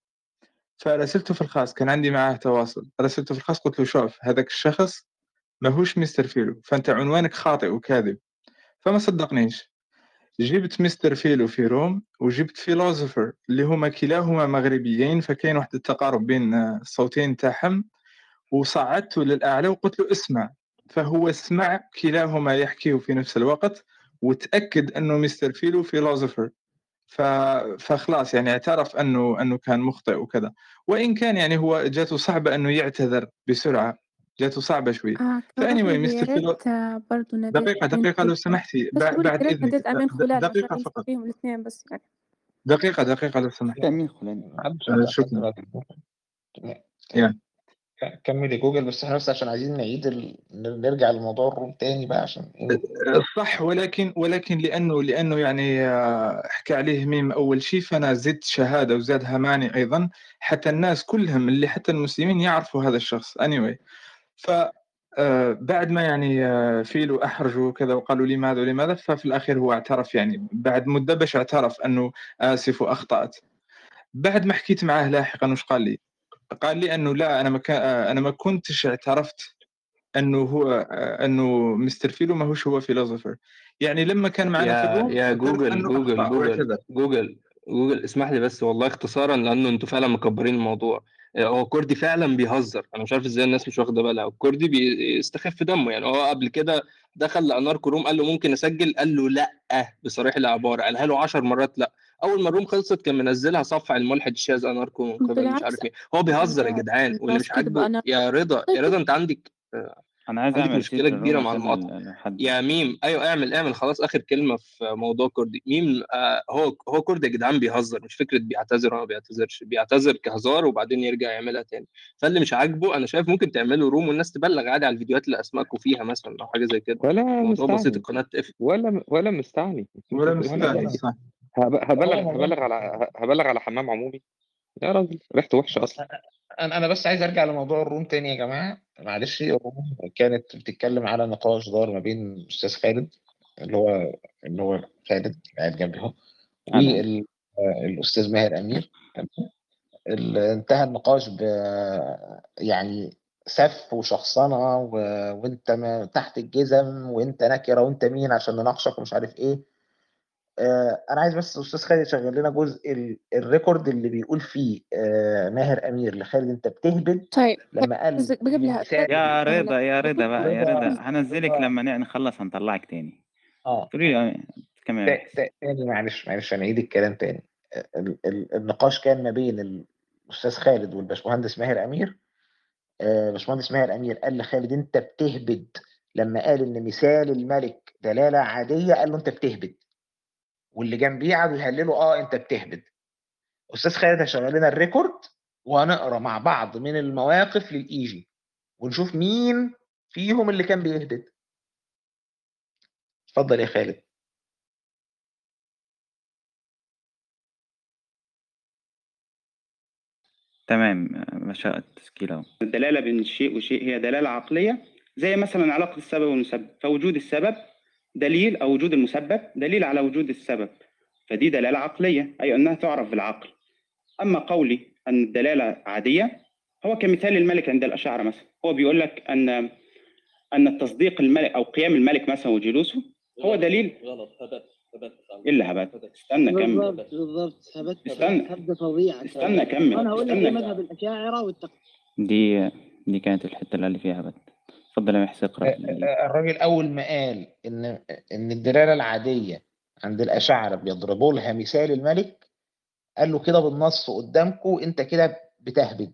فرسلته في الخاص، كان عندي معاه تواصل، رسلته في الخاص قلت له شوف هذاك الشخص ما هوش مستر فيلو، فأنت عنوانك خاطئ وكاذب. فما صدقنيش. جبت مستر فيلو في روم وجبت فيلوزوفر اللي هما كلاهما مغربيين، فكاين واحد التقارب بين الصوتين تاعهم، وصعدته للأعلى وقلت له اسمع. فهو سمع كلاهما يحكيه في نفس الوقت، وتأكد أنه مستر فيلو فيلوزوفر. ف... فخلاص يعني اعترف انه انه كان مخطئ وكذا. وان كان يعني هو جاته صعبه انه يعتذر بسرعه، جاته صعبه شوي. آه فاني كمان واي يا مستر فيلو، ريت آه، برضو ناديت دقيقه أمين دقيقه لو خلال. سمحتي، بس بع- بقول لك بعد يا ريت اذنك، ناديت أمين د- خلال عشان دقيقه يمسك فقط، فيهم الاثنين بس يعني. دقيقه دقيقه لو سمحت. تأمين خلاني. محدش آه، قطع حد شكرا. دلوقتي. لا، يعني ك- كمل يا جوجل، بس احنا بس عشان عايزين نعيد ال... نرجع لموضوع الروم تاني بقى عشان ايه. صح، ولكن ولكن لانه لانه يعني آه، حكى عليه ميم اول شيء، فانا زدت شهاده وزادها ماني ايضا، حتى الناس كلهم اللي حتى المسلمين يعرفوا هذا الشخص. anyway ف آه، بعد ما يعني آه، فيلو احرجوا وكذا وقالوا لماذا ولماذا، ففي الاخير هو اعترف يعني بعد مده باش اعترف انه اسف واخطات. بعد ما حكيت معاه لاحقا وش قال لي؟ قال لي انه لا، انا ما كان آه، انا ما كنتش اعترفت انه هو آه، انه مستر فيلو ما هوش هو فيلوزوفر. يعني لما كان معنا في يا الروم يا اعترف جوجل انه جوجل اخطا جوجل واعتذر. جوجل جوجل اسمح لي بس والله اختصارا، لانه انتوا فعلا مكبرين الموضوع. آه، هو كوردي فعلا بيهزر، انا مش عارف ازاي الناس مش واخده بالها. الكوردي بيستخف دمه يعني. هو قبل كده دخل لاناركو روم قال له ممكن اسجل، قال له لا بصريح العباره، قالها له عشر مرات لا. اول ما الروم خلصت كان منزلها صفحه الملحد الشاذ اناركو من قبل مش بالعكس عارف مين. هو بيهزر يا جدعان، واللي مش الناس كذبوا. عاجبه أنا يا رضا يا رضا انت عندك آه، انا عايز عندك اعمل مشكله سيف للروم كبيره مع واسيب المقاطعه لحد. يا ميم. ايوه اعمل اعمل خلاص اخر كلمه في موضوع كوردي. ميم آه هو هو كوردي يا جدعان بيهزر، مش فكره بيعتذر ولا ما بيعتذرش، بيعتذر كهزار وبعدين يرجع يعملها تاني. فاللي مش عاجبه انا شايف ممكن تعملوا روم والناس تبلغ عادي على الفيديوهات اللي اسمائكم فيها مثلا او حاجه زي كده. ولا الموضوع بسيط، مستعني القناه تقفل. ولا ولا مستعني ولا ولا مستاهل مستعني. صح. هب- هو هبلغ الموضوع هبلغ على هبلغ على حمام عمومي يا راجل، ريحته وحشه اصلا. انا انا بس عايز ارجع لموضوع الروم تاني يا جماعه، معلش. الروم كانت بتتكلم على نقاش دار ما بين الاستاذ خالد، اللي هو اللي هو خالد قاعد جنبي اهو، انا والاستاذ ماهر امير. ال- انتهى النقاش ب يعني سف وشخصنه و... وانت ما تحت الجزم وانت نكره وانت مين عشان نناقشك ومش عارف ايه. آه انا عايز بس استاذ خالد يشغل لنا جزء ال... الريكورد اللي بيقول فيه آه ماهر امير لخالد انت بتهبد، طيب لما قال بس قبلها مثال يا أنا رضا يا رضا بقى يا رضا، رضا هنزلك رضا لما نخلص هنطلعك تاني. اه تقولي لي كمان تا- بحث. تا- تاني معلش معلش هنعيد الكلام تاني. ال... ال... النقاش كان ما بين الاستاذ خالد والباشمهندس ماهر امير. آه، باشمهندس ماهر امير قال لخالد انت بتهبد، لما قال ان مثال الملك دلاله عاديه قال له انت بتهبد، واللي جنبيه قعدوا يهللوا اه انت بتهبد. استاذ خالد هيشغل لنا الريكورد وهنقرا مع بعض من المواقف للايجي ونشوف مين فيهم اللي كان بيهبد. اتفضل يا خالد. تمام، مشاء التسجيل اهو. الدلالة بين شيء وشيء هي دلالة عقلية، زي مثلا علاقة السبب والمسبب. فوجود السبب دليل أو وجود المسبب دليل على وجود السبب، فدي دلالة عقلية، أي أنها تعرف بالعقل. أما قولي أن الدلالة عادية هو كمثال الملك عند الأشاعرة مثلا، هو بيقول لك أن أن التصديق الملك أو قيام الملك مثلا وجلوسه هو دليل. غلط، هبت هبت إيه اللي هبت؟ استنى كمل. بالضبط بالضبط هبت استنى. هبت فظيعة. استنى كمل. أنا هقول لك استنى. إيه مذهب الأشاعرة والتق... دي دي كانت الحتة اللي فيها هبت. اتفضل يا محسن اقرأ. الراجل أول ما قال إن إن الدلالة العادية عند الأشاعرة بيضربوا لها مثال الملك، قال له كده بالنص قدامكم أنت كده بتهبد،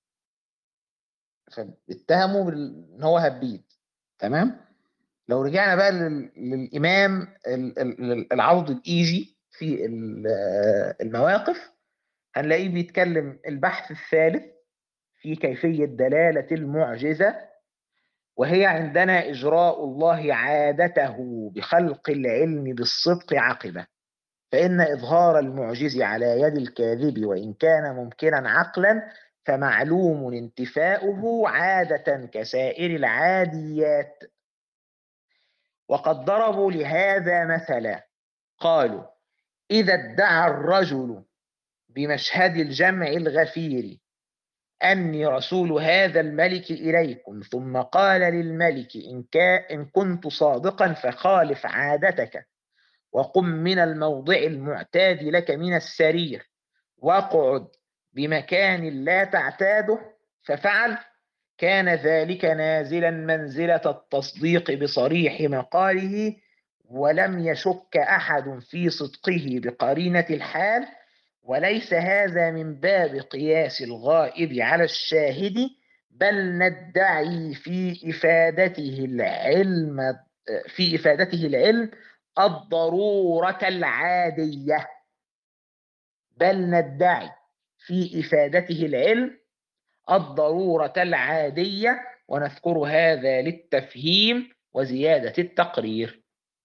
فاتهموا بال- إن هو هبيد. تمام. لو رجعنا بقى لل- للإمام ال- ال- العوض الإيجي في ال- المواقف، هنلاقيه بيتكلم البحث الثالث في كيفية دلالة المعجزة، وهي عندنا إجراء الله عادته بخلق العلم بالصدق عقبة، فإن إظهار المعجز على يد الكاذب وإن كان ممكنا عقلا فمعلوم انتفاؤه عادة كسائر العاديات. وقد ضربوا لهذا مثلا، قالوا إذا ادعى الرجل بمشهد الجمع الغفير أني رسول هذا الملك إليكم، ثم قال للملك إن, إن كنت صادقا فخالف عادتك وقم من الموضع المعتاد لك من السرير واقعد بمكان لا تعتاده، ففعل، كان ذلك نازلا منزلة التصديق بصريح مقاله، ولم يشك أحد في صدقه بقرينة الحال، وليس هذا من باب قياس الغائب على الشاهد، بل ندعي في إفادته العلم في إفادته العلم الضرورة العادية بل ندعي في إفادته العلم الضرورة العادية ونذكر هذا للتفهيم وزيادة التقرير.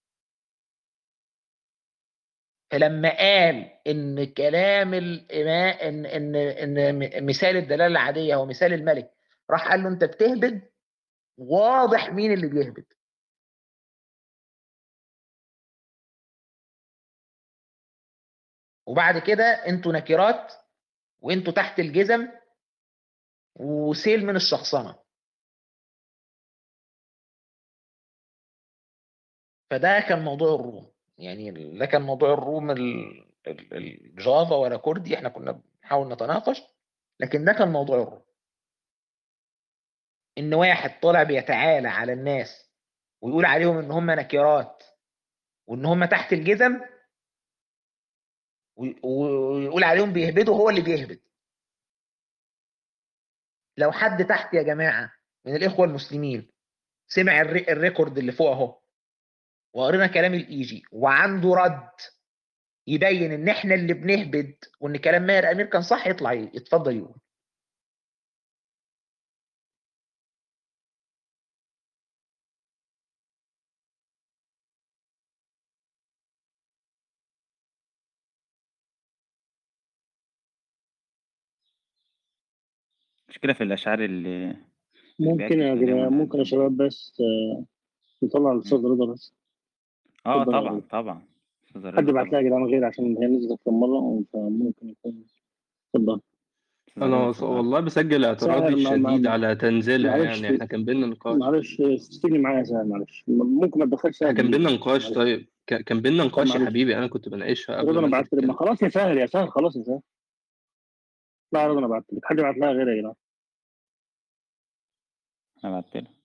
فلما قال إن كلام الإمام إن إن إن مثال الدلالة العادية هو مثال الملك، راح قال له أنت بتهبد، واضح مين اللي بيهبد. وبعد كده أنتوا نكرات وأنتوا تحت الجزم وسيل من الشخصنة. فده كان موضوع الروم، يعني ده كان موضوع الروم ال- ال- الجافا ولا كردي، احنا كنا بنحاول نتناقش، لكن ده كان موضوع الروم. ان واحد طالع بيتعالى على الناس ويقول عليهم ان هم نكرات وان هم تحت الجزم، وي- ويقول عليهم بيهبدوا، هو اللي بيهبد. لو حد تحت يا جماعة من الإخوة المسلمين سمع الري- الريكورد اللي فوق اهو، وقرينا كلام الإيجي وعنده رد يبين ان احنا اللي بنهبد وان كلام ماهر امير كان صح، يطلع يتفضل يقول. مشكلة في الأشعار اللي اللي ممكن بيأكد يا كلامه جماعة، ده. ممكن يا شباب بس آه، نطلع الأستاذ رضا بس. اه اتفضل يا طبعا رضا. طبعا أستاذ حد رضا بعت لها طبعا. يا جدعان غير عشان هي نزلت كم مرة، فممكن يكون. اتفضل. أستاذ انا رضا وص- اتفضل. والله بسجل اعتراضي ساهر ما ما الشديد ما- على تنزيلها، معلش يعني احنا كان بينا نقاش. معلش استني معايا يا ساهر، معلش ممكن ما تدخلش ساهر احنا كان بينا دقيقة. نقاش، معلش. طيب ك- كان بينا طب نقاش يا معلش حبيبي، انا كنت بناقشها قبل رضا، ما انا انت بعت لك. ما تتكلم. خلاص يا ساهر، يا ساهر خلاص يا ساهر. لا يا رضا انا بعت لك، حد بعت لها غير يا جدعان. أنا بعت له.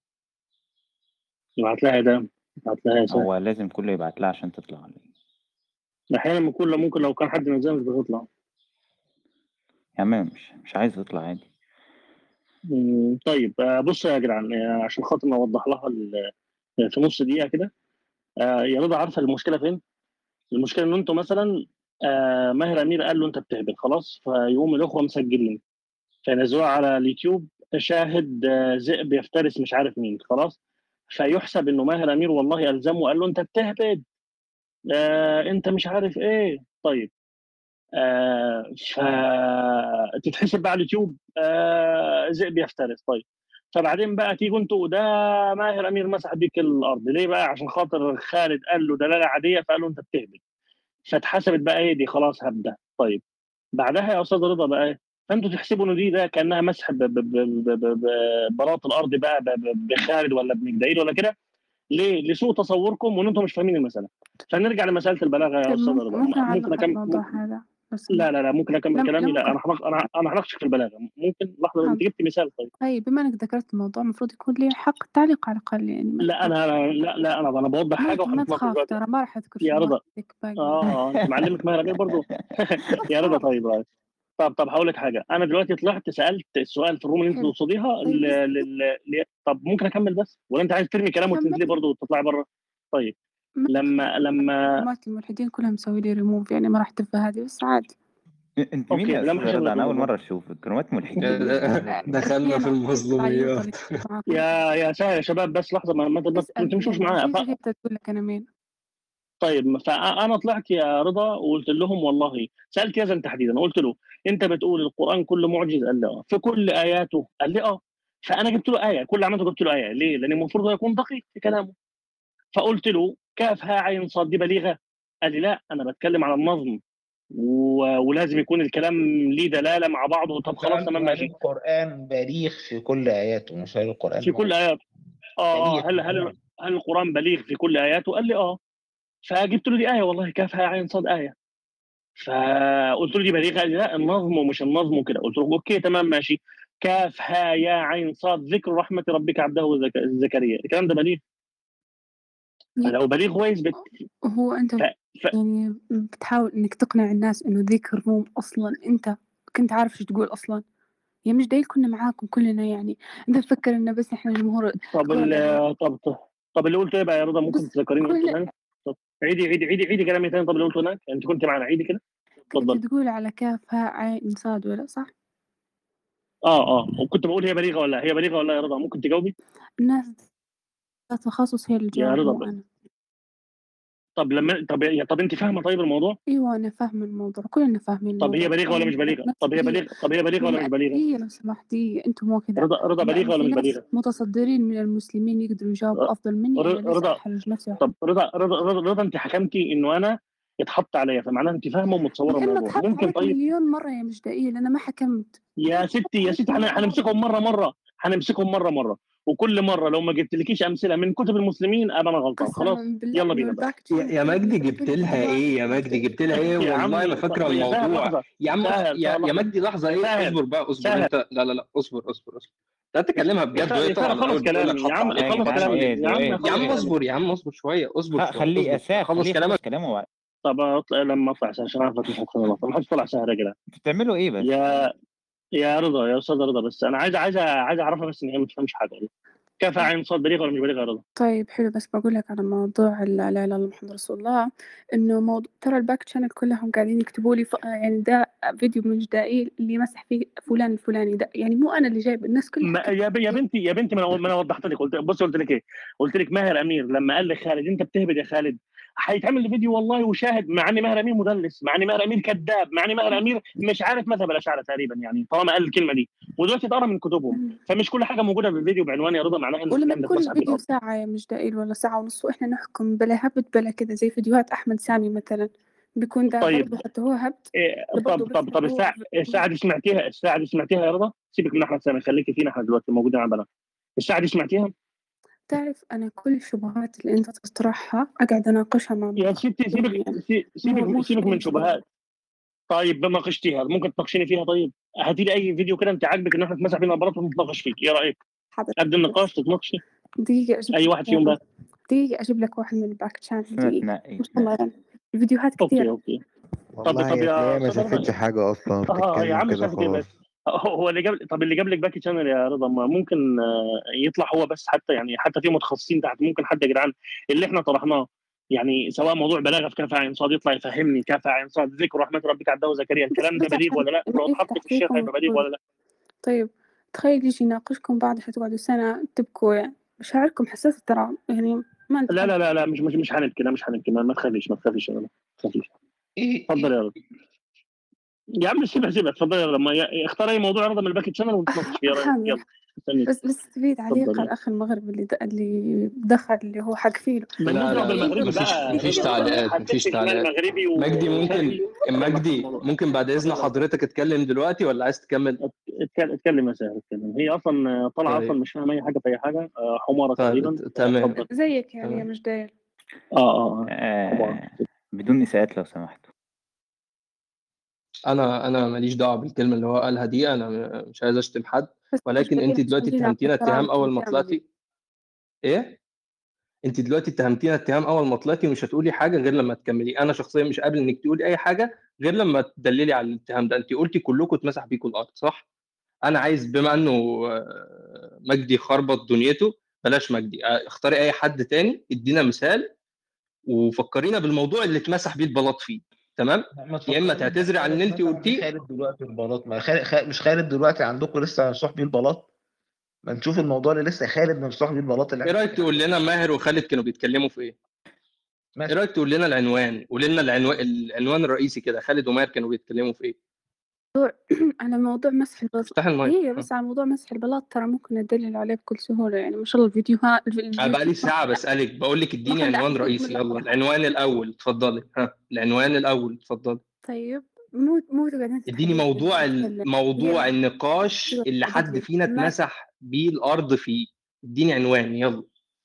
بعت لها يا دام، بعت لها يا ساهر. هو لازم كله يبعت لها عشان تطلع. احيانا ممكن ممكن لو كان حد نزلها مش بتطلع. يا عم مش مش عايز تطلع عادي. مم، طيب آه، بص يا جدعان، آه، عشان خاطر نوضح لها ال- في نص دقيقة كده. آه، يا رضا عارفة المشكلة فين؟ المشكلة ان انتوا مثلا آه، ماهر امير قال له انت بتهبل خلاص، فيقوم الاخوة مسجلين فينزلوها على اليوتيوب، شاهد آه، ذئب يفترس مش عارف مين، خلاص فيحسب انه ماهر امير والله الزمه وقال له انت بتهبد، آه انت مش عارف ايه. طيب آه فتتحسب بقى على اليوتيوب آه ذئب يفترس. طيب فبعدين بقى تيجوا انتوا ده ماهر امير مسح بيك الارض ليه بقى؟ عشان خاطر خالد قال له دلاله عاديه فقال له انت بتهبد، فاتحسبت بقى ايه دي خلاص هبده. طيب بعدها يا استاذ رضا بقى ايه؟ فانتوا تحسبوا ان دي ده كانها مسح ب- ب- ب- ب- ب- ببلاط الارض بقى ب- ب- بخالد ولا بمجدعيل ولا كده. ليه؟ لسوء تصوركم وان انتم مش فاهمين المساله. فنرجع لمساله البلاغه يا طيب استاذ ممكن رضا. ممكن م- ممكن أعلق على اكمل الموضوع ممكن هذا بس لا لا لا ممكن اكمل لم كلامي. لم لا انا هنق- انا انا هناقشك في البلاغه. ممكن لحظه انت حاضر. جبت مثال. طيب طيب بما إنك ذكرت الموضوع المفروض يكون لي حق التعليق على الأقل يعني ما لا انا تقولش. أنا- لا لا انا انا بوضح حاجه ممكن ما وهنتناقش تخاف دلوقتي. ترى ما راح أذكر يا شيء رضا واحد باقي. اه انت معلمك ماهر امير برضه. يا رضا طيب آه. طب طب هقول لك حاجه. انا دلوقتي طلعت سالت السؤال في الروم اللي انت حلو. تقصديها طيب ل... بس ل... ل... طب ممكن اكمل بس ولا انت عايز ترمي كلام وتنزلي كمل برضه وتطلعي بره؟ طيب ما لما لما كلمات الملحدين كلهم مسوي لي ريموف يعني ما راح تنفع هذه بس عادي. انت مين اوكي يا لا ما استاذ حدش رضا؟ انا اول يعمل مره اشوفك كلمات ملحدين. دخلنا في المظلوميات. يا يا سهل يا شباب بس لحظه ما ما ما اسأل تمشوش هي معايا. جيجي ف... هي تقول لك أنا مين. طيب فانا طلعت يا رضا وقلت لهم والله سالت يزن تحديدا قلت له انت بتقول القران كله معجز؟ قال لي اه. في كل اياته؟ قال لي اه. فانا جبت له ايه. كل اللي عملته جبت له ايه. ليه؟ لان المفروض يكون دقيق في كلامه. فقلت له كاف ها عين صاد دي بليغه؟ قال لي لا انا بتكلم على النظم و... ولازم يكون الكلام ليه دلاله مع بعضه. طب خلاص تمام هل ماشي. القرآن بليغ في كل آياته مش هل القرآن في كل معجز؟ ايات اه اه بليغ هل هل هل القران بليغ في كل اياته؟ قال لي اه. فجبت له دي ايه والله كاف ها عين صاد ايه. فقلت له دي بليغه؟ قال لي لا النظم ومش النظم وكده. قلت له اوكي تمام ماشي. كاف ها يا عين صاد ذكر رحمه ربك عبده زك... زكريا الكلام ده بليغ؟ لو بليغ هو يثبت. هو أنت ف... ف... يعني بتحاول إنك تقنع الناس إنه ذيك الروم أصلا أنت كنت عارف شو تقول أصلا. يا مش دايل كنا معاكم كلنا يعني أنت تفكر إنه بس إحنا جمهور طب ال... طب طب اللي قلته ايه بقى يا رضا؟ ممكن بس تذكريني قلته كل ثاني؟ طب عيدي عيدي عيدي عيدي كلامي ثاني. طب اللي قلته هناك انت كنت معنا عيدي كده. كنت اتفضل. تقول على كاف ها عين صاد ولا صح؟ اه اه وكنت بقول هي بليغه ولا هي بليغه ولا يا رضا؟ ممكن تجاوبي الناس ذات تخصص هي اللي يا تجاوب رضا مو ب... أنا. طب لما طب يا... طب انت فاهمه طيب الموضوع؟ أيوة أنا فاهمة الموضوع كلنا فاهمين طب هي الموضوع بليغه ولا يعني مش بليغه؟ نفس طب هي دقيقة بليغه طب هي بليغه ولا مش بليغه؟ دقيقة لو سمحت دقيقة أنتم مو كذا. رضا رضا لا بليغه ولا في مش ناس بليغه؟ متصدرين من المسلمين يقدروا يجاوبوا أفضل مني أنا ر- ليش رضا أحرج نفسي. طب رضا رضا رضا, رضا انت حكمتي انه انا اتحط عليا فمعناها انت فاهمه ومتصوره لأنك الموضوع. حط ممكن عليك طيب مليون مرة يا مش دقيقة أنا ما حكمت. يا ستي يا ستي هن- هنمسكهم مره مره هنمسكهم مره مره وكل مره لو ما جبتلكيش امثله من كتب المسلمين ابقى انا غلطان. خلاص قسما بالله يلا إنه بينا بقى. الباك يا, تشانل يا مجدي كله جبت كل لها فيديوهات ايه؟ يا مجدي جبت لها ايه؟ يا والله ما عمي فاكره طب يا سهل الموضوع. لحظه يا عم سهل يا, سهل يا لحظه مجدي لحظه ايه؟ سهل اصبر بقى اصبر سهل انت. لا لا لا اصبر اصبر اصبر. لا تكلمها يا بجد سهل وهي يا طالعه سهل من الاول خلص بتقول لك كلامي يا حط عم عليك. يا خلص جدعان كلامي ايه يا عم ايه يا خلص عم ايه كلامي. اصبر يا عم اصبر شويه اصبر خ- شويه خليه اصبر اساف خلص خليه يخلص كلامك. كلامه وبعد- طب أطلع لما اطلع عشان اعرفك مش هتكون غلط. ما حدش طلع سهل يا جدعان. انتوا بتعملوا ايه بس؟ يا يا رضا يا استاذ رضا بس انا عايز عايز عايز اعرفها بس ان هي ما تفهمش حاجه والله. كيف عين صاد بليغه ولا مش بليغه يا رضا؟ طيب حلو بس بقول لك على موضوع ال- لا إله إلا الله محمد رسول الله إنه موضوع ترى الباك شانل كلهم قاعدين يكتبوا لي ف... يعني ده فيديو من جدائي اللي مسح فيه فلان الفلاني ده يعني مو أنا اللي جايب الناس كلها ما يا, ب... يا بنتي يا بنتي ما انا ما انا وضحت لك. قلت بص قلت لك ايه؟ قلت لك ماهر امير لما قال لخالد انت بتهبد يا خالد هيتعمل لي فيديو والله وشاهد مع ان ماهر امير مدلس مع ان ماهر امير كذاب مع ان ماهر امير مش عارف مذهب الاشاعره تقريبا يعني طالما قال الكلمه دي ودلوقتي اتقرا من كتبهم. فمش كل حاجه موجوده في الفيديو بعنوان يا رضا معناها ان ولما الكلام ده يكون اتمسح الفيديو بالارض. ساعة يا مش دقيق ولا ساعة ونص وإحنا نحكم بلا هبد بلا كذا زي فيديوهات أحمد سامي مثلا بيكون ده طيب برضه حتى هو هبد إيه ده برضه طب طب بيطلع طب هو الساعه الساعه دي سمعتيها؟ الساعه دي سمعتيها يا رضا؟ سيبك من احمد سامي خليكي فينا احنا دلوقتي موجودين على بلد. الساعه دي سمعتيها؟ تعرف أنا كل الشبهات اللي أنت تطرحها أقعد أناقشها مع يا ستي سيبك يعني سي- مو مو سيبك سيبك شغل من شبهات. طيب ناقشتيها ممكن تناقشيني فيها. طيب هاتي لي اي فيديو كده انت عاجبك ان احنا نتمسح فيه نبرات ونتناقش فيه. ايه رايك؟ حاضر قد النقاش تتناقشي دقيقة أجيب اي لك واحد فيهم بقى. دقيقة أجيب لك واحد من الباك شانل سنة دقيقة تنقي ما شاء الله يعني الفيديوهات اوكي كثيرة اوكي. طب والله طب هي تلاقيها يا ما استاذ شافتش رضا حاجة أصلا اه يا بتتكلم عم كده شافت ايه خلاص. بس؟ هو اللي جاب طب اللي جاب لك باكي شانل يا رضا ما ممكن آه، يطلع هو بس حتى يعني حتى في متخصصين تحت ممكن حد يا جدعان اللي احنا طرحناه يعني سواء موضوع بلاغه في كاف عين صاد يطلع يفهمني كاف عين صاد ذكر رحمه ربك عبده وزكريا بس الكلام ده بس بليغ عشان ولا لا؟ لما ولو اتحط يفتح في الشيخ فيكم هيبقى بليغ المفروض ولا لا؟ طيب تخيل يجي يناقشكم بعد حتقعدوا سنة تبكوا يعني مشاعركم حساسة ترى يعني ما أنت لا لا لا لا مش مش مش هنبكي لا مش هنبكي ما, ما تخافيش ما تخافيش يا رضا ما تخافيش. ايه اتفضل ايه يا رضا. يا عم سيبها سيبها اتفضل، لما ي- اختار اي موضوع عرضه من الباك تشانل ونتناقش فيه. رأيك؟ حاضر. يلا استنيك. بس بس في تعليق اتفضل على يلا. الأخ المغربي اللي د... اللي دخل اللي هو حق فيلو. ملوش لا دعوه لا لا بالمغربي مفيش بقى. مفيش هي تعليقات مفيش حددت شمال تعليقات. مغربي مجدي ممكن وشرقي اتكلم في مجدي الموضوع. ممكن بعد اذن حضرتك اتكلم دلوقتي ولا عايز تكمل؟ اتكلم اتكلم يا سهل اتكلم. هي اصلا طالعه اصلا طيب مش فاهمه اي حاجه في اي حاجه. آه، حماره طيب تقريبا. تمام اتفضل. زيك يعني يا تمام مش داير. اه اه اه حماره. آه بدون إساءات لو سمحتوا. انا انا ماليش دعوه بالكلمه اللي هو قالها دي، انا م- مش عايز اشتم حد، بس مش ولكن داير انت مش دلوقتي خلينا على اتهمتينا اتهام الاحترام اول ما الكامل. طلعتي. ايه؟ انت دلوقتي اتهمتينا اتهام اول ما طلعتي ومش هتقولي حاجه غير لما تكملي. انا شخصيا مش قابل انك تقولي اي حاجه غير لما تدللي على الاتهام ده. انت قلتي كلكم اتمسح بيكم الارض، صح؟ انا عايز بما انه آه، مجدي خربط دنيته، بلاش مجدي، آه، اختاري اي حد تاني ادينا مثال وفكرينا بالموضوع اللي اتمسح بيه البلاط فيه، تمام؟ ما يا اما تفكرنيش تعتذري عن بحاجه اللي انت اتمسح بيه قلتيه. خالد دلوقتي البلاط. ما خالد خالد مش خالد دلوقتي عندكم لسه ممسوح بيه البلاط. ما نشوف الموضوع اللي لسه خالد ممسوح بيه البلاط اللي ايه احنا رايك تقول لنا ماهر وخالد كانوا بيتكلموا في ايه؟ ايه ماشي. رايك تقول لنا العنوان؟ قول لنا العنوان العنوان الرئيسي كده، خالد وماهر كانوا بيتكلموا في ايه؟ موضوع على موضوع مسح البلاط. افتح المايك. هي بس على موضوع مسح البلاط ترى ممكن ندلل عليه بكل سهولة يعني ما شاء الله الفيديوهات انا اليوتيوب بقى لي ساعه بسالك، بقول لك ما اديني خلى عنوان أحد يكمل رئيسي. لحظة يلا واحدة. العنوان الاول اتفضلي. ها العنوان الاول اتفضلي. طيب مو مو تقعدين اديني تتحدث موضوع بالنسبة موضوع لي النقاش اللي حدث حد لي فينا ما اتمسح بيه الارض فيه. اديني عنوان يلا.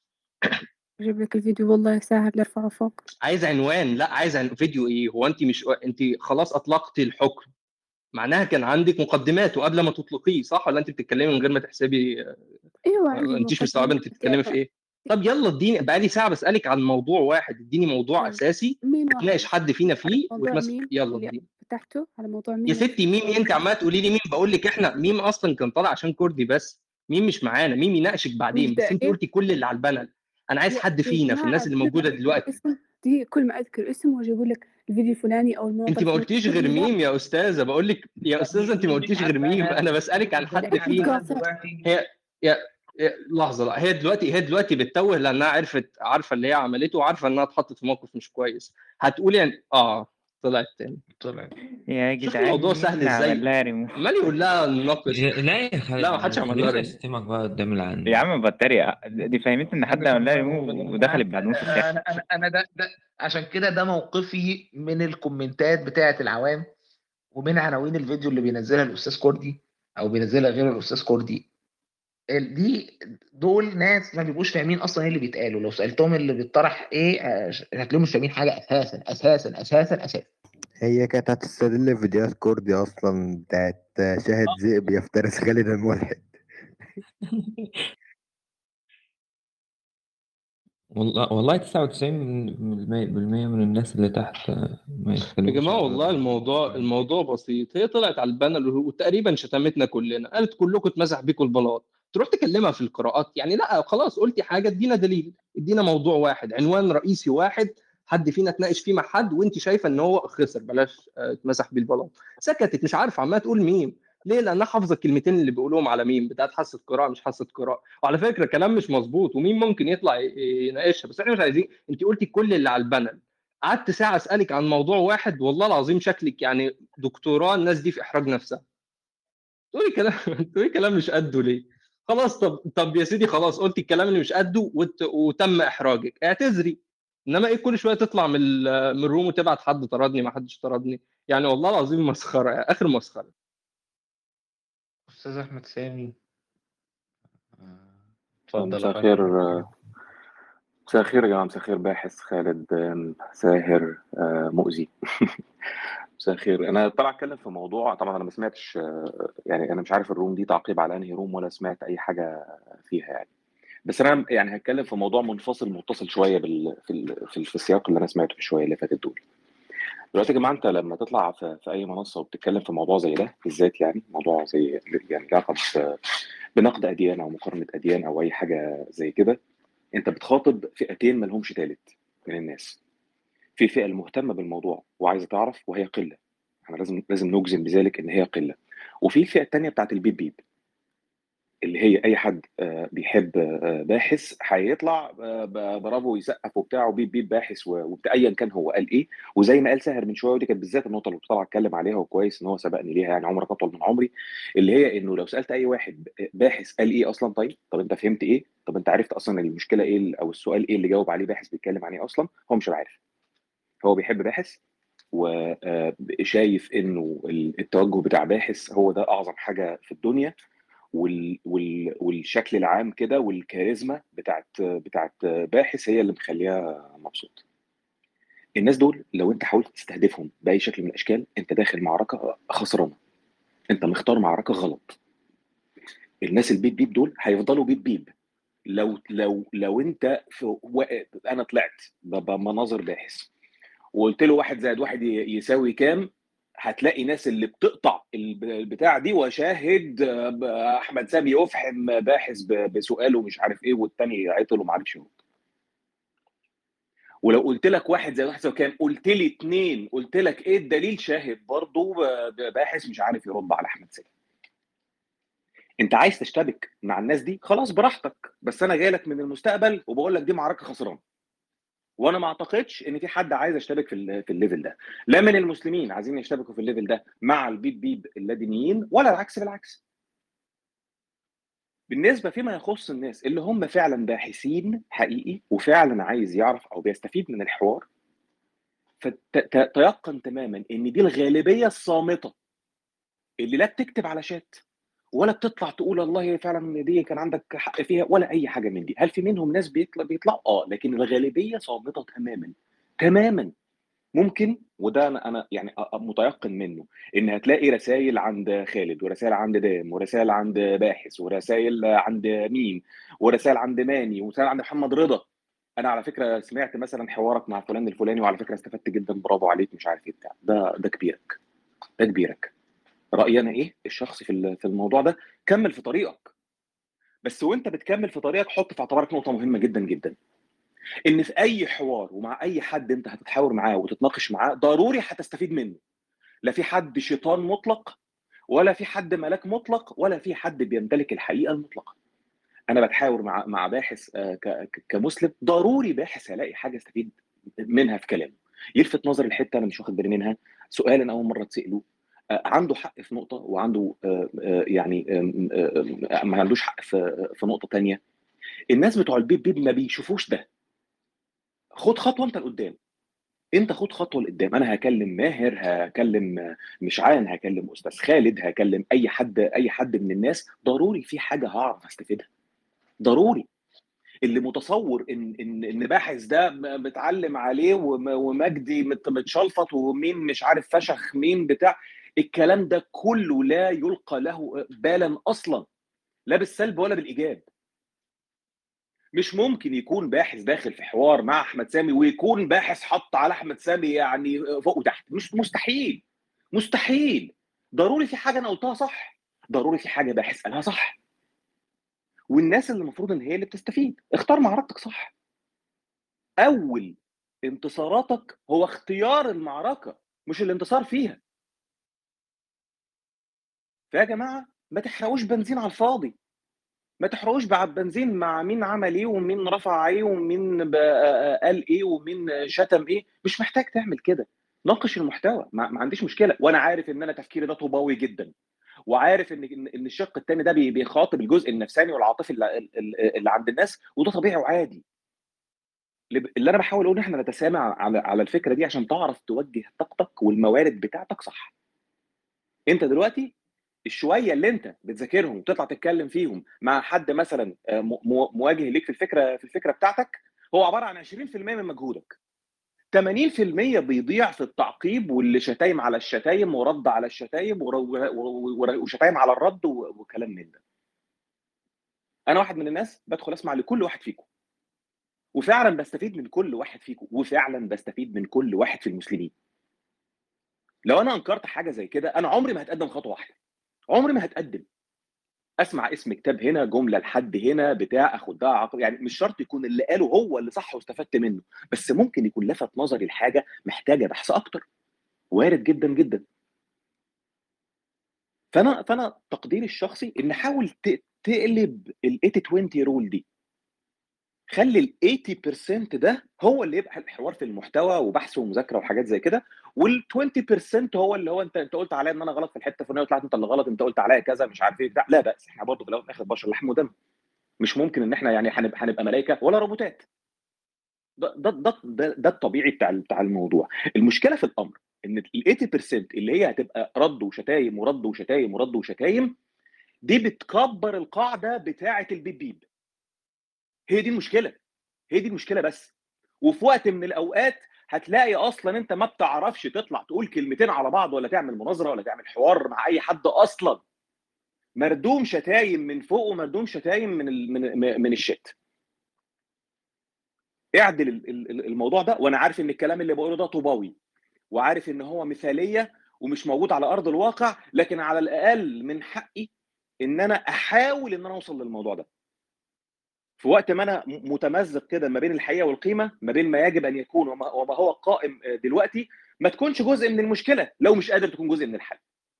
أجيب لك الفيديو والله سهل ارفعه فوق. عايز عنوان، لا عايز عن فيديو. ايه هو انت مش انت خلاص اطلقتي الحكم، معناها كان عندك مقدمات وقبل ما تطلقيه، صح ولا انت بتتكلمي من غير ما تحسبي؟ أيوة ما عندي انتيش مستوعبه انت مقدمات بتتكلمي في ايه. طب يلا اديني، بقى لي ساعه بسالك عن موضوع واحد، اديني موضوع طيب اساسي مين واحد اتناقش حد فينا فيه موضوع واتمسك. ميم يلا اللي اديني. فتحته على موضوع يا ميم ستي ميم إيه؟ انت عماله تقولي لي ميم، بقول لك احنا ميم اصلا كان طالع عشان كردي بس. ميم مش معانا، ميم يناقشك مش بعدين، بس انت داعي قلتي كل اللي على البانل. انا عايز يا حد يا فينا في جماعة الناس اللي كل ما موجوده أذكر دلوقتي. اسم دي كل ما أذكر اسم وأجي أقول لك الفيديو الفلاني أو الموضوع انت ما الفلاني قلتيش تقول غير لي لا ميم يا استاذه، بقول لك يا استاذه انت ما مين قلتيش على غير ميم، البانل؟ انا بسالك عن مين حد على فينا. البانل دلوقتي؟ هي يا يا- لحظه، لا هي دلوقتي هي دلوقتي بتتوه لانها عرفت، عارفه اللي هي عملته وعارفه انها اتحطت في موقف مش كويس. هتقولي يعني اه طلعت تاني. طلع. يا شوف جدعان الموضوع مين سهل اللي عمل ازاي، لها ريموف؟ عمال يقول لها ناقص. يا- لا يا لا خالد ما حدش ما عمل لها تخلينيش ريموف. اشتمك بقى قدام يا العن. عم بتريق، دي فهمت ان حد عمل لها ريموف ودخلت بعد نص ساعه. انا انا انا ده, ده عشان كده ده موقفي من الكومنتات بتاعه العوام ومن عناوين الفيديو اللي بينزلها الاستاذ كردي او بينزلها غير الاستاذ كردي. ال- دي دول ناس ما بيبقوش فاهمين اصلا ايه اللي بيتقالوا. لو سالتهم اللي بيطرح ايه آه، هتلاقيهم مش فاهمين حاجه اساسا اساسا اساسا اساسا. هي كانت هتستدل فيديوهات كردي اصلا بتاعت شاهد ذئب يفترس خالد الملحد. والله والله تسعة وتسعين بالمية من الناس اللي تحت ما يا يتكلموش جماعه على والله الموضوع الموضوع بسيط. هي طلعت على البانل وتقريبا شتمتنا كلنا، قالت كلكم اتمسح بيكم البلاط. تروح تكلمها في القراءات يعني؟ لا خلاص قلتي حاجه، ادينا دليل، ادينا موضوع واحد، عنوان رئيسي واحد حد فينا اتناقش فيه مع حد وانت شايفه ان هو خسر، بلاش آه، اتمسح بيه البلاط. سكتت مش عارفه، عماله تقول ميم. ليه؟ لانها حافظه الكلمتين اللي بيقولوهم على ميم بتاعت حاسه قراءه مش حاسه قراءه. وعلى فكره كلام مش مظبوط ومين ممكن يطلع ي- يناقشها، بس احنا مش عايزين. انت قلتي كل اللي على البانل، قعدت ساعه اسالك عن موضوع واحد. والله العظيم شكلك يعني دكتوراه الناس دي في احراج نفسها. تقولي كلام تقولي كلام مش قده ليه؟ خلاص طب طب يا سيدي خلاص قلتي الكلام اللي مش قده وت... وتم احراجك، اعتذري. انما ايه كل شويه تطلع من ال... من الروم وتبعت حد طردني ما حدش طردني؟ يعني والله العظيم مسخره، يعني اخر مسخره. استاذ احمد سامي طيب، اتفضل مساء يا الخير. فندم. مساء الخير يا جماعة، مساء الخير باحث خالد، آم، ساهر، آه، مؤذي. مساء الخير. أنا طالع أتكلم في موضوع، طبعا أنا ما سمعتش، آه، يعني أنا مش عارف الروم دي تعقيب على أنهي روم ولا سمعت أي حاجة فيها يعني. بس أنا يعني هتكلم في موضوع منفصل متصل شوية بال... في ال... في, ال... في السياق اللي أنا سمعته في شوية اللي فاتت دول. دلوقتي يا جماعة أنت لما تطلع في... في أي منصة وبتتكلم في موضوع زي ده بالذات، يعني موضوع زي يعني له علاقة ب- بنقد أديان أو مقارنة أديان أو أي حاجة زي كده، انت بتخاطب فئتين ما لهمش تالت من الناس. في فئه المهتمه بالموضوع وعايزه تعرف وهي قله، احنا لازم لازم نجزم بذلك ان هي قله. وفي الفئه الثانيه بتاعت البيب بيب. اللي هي اي حد آه، بيحب آه، باحث هيطلع آه، ب- برافو ويسقف وبتاع وبيب بيب باحث و- وبتاع ايا كان هو قال ايه. وزي ما قال ساهر من شويه، ودي كانت بالذات النقطه اللي كنت طالع اتكلم عليها، وكويس ان هو سبقني ليها، يعني عمرك اطول من عمري، اللي هي انه لو سالت اي واحد باحث قال ايه اصلا، طيب طب انت فهمت ايه؟ طب انت عرفت اصلا المشكله ايه او السؤال ايه اللي جاوب عليه باحث بيتكلم عن ايه اصلا؟ هو مش عارف. هو بيحب باحث وشايف انه التوجه بتاع باحث هو ده اعظم حاجه في الدنيا، وال وال والشكل العام كده والكاريزما بتاعت بتاعت باحث هي اللي مخليها مبسوط. الناس دول لو انت حاولت تستهدفهم باي شكل من الاشكال، انت داخل معركه خسرانه، انت مختار معركه غلط. الناس البيب بيب دول هيفضلوا بيب بيب. لو لو لو انت في و... انا طلعت ب- بمناظر باحث وقلت له واحد زائد واحد ي- يساوي كام، هتلاقي ناس اللي بتقطع الب- البتاع دي، وشاهد آه، ب- احمد سامي يفحم باحث ب- بسؤاله مش عارف ايه، والتاني يعطل وما عرفش يرد. ولو قلت لك واحد زائد واحد يساوي كام، قلت لي اتنين، قلت لك ايه الدليل، شاهد برضه ب- باحث مش عارف يرد على احمد سامي. انت عايز تشتبك مع الناس دي، خلاص براحتك، بس انا جاي لك من المستقبل وبقول لك دي معركه خسرانه. وانا ما اعتقدش ان في حد عايز يشتبك في ال- في الليفل ده، لا من المسلمين عايزين يشتبكوا في الليفل ده مع البيب بيب اللادينيين، ولا العكس بالعكس. بالنسبه فيما يخص الناس اللي هم فعلا باحثين حقيقي وفعلا عايز يعرف او بيستفيد من الحوار، فتيقن تماما ان دي الغالبيه الصامته اللي لا بتكتب على شات ولا بتطلع تقول الله فعلا دي كان عندك حق فيها ولا اي حاجه من دي. هل في منهم ناس بيطلع بيطلعوا اه، لكن الغالبيه صامته تماما تماما. ممكن، وده انا انا يعني أ- أ- متيقن منه، ان هتلاقي رسائل عند خالد ورسائل عند دام ورسائل عند باحث ورسائل عند مين ورسائل عند ماني ورسائل عند محمد رضا. انا على فكره سمعت مثلا حوارك مع فلان الفلاني وعلى فكره استفدت جدا، برافو عليك مش عارف ايه بتاع ده. ده كبيرك، ده كبيرك. رايي انا ايه الشخصي في ال- في الموضوع ده؟ كمل في طريقك، بس وانت بتكمل في طريقك حط في اعتبارك نقطه مهمه جدا جدا، ان في اي حوار ومع اي حد انت هتتحاور معاه وتتناقش معاه ضروري هتستفيد منه. لا في حد شيطان مطلق، ولا في حد ملاك مطلق، ولا في حد بيمتلك الحقيقه المطلقه. انا بتحاور مع مع باحث آه، ك- ك- كمسلم، ضروري باحث هلاقي حاجه استفيد منها في كلامه، يلفت نظري الحته انا مش واخد بالي منها، سؤال انا اول مره اتساله، آه، عنده حق في نقطه وعنده آه، آه، يعني آم، آم، آم، ما عندوش حق في في نقطه تانية. الناس بتوع البيب بيب ما بيشوفوش ده. خد خطوه انت لقدام، انت خد خطوه لقدام. انا هكلم ماهر، هكلم مشعان، هكلم استاذ خالد، هكلم اي حد اي حد من الناس، ضروري في حاجه هعرف استفيدها. ضروري. اللي متصور ان ان ان باحث ده م- متعلم عليه وم- ومجدي مت- متشلفط ومين مش عارف فشخ مين بتاع، الكلام ده كله لا يلقى له بالا اصلا، لا بالسلب ولا بالايجاب. مش ممكن يكون باحث داخل في حوار مع احمد سامي ويكون باحث حط على احمد سامي يعني فوق وتحت، مش مستحيل. مستحيل. ضروري في حاجه انا قلتها صح، ضروري في حاجه باحث قالها صح، والناس اللي المفروض ان هي اللي بتستفيد. اختار معركتك صح. اول انتصاراتك هو اختيار المعركه مش الانتصار فيها. فيا جماعه ما تحرقوش بنزين على الفاضي، ما تحرقوش بقى بنزين مع مين عمل ايه ومين رفع ايه ومين بقى قال ايه ومين شتم ايه. مش محتاج تعمل كده. ناقش المحتوى، ما, ما عنديش مشكله، وانا عارف ان انا تفكيري ده طوباوي جدا، وعارف ان ان إن الشق الثاني ده بي- بيخاطب الجزء النفساني والعاطفي اللي, اللي اللي عند الناس، وده طبيعي وعادي. اللي اللي انا بحاول اقول ان احنا نتسامع على على الفكره دي عشان تعرف توجه طاقتك والموارد بتاعتك صح. انت دلوقتي الشويه اللي انت بتذاكرهم وتطلع تتكلم فيهم مع حد مثلا آه، م- مو- مواجه ليك في الفكره في الفكره بتاعتك، هو عباره عن عشرين في المية من مجهودك. ثمانين في المية بيضيع في التعقيب واللي شتايم على الشتايم ورد على الشتايم ور- ور- ور- وشتايم على الرد و- وكلام من ده. انا واحد من الناس بدخل اسمع لكل واحد فيكم، وفعلا بستفيد من كل واحد فيكم، وفعلا بستفيد من كل واحد في المسلمين. لو انا انكرت حاجه زي كده انا عمري ما هتقدم خطوه واحده، عمري ما هتقدم. اسمع اسم كتاب هنا، جمله لحد هنا بتاع، اخد ده عقل، يعني مش شرط يكون اللي قاله هو اللي صح واستفدت منه، بس ممكن يكون لفت نظري لحاجه محتاجه بحث اكتر. وارد جدا جدا. فانا فانا تقديري الشخصي ان حاول ت- تقلب ال ثمانين عشرين رول دي، خلي ال ثمانين بالمية ده هو اللي يبقى الحوار في المحتوى وبحث ومذاكره وحاجات زي كده، وال عشرين بالمية هو اللي هو انت انت قلت عليا ان انا غلط في الحته الفلانيه وطلعت انت اللي غلط، انت قلت عليا كذا مش عارف ايه بتاع، لا بأس، احنا برضه في الاول والاخر بشر لحم ودم، مش ممكن ان احنا يعني هنبقى هنبقى ملائكه ولا روبوتات. ده ده ده ده, ده الطبيعي بتاع بتاع الموضوع. المشكله في الامر ان ال ثمانين بالمية اللي هي هتبقى رد وشتايم ورد وشتايم ورد وشتايم دي بتكبر القاعده بتاعه البيب بيب. هي دي المشكله، هي دي المشكله بس. وفي وقت من الاوقات هتلاقي اصلا انت ما بتعرفش تطلع تقول كلمتين على بعض ولا تعمل مناظره ولا تعمل حوار مع اي حد اصلا، مردوم شتايم من فوق ومردوم شتايم من ال من, من الشات. اعدل ال- ال- الموضوع ده، وانا عارف ان الكلام اللي بقوله ده طوباوي، وعارف ان هو مثاليه ومش موجود على ارض الواقع، لكن على الاقل من حقي ان انا احاول ان انا اوصل للموضوع ده في وقت ما انا م- متمزق كده ما بين الحقيقه والقيمه، ما بين ما يجب ان يكون وما وما هو قائم آه، دلوقتي. ما تكونش جزء من المشكله لو مش قادر تكون جزء من الحل.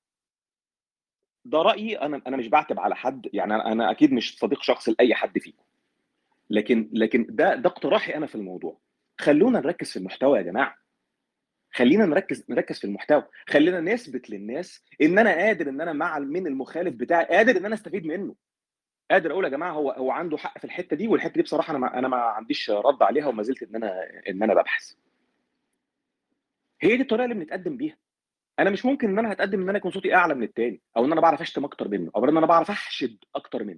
ده رايي انا، انا مش بعتب على حد، يعني انا أنا اكيد مش صديق شخص لاي حد فيكم، لكن لكن ده ده اقتراحي انا في الموضوع. خلونا نركز في المحتوى يا جماعه، خلينا نركز نركز في المحتوى، خلينا نثبت للناس ان انا قادر، ان انا مع من المخالف بتاعي قادر ان انا استفيد منه، قادر اقول يا جماعه هو هو عنده حق في الحته دي، والحته دي بصراحه انا ما انا ما عنديش رد عليها وما زلت ان انا ان انا ببحث. هي دي الطريقه اللي بنتقدم بيها. انا مش ممكن ان انا هتقدم ان انا يكون صوتي اعلى من التاني، او ان انا بعرف اشتم اكتر منه، او ان انا بعرف احشد اكتر منه.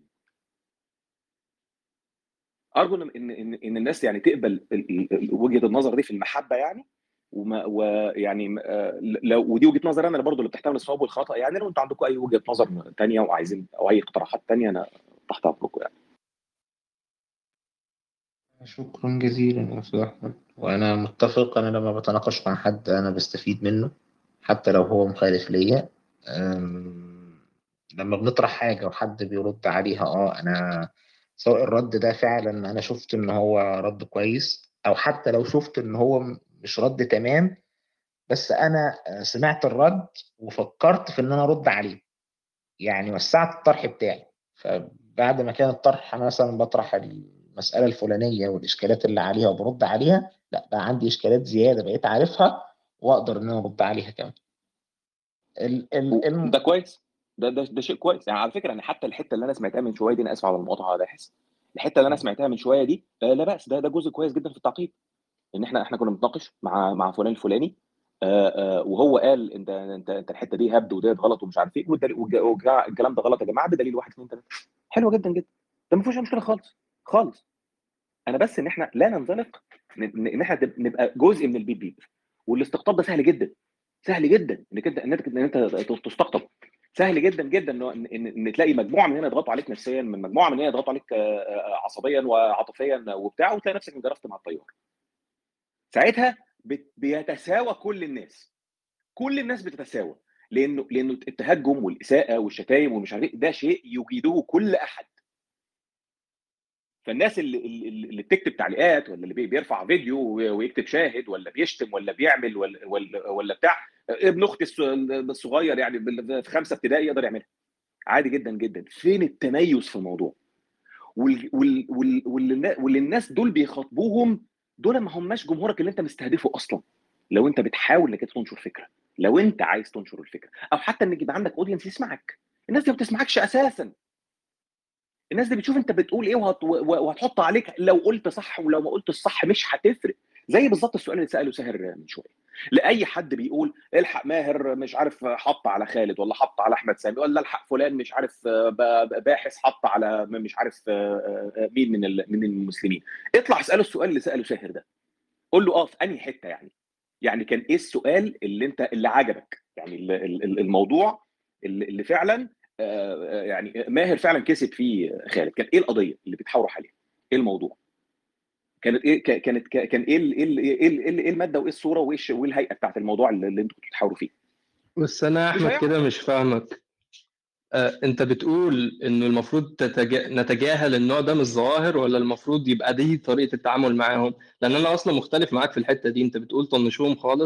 ارجو ان ان ان إن الناس يعني تقبل ال- ال- وجهه النظر دي في المحبه يعني، وما ويعني آه، لو ودي وجهه نظر انا اللي برضه اللي بتحتمل الصواب والخطا، يعني لو انتوا عندكم اي وجهه نظر تانيه وعايزين او اي اقتراحات تانيه انا تحت امركم يعني. شكرا جزيلا يا أستاذ أحمد. وأنا متفق، أنا لما بتناقش مع حد أنا بستفيد منه حتى لو هو مخالف ليا. أم، لما بنطرح حاجة وحد بيرد عليها اه أنا سواء الرد ده فعلا أنا شفت إن هو رد كويس، أو حتى لو شفت إن هو م- مش رد تمام، بس أنا آه، سمعت الرد وفكرت في إن أنا أرد عليه، يعني وسعت الطرح بتاعي. فبعد ما كان الطرح أنا مثلا بطرح المسألة الفلانية والإشكالات اللي عليها وبرد عليها، لا بقى عندي إشكالات زيادة بقيت عارفها وأقدر إن أنا أرد عليها كمان. ال ال الم... ده كويس، ده ده ده شيء كويس يعني. على فكره انا حتى الحته اللي انا سمعتها من شويه دي، انا اسف على المقاطعه ده حس، الحته اللي انا سمعتها من شويه دي آه، لا باس، ده ده جزء كويس جدا في التعقيد. ان احنا احنا كنا بنتناقش مع مع فلان الفلاني، آه، آه، وهو قال انت انت انت الحته دي هبد وديت غلط ومش عارف ايه، والدليل- والج- والج- الكلام ده غلط يا جماعه بدليل واحد اثنين ثلاثه. حلو جدا جدا، ده ما فيهوش أي مشكله خالص خالص. انا بس ان احنا لا ننزلق، ان إن احنا نبقى جزء من البيب بيب. والاستقطاب ده سهل جدا، سهل جدا انك انت انك ان انت تستقطب. سهل جدا جدا انه ان ان إن تلاقي مجموعه من هنا يضغطوا عليك نفسيا، من مجموعه من هنا يضغطوا عليك آه، آه، عصبيا وعاطفيا وبتاع، وتلاقي نفسك انجرفت مع التيار. ساعتها بت- بيتساوى كل الناس، كل الناس بتتساوى، لانه لانه التهجم والاساءه والشتايم والمش عارف إيه ده شيء يجيده كل احد. فالناس اللي اللي اللي بتكتب تعليقات، ولا اللي بي- بيرفع فيديو ويكتب شاهد، ولا بيشتم، ولا بيعمل، ولا ولا, ولا بتاع، ابن اختي الص- الصغير يعني بال- في خمسه ابتدائي يقدر يعملها عادي جدا جدا. فين التميز في الموضوع؟ وال وال وال واللي واللي الناس دول بيخاطبوهم دول ما هماش جمهورك اللي انت مستهدفه اصلا. لو انت بتحاول انك تنشر فكره، لو انت عايز تنشر الفكره، او حتى انك يبقى عندك اودينس يسمعك، الناس دي ما بتسمعكش اساسا. الناس دي بتشوف انت بتقول ايه وهت... وهتحط عليك، لو قلت صح ولو ما قلت الصح مش هتفرق. زي بالظبط السؤال اللي ساله ساهر من شويه، لاي حد بيقول الحق ماهر مش عارف حط على خالد، ولا حط على احمد سامي، ولا الحق فلان مش عارف ب- باحث حط على مش عارف مين من ال- من المسلمين. اطلع اساله السؤال اللي ساله ساهر ده، قول له اه في انهي حته يعني، يعني كان ايه السؤال اللي انت اللي عجبك، يعني ال- ال- الموضوع اللي اللي فعلا آه، يعني ماهر فعلا كسب فيه خالد، كان ايه القضيه اللي بتحاوروا عليها؟ ايه الموضوع؟ كانت ايه ك- كانت ك- كان ايه ال- ايه ال- ايه ال- ايه ال- إيه الماده وايه الصوره وايه الش- وايه الهيئه بتاعت الموضوع اللي اللي انتوا كنتوا بتحاوروا فيه؟ بس انا يا مش احمد هيعرف. كده مش فاهمك. آه، انت بتقول انه المفروض تتجا... نتجاهل النوع ده من الظواهر، ولا المفروض يبقى دي طريقة التعامل معاهم؟ لان انا اصلا مختلف معاك في الحتة دي. انت بتقول طنشوهم خالص،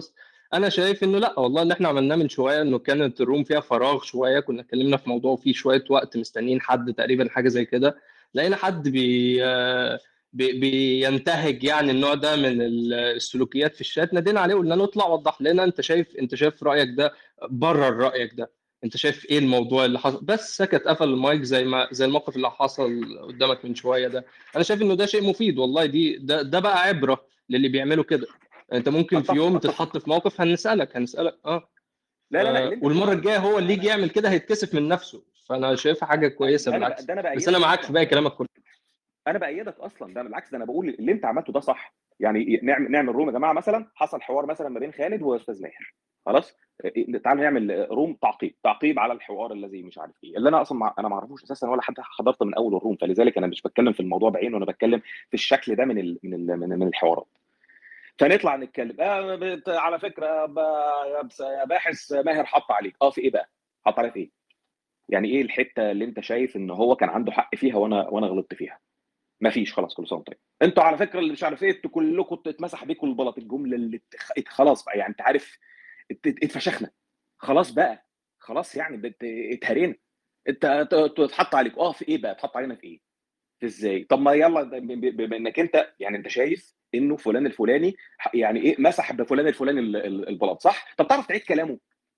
انا شايف انه لا والله، اللي احنا عملناه من شويه انه كانت الروم فيها فراغ شويه، كنا اتكلمنا في موضوع فيه شويه وقت مستنيين حد تقريبا حاجه زي كده، لقينا حد بي آه، بي- بينتهج يعني النوع ده من ال- السلوكيات في الشات، نادينا عليه وقلنا له اطلع وضح لنا انت شايف انت شايف رايك ده، برر رايك ده، انت شايف ايه الموضوع اللي حصل. بس سكت قفل المايك زي ما زي الموقف اللي حصل قدامك من شويه ده. انا شايف انه ده شيء مفيد والله، دي ده, ده بقى عبره للي بيعملوا كده. انت ممكن في اتفق يوم اتفق تتحط في موقف هنسالك هنسالك اه لا لا لا، آه، اللي انت والمره بتقوله الجايه هو اللي يجي يعمل كده هيتكسف من نفسه، فانا شايفها حاجه كويسه ده انا ب... بالعكس. ده انا بس انا بايدك معاك في اصلا، باقي كلامك كله. انا بايدك اصلا، ده بالعكس، ده انا بقول اللي انت عملته ده صح. يعني نعمل نعمل روم يا جماعه، مثلا حصل حوار مثلا ما بين خالد واستاذ ماهر، خلاص إيه، تعالوا نعمل روم تعقيب تعقيب على الحوار الذي مش عارف ايه، اللي انا اصلا مع... انا ما اعرفوش اساسا ولا حتى حضرت من اول الروم، فلذلك انا مش بتكلم في الموضوع بعينه، انا بتكلم في الشكل ده من ال... من ال... من, من الحوارات. فنطلع نتكلم آه بت... على فكره ب... يا بس- يا باحث ماهر حط عليك، اه في ايه بقى؟ حط عليك في ايه؟ يعني ايه الحته اللي انت شايف ان هو كان عنده حق فيها وانا وانا غلطت فيها؟ مفيش، خلاص كل سنه وانت طيب. انتوا على فكره اللي مش عارف ايه، انتوا كلكم اتمسح بيكم البلاط، الجمله اللي اتخ- ات- خلاص بقى، يعني انت عارف ات- ات- اتفشخنا خلاص بقى، خلاص يعني بت- اتهرينا. انت ت- ت- اتحط عليك اه في ايه بقى؟ اتحط علينا في ايه؟ في ازاي؟ طب ما يلا ب- ب- بما انك انت يعني انت شايف انه فلان الفلاني ح- يعني ايه مسح بفلان الفلاني ال- ال- البلاط، صح؟ طب تعرف تعيد كلامه؟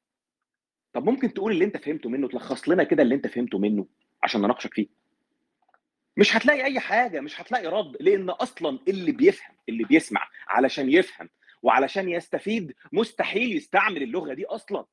طب ممكن تقول اللي انت فهمته منه، تلخص لنا كده اللي انت فهمته منه عشان نناقشك فيه. مش هتلاقي اي حاجه، مش هتلاقي رد، لان اصلا اللي بيفهم اللي بيسمع علشان يفهم وعلشان يستفيد مستحيل يستعمل اللغه دي اصلا.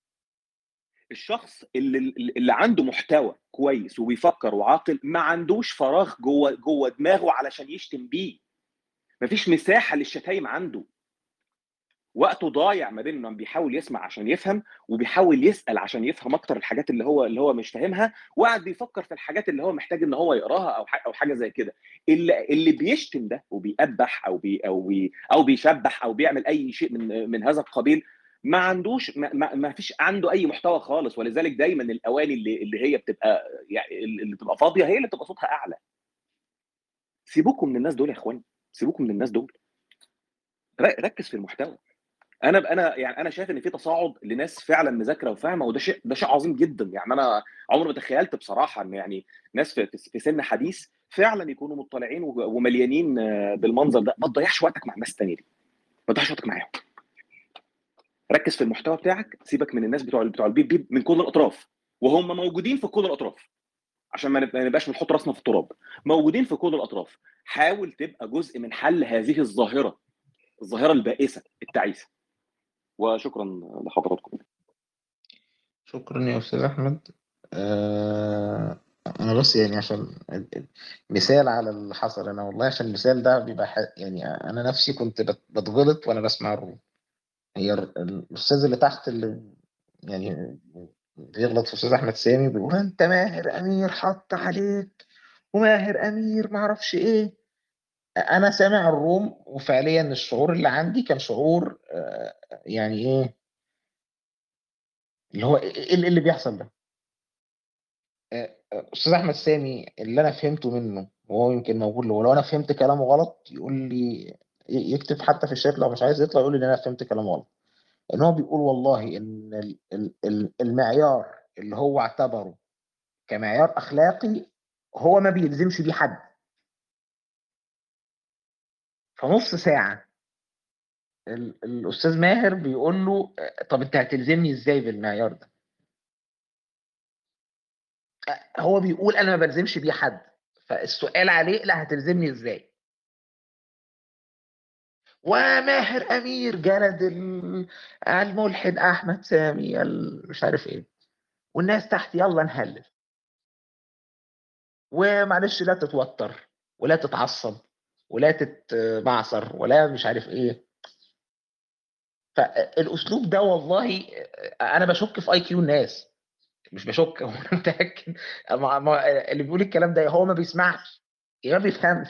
الشخص اللي اللي عنده محتوى كويس وبيفكر وعاقل ما عندوش فراغ جوه جوه دماغه علشان يشتم بيه، مفيش مساحه للشتايم عنده. وقته ضايع ما بين انه بيحاول يسمع عشان يفهم وبيحاول يسال عشان يفهم اكتر الحاجات اللي هو اللي هو مش فاهمها، وقاعد بيفكر في الحاجات اللي هو محتاج ان هو يقراها او حاجه او حاجه زي كده. اللي اللي بيشتم ده وبيقبح او بي او بي او بيشبح او بيعمل اي شيء من من هذا القبيل، ما عندوش ما, ما, ما فيش عنده اي محتوى خالص. ولذلك دايما الاواني اللي اللي هي بتبقى يعني اللي بتبقى فاضيه هي اللي بتبقى صوتها اعلى. سيبوكم من الناس دول يا اخواني، سيبوكم من الناس دول، ركز في المحتوى. انا انا يعني انا شايف ان في تصاعد لناس فعلا مذاكره وفاهمه، وده شيء ده شيء عظيم جدا. يعني انا عمري ما تخيلت بصراحه ان يعني ناس في, في سن حديث فعلا يكونوا مطلعين ومليانين بالمنظر ده. ما تضيعش وقتك مع الناس الثانيه دي، ما تضيعش وقتك معاهم، ركز في المحتوى بتاعك، سيبك من الناس بتوع بتوع البيب بيب من كل الاطراف، وهم موجودين في كل الاطراف عشان ما نبقاش بنحط راسنا في التراب، موجودين في كل الاطراف. حاول تبقى جزء من حل هذه الظاهره، الظاهره البائسه التعيسه. وشكرا لحضراتكم. شكرا يا استاذ احمد. آه انا بس يعني عشان ال- ال- مثال على اللي حصل، انا والله عشان المثال ده بيبقى ح- يعني انا نفسي كنت بت- بتغلط وانا بسمع الروم. هي ال- الاستاذ اللي تحت اللي يعني بيغلط في استاذ احمد سامي، بيقول انت ماهر امير حط عليك، وماهر امير معرفش ايه. انا سامع الروم وفعليا الشعور اللي عندي كان شعور آه، يعني ايه اللي هو ايه إيه اللي بيحصل ده. آه، آه، استاذ احمد سامي اللي انا فهمته منه، وهو يمكن موجود له، ولو انا فهمت كلامه غلط يقول لي، ي- يكتب حتى في الشات، لو مش عايز يطلع يقول لي ان انا فهمت كلامه غلط. ان هو بيقول والله ان ال- ال- ال- المعيار اللي هو اعتبره كمعيار اخلاقي هو ما بيلزمش بيه حد. فنص ساعه ال- الاستاذ ماهر بيقول له آه، طب انت هتلزمني ازاي بالمعيار ده؟ آه، هو بيقول انا ما بلزمش بيه حد، فالسؤال عليه لا هتلزمني ازاي؟ وماهر امير جلد ال- الملحد احمد سامي ال- مش عارف ايه، والناس تحت يلا نهلل، ومعلش لا تتوتر ولا تتعصب ولا تتبعصر ولا مش عارف ايه. فالاسلوب ده والله انا بشك في اي كيو الناس، مش بشك، هو انا متاكد. ما- ما- اللي بيقول الكلام ده هو ما بيسمعش يا ما بيفهمش.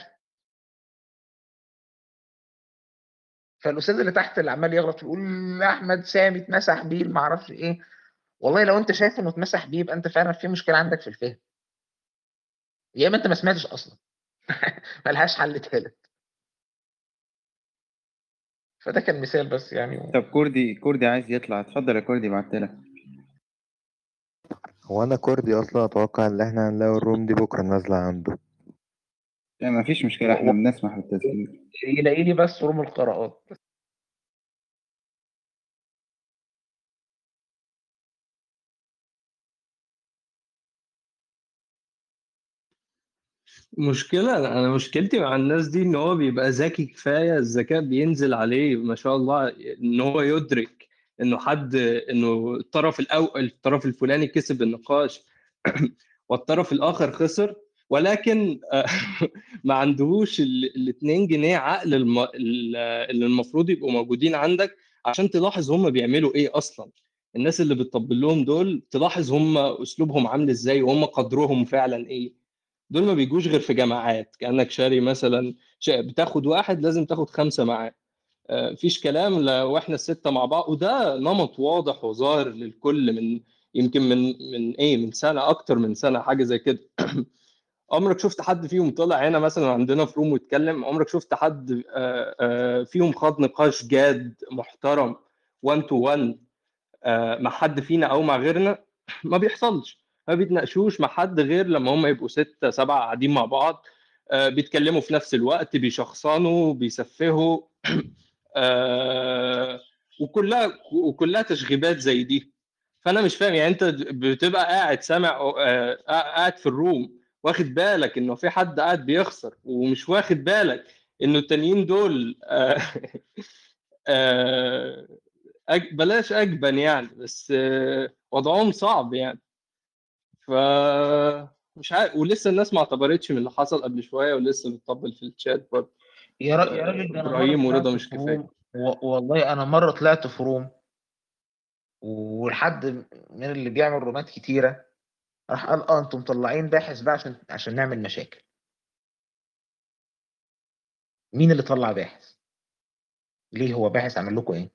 فالاستاذ اللي تحت اللي عمال يغلط يقول احمد سامي اتمسح بيه ما اعرفش ايه، والله لو انت شايف انه اتمسح بيه يبقى انت فعلا في مشكله عندك في الفهم، يا اما انت ما سمعتش اصلا. ملهاش حل تالت. فده كان مثال بس يعني. طب كردي كردي عايز يطلع، اتفضل يا كردي، بعتلك. هو انا كردي اصلا اتوقع ان احنا هنلاقي الروم دي بكره نازله عنده. يعني مفيش مشكلة، احنا بنسمح بالتسجيل. يلاقي لي بس روم القراءات. مشكلة أنا مشكلتي مع الناس دي إن هو بيبقى ذكي كفاية، الذكاء بينزل عليه ما شاء الله، إن هو يدرك إنه حد إنه الطرف الأول الطرف الفلاني كسب النقاش والطرف الآخر خسر، ولكن آه، ما عندهوش ال اتنين جنيه عقل الم... ال- اللي المفروض يبقوا موجودين عندك عشان تلاحظ هم بيعملوا إيه أصلا. الناس اللي بتطبل لهم دول تلاحظ هم أسلوبهم عامل إزاي وهم قدرهم فعلا إيه. دول ما بيجوش غير في جماعات، كأنك شاري مثلا شا- بتاخد واحد لازم تاخد خمسة معاه. آه، مفيش كلام لو احنا الستة مع بعض، وده نمط واضح وظاهر للكل من يمكن من من ايه من سنة، اكتر من سنة، حاجة زي كده. عمرك شفت حد فيهم طلع هنا مثلا عندنا في روم واتكلم؟ عمرك شفت حد آه، آه، فيهم خاض نقاش جاد محترم وان تو وان مع حد فينا او مع غيرنا؟ ما بيحصلش. ما بيتناقشوش مع حد غير لما هم يبقوا ستة سبعة قاعدين مع بعض، آه، بيتكلموا في نفس الوقت، بيشخصنوا، بيسفهوا، آه، وكلها وكلها تشغيبات زي دي. فانا مش فاهم، يعني انت بتبقى قاعد سامع، آه، قاعد في الروم واخد بالك انه في حد قاعد بيخسر، ومش واخد بالك انه التانيين دول آه، آه، أج... بلاش أجبن يعني، بس آه، وضعهم صعب يعني. ف مش عارف، ولسه الناس ما اعتبرتش من اللي حصل قبل شويه، ولسه بتطبل في الشات برضه. يا را- يا آه، راجل، ده انا مره ابراهيم ورضا طلعت مش في كفايه. روم، و- والله انا مره طلعت في روم ولحد من اللي بيعمل رومات كتيره راح قال اه انتم مطلعين باحث بقى عشان عشان نعمل مشاكل. مين اللي طلع باحث؟ ليه هو باحث عمل لكم ايه؟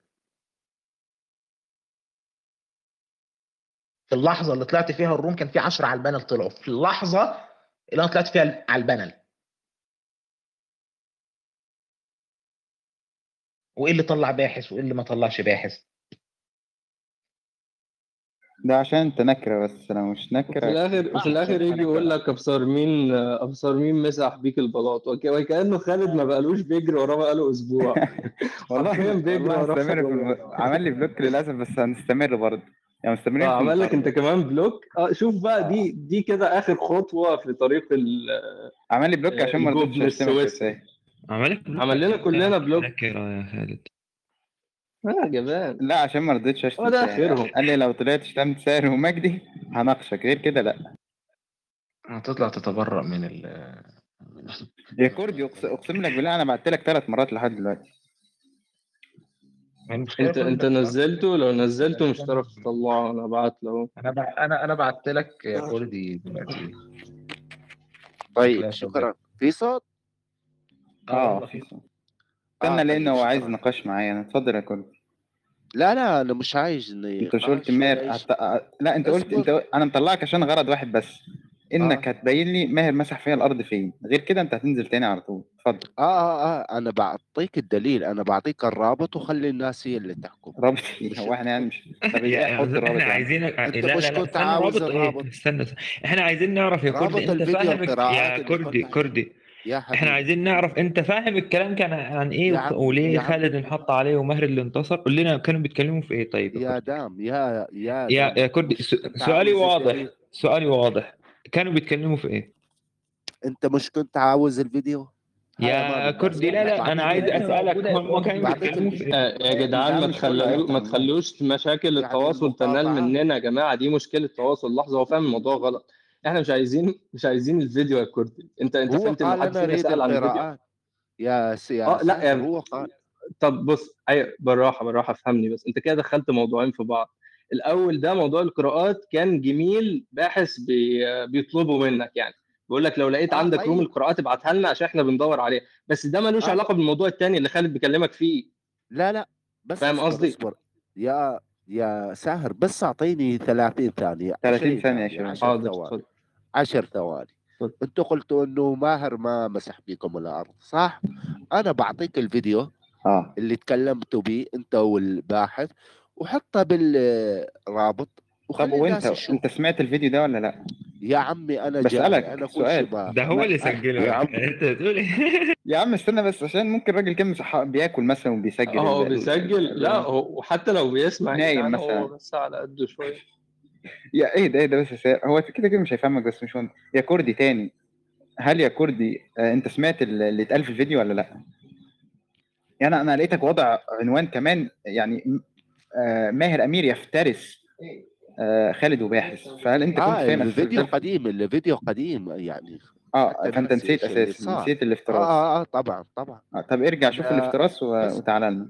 في اللحظه اللي طلعت فيها الروم كان في عشرة على البانل طلعوا، في اللحظه اللي انا طلعت فيها على البانل. وايه اللي طلع باحث وايه اللي ما طلعش باحث؟ ده عشان انت نكرة، بس لو مش وفي نكرة الاخر وفي مش الاخر يجي يقول لك ابصر مين ابصر مين مسح بيك البلاط، وك- وكانه خالد ما بقالوش بيجري وراه بقاله اسبوع. والله حرفيا بيجري والله وراه هستمر في الم... عمل لي بلوك للأسف، بس هنستمر برضه، يعني مستمرين اه في عمل لك انت المطاردة. كمان بلوك. اه شوف بقى، آه. دي دي كده اخر خطوه في طريق ال- عمل لي بلوك عشان ما رضيتش الجبن اشتمك يا السويسري. ساهر. عملك بلوك عمل لنا عشان كلنا أنا بلوك. نكرة يا خالد. اه جبان. لا عشان ما رضيتش هو اشتم ده ساهر، اخرهم. قال لي لو طلعت شتمت ساهر ومجدي هناقشك، غير كده لا. هتطلع تتبرأ من ال يا كردي أقس- اقسم لك بالله انا بعت لك ثلاث مرات لحد دلوقتي. المشكله انت كل انت ده نزلته، لو نزلته مش هتعرف تطلعه، انا بعت له. انا بع... انا انا بعت لك يا كردي دلوقتي. طيب شكلها شغال. شكرا. في صوت؟ اه اه والله في في. صوت. اه استنى لانه طيب هو عايز شكرا. نقاش معايا انا، اتفضل يا كردي. لا لا انا مش عايز انت مش قلت نقاش ولا ماهر اي هت... شيء. لا انت قلت، انت اصبر. انا مطلعك عشان غرض واحد بس، انك اه هتبين لي ماهر مسح فيها الارض فين، غير كده انت هتنزل تاني على طول. اتفضل. اه اه, آه. انا بعطيك الدليل، انا بعطيك الرابط وخلي الناس هي اللي تحكم. رابط مش هو احنا يعني مش طب يا ايه، يا حط أستاذ، الرابط احنا يا عم. عايزينك، انت لا مش لا لا كنت استنى، عاوز رابط ايه؟ الرابط؟ استنى استنى. احنا عايزين نعرف يا كردي، رابط انت الفيديو فاهم الك- يا القراءات اللي كردي كنت عايز. كردي يا احنا حبيبي عايزين نعرف انت فاهم الكلام كان عن ايه، يا وخ- عم وليه يا عم خالد انحط عليه ومهر اللي انتصر؟ قول لنا كانوا بيتكلموا في ايه طيب يا يا كردي. دام يا يا يا دام يا انت كردي، مش س- كنت سؤالي عاوز واضح، الدليل؟ سؤالي واضح، كانوا بيتكلموا في ايه؟ انت مش كنت عاوز الفيديو؟ هيا ما يا بدي كردي لا اسالك، لا انا بعطيك عايز الفيديو. اسالك هم كانوا بعطيك بيتكلموا في الفيديو. ايه؟ آه، يا يا جدعان ما عم مش كله تخللو هيفتح ما المايك. تخلوش مشاكل يعني التواصل تنال المقاطعة. مننا يا جماعه، دي مشكله تواصل. لحظه، هو فاهم الموضوع غلط. احنا مش عايزين مش عايزين الفيديو يا كردي. انت انت هو فهمت ان قال حد انا فينا اريد سال عن الفيديو؟ القراءات يا س- يا اه لا ساهر، يعني. هو قال. طب بص، ايوه بالراحه بالراحه، فهمني بس. انت كده دخلت موضوعين في بعض. الاول ده موضوع القراءات، كان جميل باحث بي... بيطلبوا منك يعني، بيقول لك لو لقيت اه عندك روم طيب. القراءات ابعتها لنا عشان احنا بندور عليها. بس ده ملوش اه علاقه بالموضوع الثاني اللي خالد بيكلمك فيه. لا لا بس فاهم اصبر قصدي؟ اصبر. يا يا ساهر بس اعطيني ثلاثين ثانية ثلاثين عشرين ثانية يا ثانية شباب. عشر حاضر ثواني اتفضل. عشر ثواني. اتفضل. انتوا قلتوا انه ماهر ما مسح بكم الارض، صح؟ انا بعطيك الفيديو اه اللي تكلمتوا بيه انت والباحث، وحطها بالرابط طب وخلي وانت الناس تشوف. انت سمعت الفيديو ده ولا لا؟ يا عمي انا جاهل، انا بسألك كل سؤال. شيء ما ده هو ما... اللي آه، سجله يا يا عم انت بتقول ايه؟ يا عم استنى بس، عشان ممكن الراجل كان مصح- بياكل مثلا وبيسجل هو ال... ال... بيسجل، لا الروم، هو وحتى لو بيسمع يا نايم جدعان هو مثلا. بس على قده شويه. يا ايه ده ايه ده بس يا سار، هو كده كده مش هيفهمك بس مش مهم. يا كردي تاني، هل يا كردي آه، انت سمعت ال- اللي اتقال في الفيديو ولا لا؟ يعني انا لقيتك وضع عنوان كمان، يعني م- آه، ماهر امير يفترس آه، خالد وباحث، فهل انت كنت اه فاهم الفيديو اساسا؟ قديم، الفيديو قديم يعني، اه حتى فانت ناسي نسيت ايش اللي اساسا، صار. نسيت اه الافتراس. اه, آه طبعا طبعا. آه، طب ارجع شوف ده الافتراس و... بس وتعالى لنا.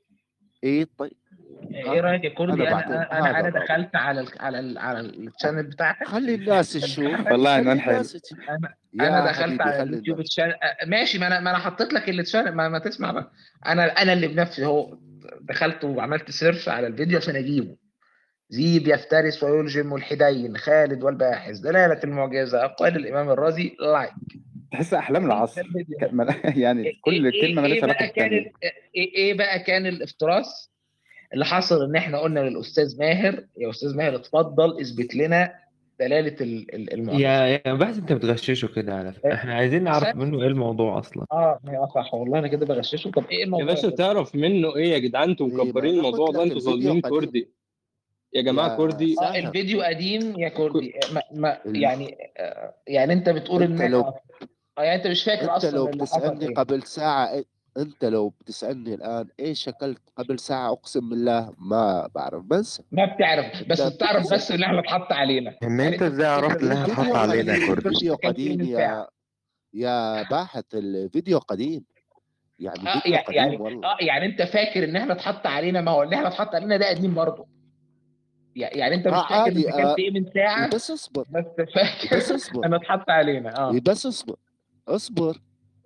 ايه طيب. ايه ها رايك يا انا كردي؟ انا بعدين انا هذا انا الرابط، دخلت على ال على ال على الشانل بتاعتك، خلي الناس الشانل تشوف، بتاعتك. والله خلي عنوان حلو. الناس تشوف. انا انا يا دخلت حبيبي على خلي اليوتيوب الناس. تشانل. ماشي، ما انا ما انا حطيت لك اللي تشانل، ما, ما تسمع بقى. انا انا اللي بنفسي هو دخلت وعملت سيرش على الفيديو عشان اجيبه. ذيب يفترس ويلجم الحدين خالد والباحث دلالة المعجزة أقوال الإمام الرازي لايك. تحس احلام ده العصر الفيديو ك... اهو. مل- يعني ايه كل ايه كلمه ايه مالهاش علاقه بقى كان بالثانيه. ال- ايه ايه بقى كان الافتراس اللي حصل؟ ان احنا قلنا للاستاذ ماهر، يا استاذ ماهر اتفضل اثبت لنا دلاله ال- ال- المعجزه. يا يا بحث انت بتغششه كده، على فكرة احنا عايزين نعرف عشان منه ايه الموضوع اصلا. اه ما صح والله، انا كده بغششه. طب ايه يا الموضوع يا باشا كردي؟ تعرف منه ايه يا جدعان؟ انتوا ايه ما مكبرين انا الموضوع قلت ده، لك انتوا الفيديو ظالمين قديم كردي يا جماعه. يا كردي اه ساهر. الفيديو قديم يا ك- كردي. ما, ما ال... يعني آه يعني انت بتقول انت ان لو اه آه، يعني انت مش فاكر انت لو اصلا اللي حصل بتسألني ايه؟ قبل ساعة إيه- انت لو بتسألني الآن ايش اكلت قبل ساعة، اقسم بالله ما بعرف، بس ما بتعرف، انت بس بتعرف بتتصل. بس ان احنا اتحط علينا. ما يعني انت انت ازاي بتفتكر عرفت اللي اللي احنا حصل اتحط الفيديو بس ما علينا يا قديم، كردي؟ تفتكرش الفيديو ده كان ايه قديم من ساعه. يا يا باحث، الفيديو قديم، يعني اه فيديو يع- يعني قديم والله. اه يعني انت فاكر ان احنا اتحط علينا؟ ما هو اللي احنا اتحط علينا ده قديم برضه. يع- يعني انت اه مش فاكر انت عادي اكلت آه ايه من ساعه، بس اصبر، بس فاكر بس اصبر، ان اتحط علينا. اه بس اصبر، اصبر.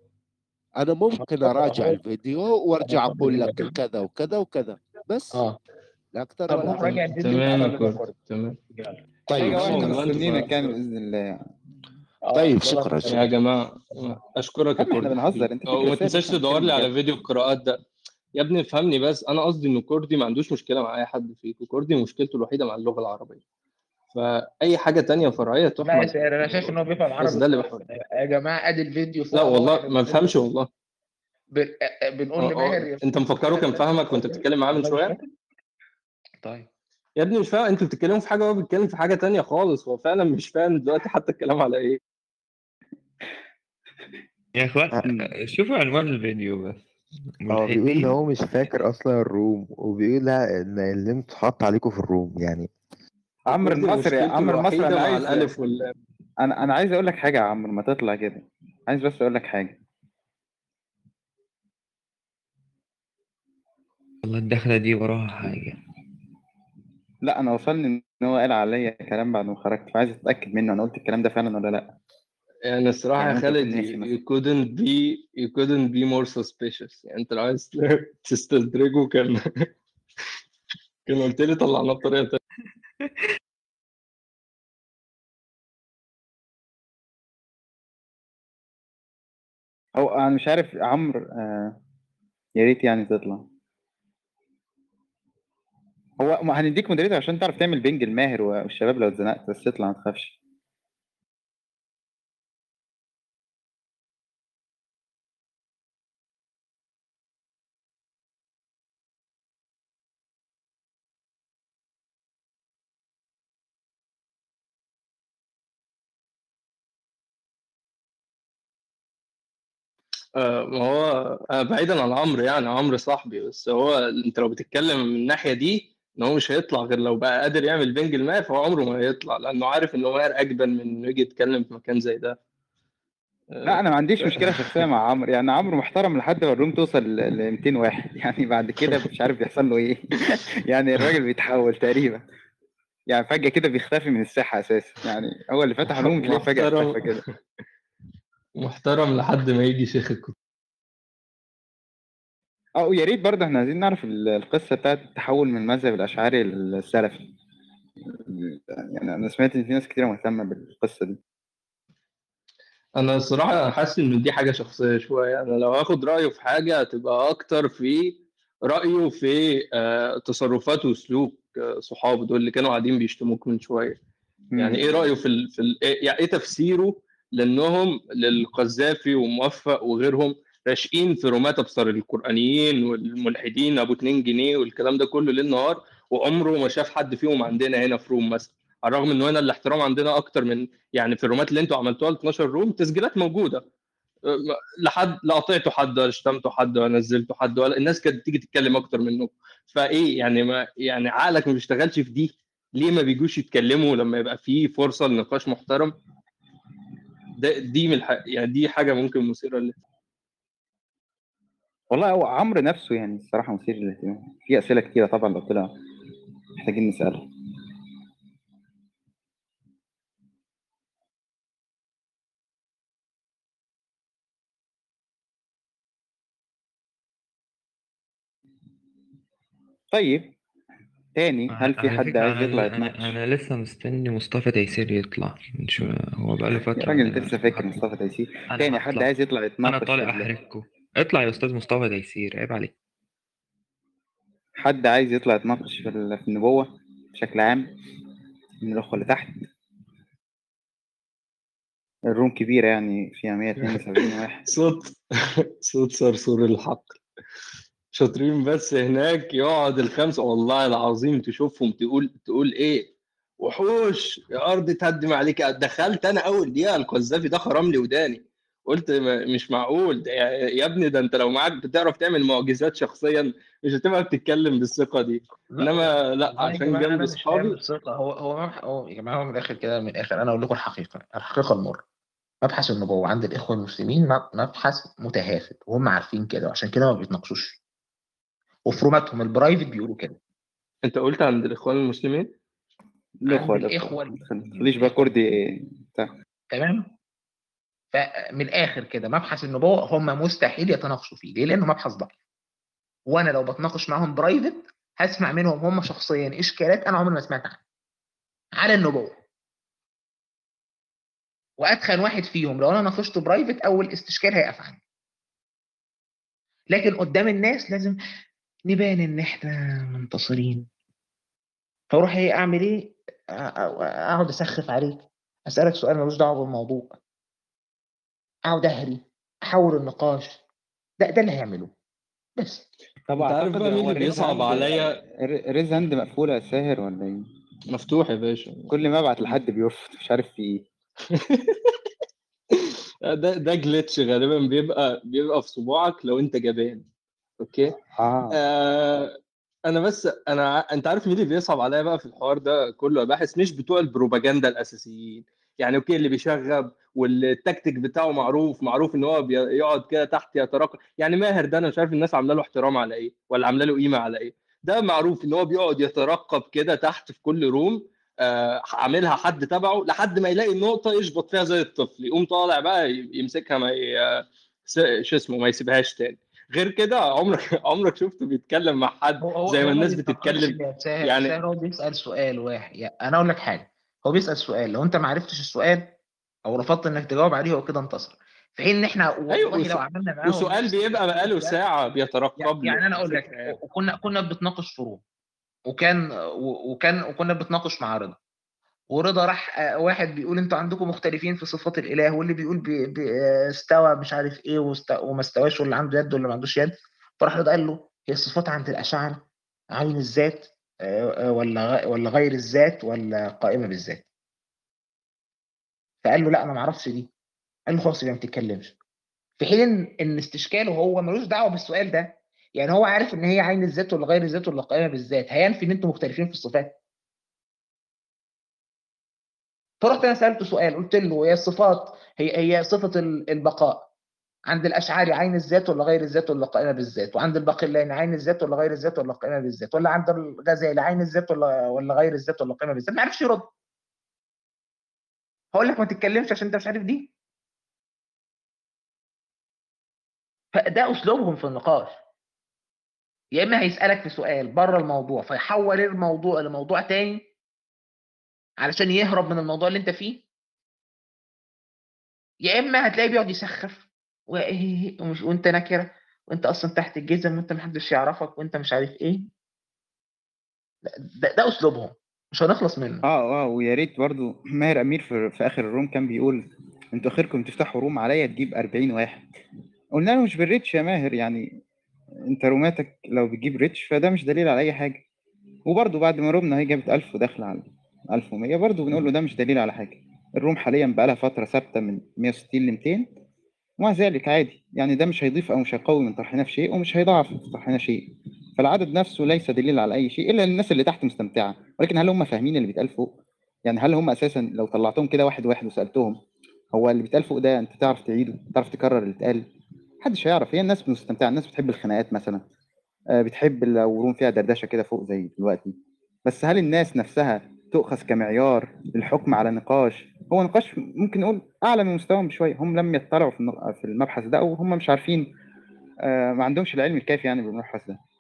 انا ممكن اتفضل اراجع اهو. الفيديو طب وارجع اتفضل اقول ايه لك كده؟ كذا وكذا وكذا، بس اه لا اكثر طب ولا روح اقل. راجع الفيديو تمام يا وتعالى لنا كردي، كورة. تمام. يلا. طيب حاجه لا واحده شكرا. والله انتوا مستنينا ف... كان باذن الله يعني. اه طيب خلاص شكرا يا تمام. شكرا. جماعه اشكرك يا يا عم احنا كردي بنهزر، حبيبي، انت في وما رسائل تنساش احنا تدور بنتكلم لي على بجد. فيديو القراءات ده. يا ابني افهمني بس، انا قصدي ان كردي ما عندوش مشكله مع اي حد فيكم، كردي مشكلته الوحيده مع اللغه العربيه، فاي حاجه تانية فرعيه لا يا تحمد سير، في انا شايف الموضوع ان هو ده، بيفهم بس عربي ده اللي كويس. بحمد. يا جماعه ادي الفيديو لا فوق اهو. والله احنا ما بنقول بفهمش والله. ب... بنقول اه لماهر اه انت يفترس مفكره كان وخالد باشا فاهمك وانت ويلجم. بتتكلم معاه من والله مش شويه؟ فاكر. طيب يا ابني مش فاهم، انتوا بتتكلموا في حاجه وهو بيتكلم في حاجه تانية خالص، هو فعلا مش فاهم دلوقتي حتى الكلام على ايه. يا اخوان اه شوفوا عنوان الفيديو بس، هو بيقول ان ملحدين. هو مش فاكر اصلا الروم، وبيقول لا ان اللي انتوا اتحط عليكم في الروم يعني. عمرو كردي الناصري، مشكلته عمرو الناصري الوحيده انا مع عايز، الالف واللام. انا انا عايز اقول لك حاجه يا عمرو، ما تطلع كده. عايز بس اقول لك حاجه. والله الدخلة دي وراها حاجة. لا انا وصلني ان هو قال عليا كلام بعد ما خرجت، فعايز اتاكد منه انا قلت الكلام ده فعلا ولا لا. يعني الصراحه يعني يا ممكن اكون خالد ناسي you, مثلا. you couldn't be you couldn't be more suspicious. يعني انت لو عايز تستدرجه كان كان قلت لي طلعناه بطريقه تانية. او انا مش عارف عمرو آه، يا ريت يعني تطلع. هو ما هنديك مودريتور عشان تعرف تعمل بينج الماهر والشباب لو اتزنقت، بس اطلع ما تخافش. آه، ما هو آه، بعيدا عن عمرو، يعني عمرو صاحبي، بس هو انت لو بتتكلم من الناحيه دي ان هو مش هيطلع غير لو بقى قادر يعمل بينج الماء، فهو عمره ما هيطلع لانه عارف ان ماهر اجبن من انه يجي يتكلم في مكان زي ده. لا آه، انا ما عنديش مشكله شخصيه مع عمرو، يعني عمرو محترم لحد ما الروم توصل ل مئتين واحد يعني بعد كده مش عارف بيحصل له ايه يعني الراجل بيتحول تقريبا، يعني فجاه كده بيختفي من الساحه اساسا، يعني هو اللي فتح الروم تلاقيه فجاه محترم اختفى كده. محترم لحد ما يجي شيخ الكتب. اه ويا ريت برضه احنا عايزين نعرف ال- القصه بتاعت التحول من المذهب الاشعري للسلفي. يعني انا سمعت ان في ناس كتير مهتمه بالقصه دي. انا الصراحه حاسس ان دي حاجه شخصيه شويه. انا لو هاخد رايه في حاجه هتبقى اكتر في رايه في آه، تصرفات وسلوك آه، صحابه دول اللي كانوا قاعدين بيشتموك من شويه. يعني ايه امم رايه في ال... في ال... إيه- يعني ايه تفسيره لانهم للقذافي وموفق وغيرهم راشقين في رومات ابصر القرانيين والملحدين ابو اتنين جنيه والكلام ده كله ليل نهار، وعمره ما شاف حد فيهم عندنا هنا في روم مثلا. على الرغم ان هنا الاحترام عندنا اكتر من، يعني في الرومات اللي انتوا عملتوها ال اتناشر روم تسجيلات موجوده. أه، لحد لا قطعتوا حد ولا شتمتوا حد ولا نزلتوا حد ولا الناس كانت تيجي تتكلم اكتر منكم. فايه يعني ما يعني عقلك ما بيشتغلش في دي؟ ليه ما بيجوش يتكلموا لما يبقى في فرصه لنقاش محترم؟ ده دي من الح... يعني دي حاجه ممكن مثيره لل... والله هو عمرو نفسه يعني الصراحة مثير للاهتمام، في أسئلة كتيرة طبعا لو طلع محتاجين نسألها. طيب تاني، هل في على حد فكرة عايز أنا يطلع أنا يتناقش؟ أنا لسه مستني مصطفى تيسير يطلع من شو، هو بقاله يا فترة راجل أنا انت لسه فاكر مصطفى تيسير؟ أنا تاني حد هطلع، عايز يطلع أنا يتناقش في طالع ال... أحرجكم. اطلع يا أستاذ مصطفى تيسير، عيب عليك. حد عايز يطلع يتناقش في, ال... في النبوة بشكل عام من الأخوة اللي تحت؟ الروم كبيرة يعني فيها مية اتنين وسبعين واحد. صوت صوت صرصور الحق شاطرين، بس هناك يقعد الخمسه والله العظيم تشوفهم تقول تقول ايه وحوش يا ارض تهدم عليك. دخلت انا اول دقيقه القذافي ده خرم لي وداني، قلت ما- مش معقول ده يا يا ابني، ده انت لو معاك بتعرف تعمل معجزات شخصيا مش هتبقى بتتكلم بالثقه دي. لا انما لا والله يا عشان جماعه جنب انا مش فاهم اصحابي. الثقه. هو هو مبح... هو يا جماعه هو من الاخر كده، من الاخر انا اقول لكم الحقيقه، الحقيقه المره. مبحث النبوه عند الاخوه المسلمين مب- مبحث متهافت، وهم عارفين كده وعشان كده ما بيتناقشوش، وفي روماتهم البرايفت بيقولوا كده. انت قلت عند الاخوان المسلمين؟ عند الأخوة الاخوه الأخوة المسلمين، خليش بقى الاخوه كردي المسلمين بتاع. تمام. فمن الاخر كده مبحث النبوه هم مستحيل يتناقشوا فيه. ليه؟ لانه مبحث ضعيف، وانا لو بتناقش معاهم برايفت هسمع منهم هم شخصيا اشكالات انا عمري ما سمعت عنها على النبوه. واتخن واحد فيهم لو انا ناقشته برايفت اول استشكال هيقف عني، لكن قدام الناس لازم نبان ان احنا منتصرين. فاروح ايه اعمل ايه؟ أ- أ- اقعد اسخف عليك، اسالك سؤال ملوش دعوه بالموضوع، اقعد اهري، احول النقاش. ده ده اللي هيعمله بس. طب انت عارف أعتقد بقى مين هو اللي الريز بيصعب هاند، عليا؟ الريز هاند مقفولة يا ساهر ولا إيه؟ مفتوح يا باشا. كل ما أبعت لحد بيرفض، مش عارف في إيه. ده ده جلitch غالبا بيبقى بيبقى في صباعك لو انت جبان. اوكي. آه آه انا بس انا ع- انت عارف مين اللي بيصعب عليا بقى في الحوار ده كله؟ بحس مش بتوع البروباجندا الاساسيين. يعني اوكي اللي بيشغب والتكتيك بتاعه معروف معروف ان هو بيقعد كده تحت يتراقب. يعني ماهر ده انا مش عارف الناس عامله له احترام على ايه ولا عامله له قيمه على ايه. ده معروف ان هو بيقعد يترقب كده تحت في كل روم، آه، عاملها حد تبعه لحد ما يلاقي النقطه يشبط فيها زي الطفل، يقوم طالع بقى ي- يمسكها ما ي... آه، س- شو اسمه ما يسيبهاش تاني. غير كده عمرك عمرك شفته بيتكلم مع حد هو هو زي ما هو ما الناس بيفكرش بتتكلم؟ يا ساهر. يعني ساهر هو بيسال سؤال واحد، يعني انا اقول لك حاجه، هو بيسال سؤال لو انت ما عرفتش السؤال او رفضت انك تجاوب عليه هو كده انتصر. في حين ان احنا ايوه والله وس... لو عملنا معاهم وسؤال نفس بيبقى التفكير بقاله ده. ساعه يع- بيترقب له يعني انا على اقول فكره لك، يعني. وكنا كنا بنتناقش في روم، وكان و- وكان وكنا بنتناقش مع رضا، ورضا راح آه، واحد بيقول انتوا عندكم مختلفين في صفات الاله، واللي بيقول بي بي آه، استوى مش عارف ايه واست- وما استواش، واللي عنده يد واللي ما عندوش يد. فراح رضا قال له هي الصفات عند الاشاعره عين الذات، آه، آه، ولا غ- ولا غير الذات ولا قائمه بالذات؟ فقال له لا انا ما اعرفش دي. قال له خلاص يبقى ما تتكلمش. في حين ان إن استشكاله هو ملوش دعوه بالسؤال ده. يعني هو عارف ان هي عين الذات ولا غير الذات ولا قائمه بالذات، هينفي ان انتوا مختلفين في الصفات. فرحت انا سالته سؤال قلت له هي الصفات، هي هي صفه ال- البقاء عند الاشعري عين الذات ولا غير الذات ولا قائمه بالذات، وعند الباقلاني عين الذات ولا غير الذات ولا قائمه بالذات، ولا عند الغزالي عين الذات ولا ولا غير الذات ولا قائمه بالذات؟ ما عرفش يرد. هقول لك ما تتكلمش عشان انت مش عارف دي. فده اسلوبهم في النقاش. يا اما هيسالك في سؤال بره الموضوع فيحول الموضوع لموضوع تاني علشان يهرب من الموضوع اللي انت فيه، يا اما هتلاقيه بيقعد يسخف وايه ومش وانت نكره وانت اصلا تحت الجزم وانت محدش يعرفك وانت مش عارف ايه. ده, ده اسلوبهم مش هنخلص منه. اه اه ويا ريت برضو ماهر امير في, في اخر الروم كان بيقول انتوا اخركم تفتحوا روم عليا تجيب أربعين واحد. قلنا له مش بالريتش يا ماهر، يعني انت روماتك لو بتجيب ريتش فده مش دليل على اي حاجه. وبرضو بعد ما رومنا هي جابت ألف وداخله على ألف ومية برضو بنقول له ده مش دليل على حاجه. الروم حاليا بقى لها فتره ثابته من مية وستين ل ميتين، ومع ذلك عادي، يعني ده مش هيضيف او مش هيقوي من طرحنا في شيء ومش هيضاعف من طرحنا شيء. فالعدد نفسه ليس دليل على اي شيء الا الناس اللي تحت مستمتعه. ولكن هل هم فاهمين اللي بيتقال فوق؟ يعني هل هم اساسا لو طلعتهم كده واحد واحد وسالتهم هو اللي بيتقال فوق ده انت تعرف تعيده، تعرف تكرر اللي اتقال؟ محدش هيعرف. هي الناس مستمتعه، الناس بتحب الخناقات مثلا، آه، بتحب لو روم فيها دردشه كده فوق زي دلوقتي. بس هل الناس نفسها تؤخذ كمعيار للحكم على نقاش؟ هو نقاش ممكن نقول اعلى من مستواهم بشويه، هم لم يطلعوا في النق- في المبحث ده او هم مش عارفين، آه، ما عندهمش العلم الكافي يعني بالمبحث ده.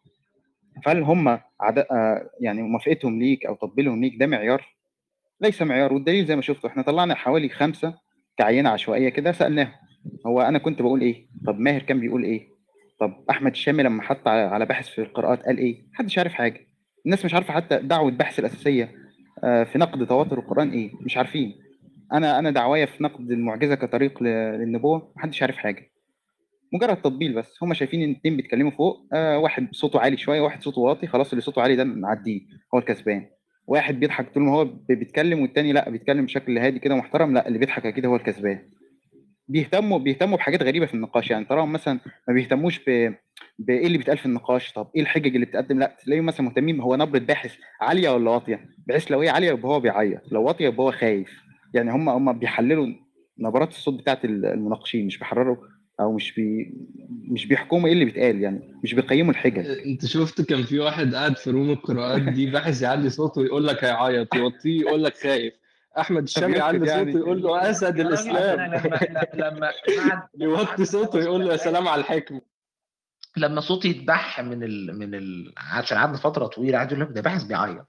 فهل هم عد... آه، يعني موافقتهم ليك او تقبيلهم ليك ده معيار؟ ليس معيار. والدليل زي ما شفتوا احنا طلعنا حوالي خمسه كعينه عشوائيه كده سالناهم هو انا كنت بقول ايه، طب ماهر كان بيقول ايه، طب احمد الشامي لما حط على على باحث في القراءات قال ايه. محدش عارف حاجه. الناس مش عارفه حتى دعوه بحث الاساسيه آه، في نقد تواتر القران ايه، مش عارفين. انا انا دعوايا في نقد المعجزه كطريق ل- للنبوه، محدش عارف حاجه. مجرد تطبيل بس. هم شايفين ان اتنين بيتكلموا فوق، آه واحد صوته عالي شويه وواحد صوته واطي، خلاص اللي صوته عالي ده نعديه هو الكسبان. واحد بيضحك طول ما هو ب- بيتكلم والتاني لا بيتكلم بشكل هادي كده محترم، لا اللي بيضحك اكيد هو الكسبان. بيهتموا بيهتموا بحاجات غريبه في النقاش، يعني تراهم مثلا ما بيهتموش ب بايه اللي بيتقال في النقاش، طب ايه الحجج اللي بتقدم، لا تلاقيهم مثلا مهتمين هو نبره باحث عاليه ولا واطيه، بحيث لو هي عاليه يبقى هو بيعيط، لو واطيه يبقى هو خايف. يعني هم هم بيحللوا نبرات الصوت بتاعت المناقشين، مش بيحرروا او مش بي مش بيحكموا ايه اللي بيتقال، يعني مش بيقيموا الحجج. انت شفت كان في واحد قاعد في روم القراءات دي باحث يعلي صوته ويقول لك هيعيط، يوطيه يقول لك خايف. احمد الشامي يسكت يعلي يعني. صوته يقول له اسد يا راجل الاسلام. انا لما لما بعد يوطي صوته يقول له يا سلام على الحكمه. لما صوتي يتبح من ال من ال عشان قعدنا فتره طويله قاعد يقول لك ده باحث بيعيط.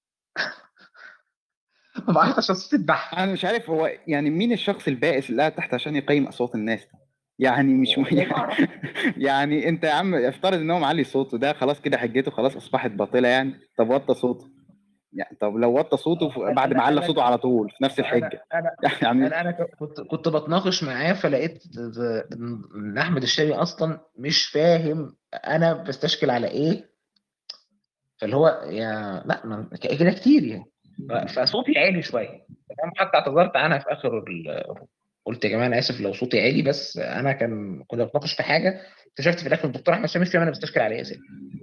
بعيط عشان صوتي اتبح. انا مش عارف هو يعني مين الشخص البائس اللي قاعد تحت عشان يقيم اصوات الناس ده؟ يعني مش م... يعني انت يا عم افترض ان هو معلي صوته ده خلاص كده حجته خلاص اصبحت باطله يعني. طب وطى صوته، يعني طب لو وطى صوته ف- بعد ما على انا صوته على طول في نفس انا الحجه انا يعني. انا انا كنت كنت بتناقش معاه فلقيت ان احمد الشامي اصلا مش فاهم انا بستشكل على ايه. فاللي هو يا لا ما- كده كتير يعني. فصوتي عالي شويه تمام، حتى اعتذرت عنها في اخر ال- قلت يا جماعه انا اسف لو صوتي عالي، بس انا كان كنا بنتناقش في حاجه اكتشفت في الاخر الدكتور احمد شامي مش فاهم انا بستشكل على ايه اساسا.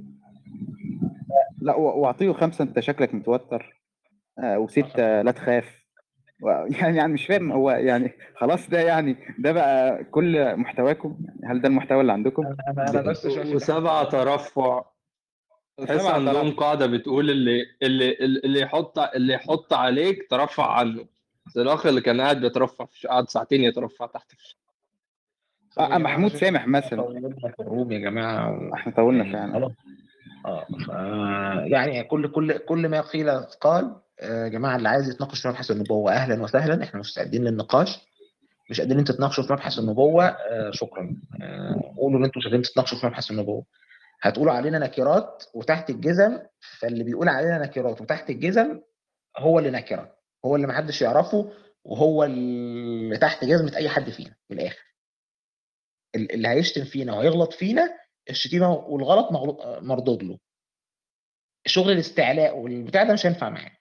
لا و- واعطيه خمسه انت شكلك متوتر، آه وسته لا تخاف. و- يعني يعني مش فاهم هو يعني خلاص ده يعني ده بقى كل محتواكم؟ يعني هل ده المحتوى اللي عندكم؟ انا انا بس شايف إن إحنا- وسبعه ترفع. تحس سبعة عندهم ترفع. قاعده بتقول اللي اللي اللي يحط اللي يحط عليك ترفع عنه. زي الاخ اللي كان قاعد بيترفع في قعد ساعتين يترفع تحت في الشارع. آه يا آه، جماعه انا محمود شايف إن سامح إحنا مثلا. طولنا في الروم يا جماعه و... احنا طولنا يعني فعلا. خلاص. اه ف... يعني كل كل كل ما قيل قال. آه، يا جماعه اللي عايز يتناقش في مبحث النبوه اهلا وسهلا، احنا مستعدين للنقاش. مش قادرين تتناقشوا في مبحث النبوه، آه شكرا. آه قولوا ان انتوا مش قادرين تتناقشوا في مبحث النبوه. هتقولوا علينا نكرات وتحت الجزم، فاللي بيقول علينا نكرات وتحت الجزم هو اللي نكره، هو اللي محدش يعرفه، وهو اللي تحت جزمه اي حد فينا من الاخر. اللي هيشتم فينا وهيغلط فينا الشتيمه والغلط مغلو- مردود له. شغل الاستعلاء والبتاع ده مش هينفع معاه.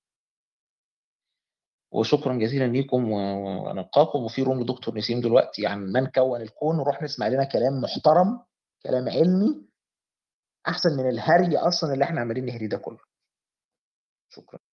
وشكرا جزيلا ليكم و- ونلقاكم. وفي روم لدكتور نسيم دلوقتي عن من كون الكون، نروح نسمع لنا كلام محترم، كلام علمي احسن من الهري اصلا اللي احنا عمالين نهري ده كله. شكرا.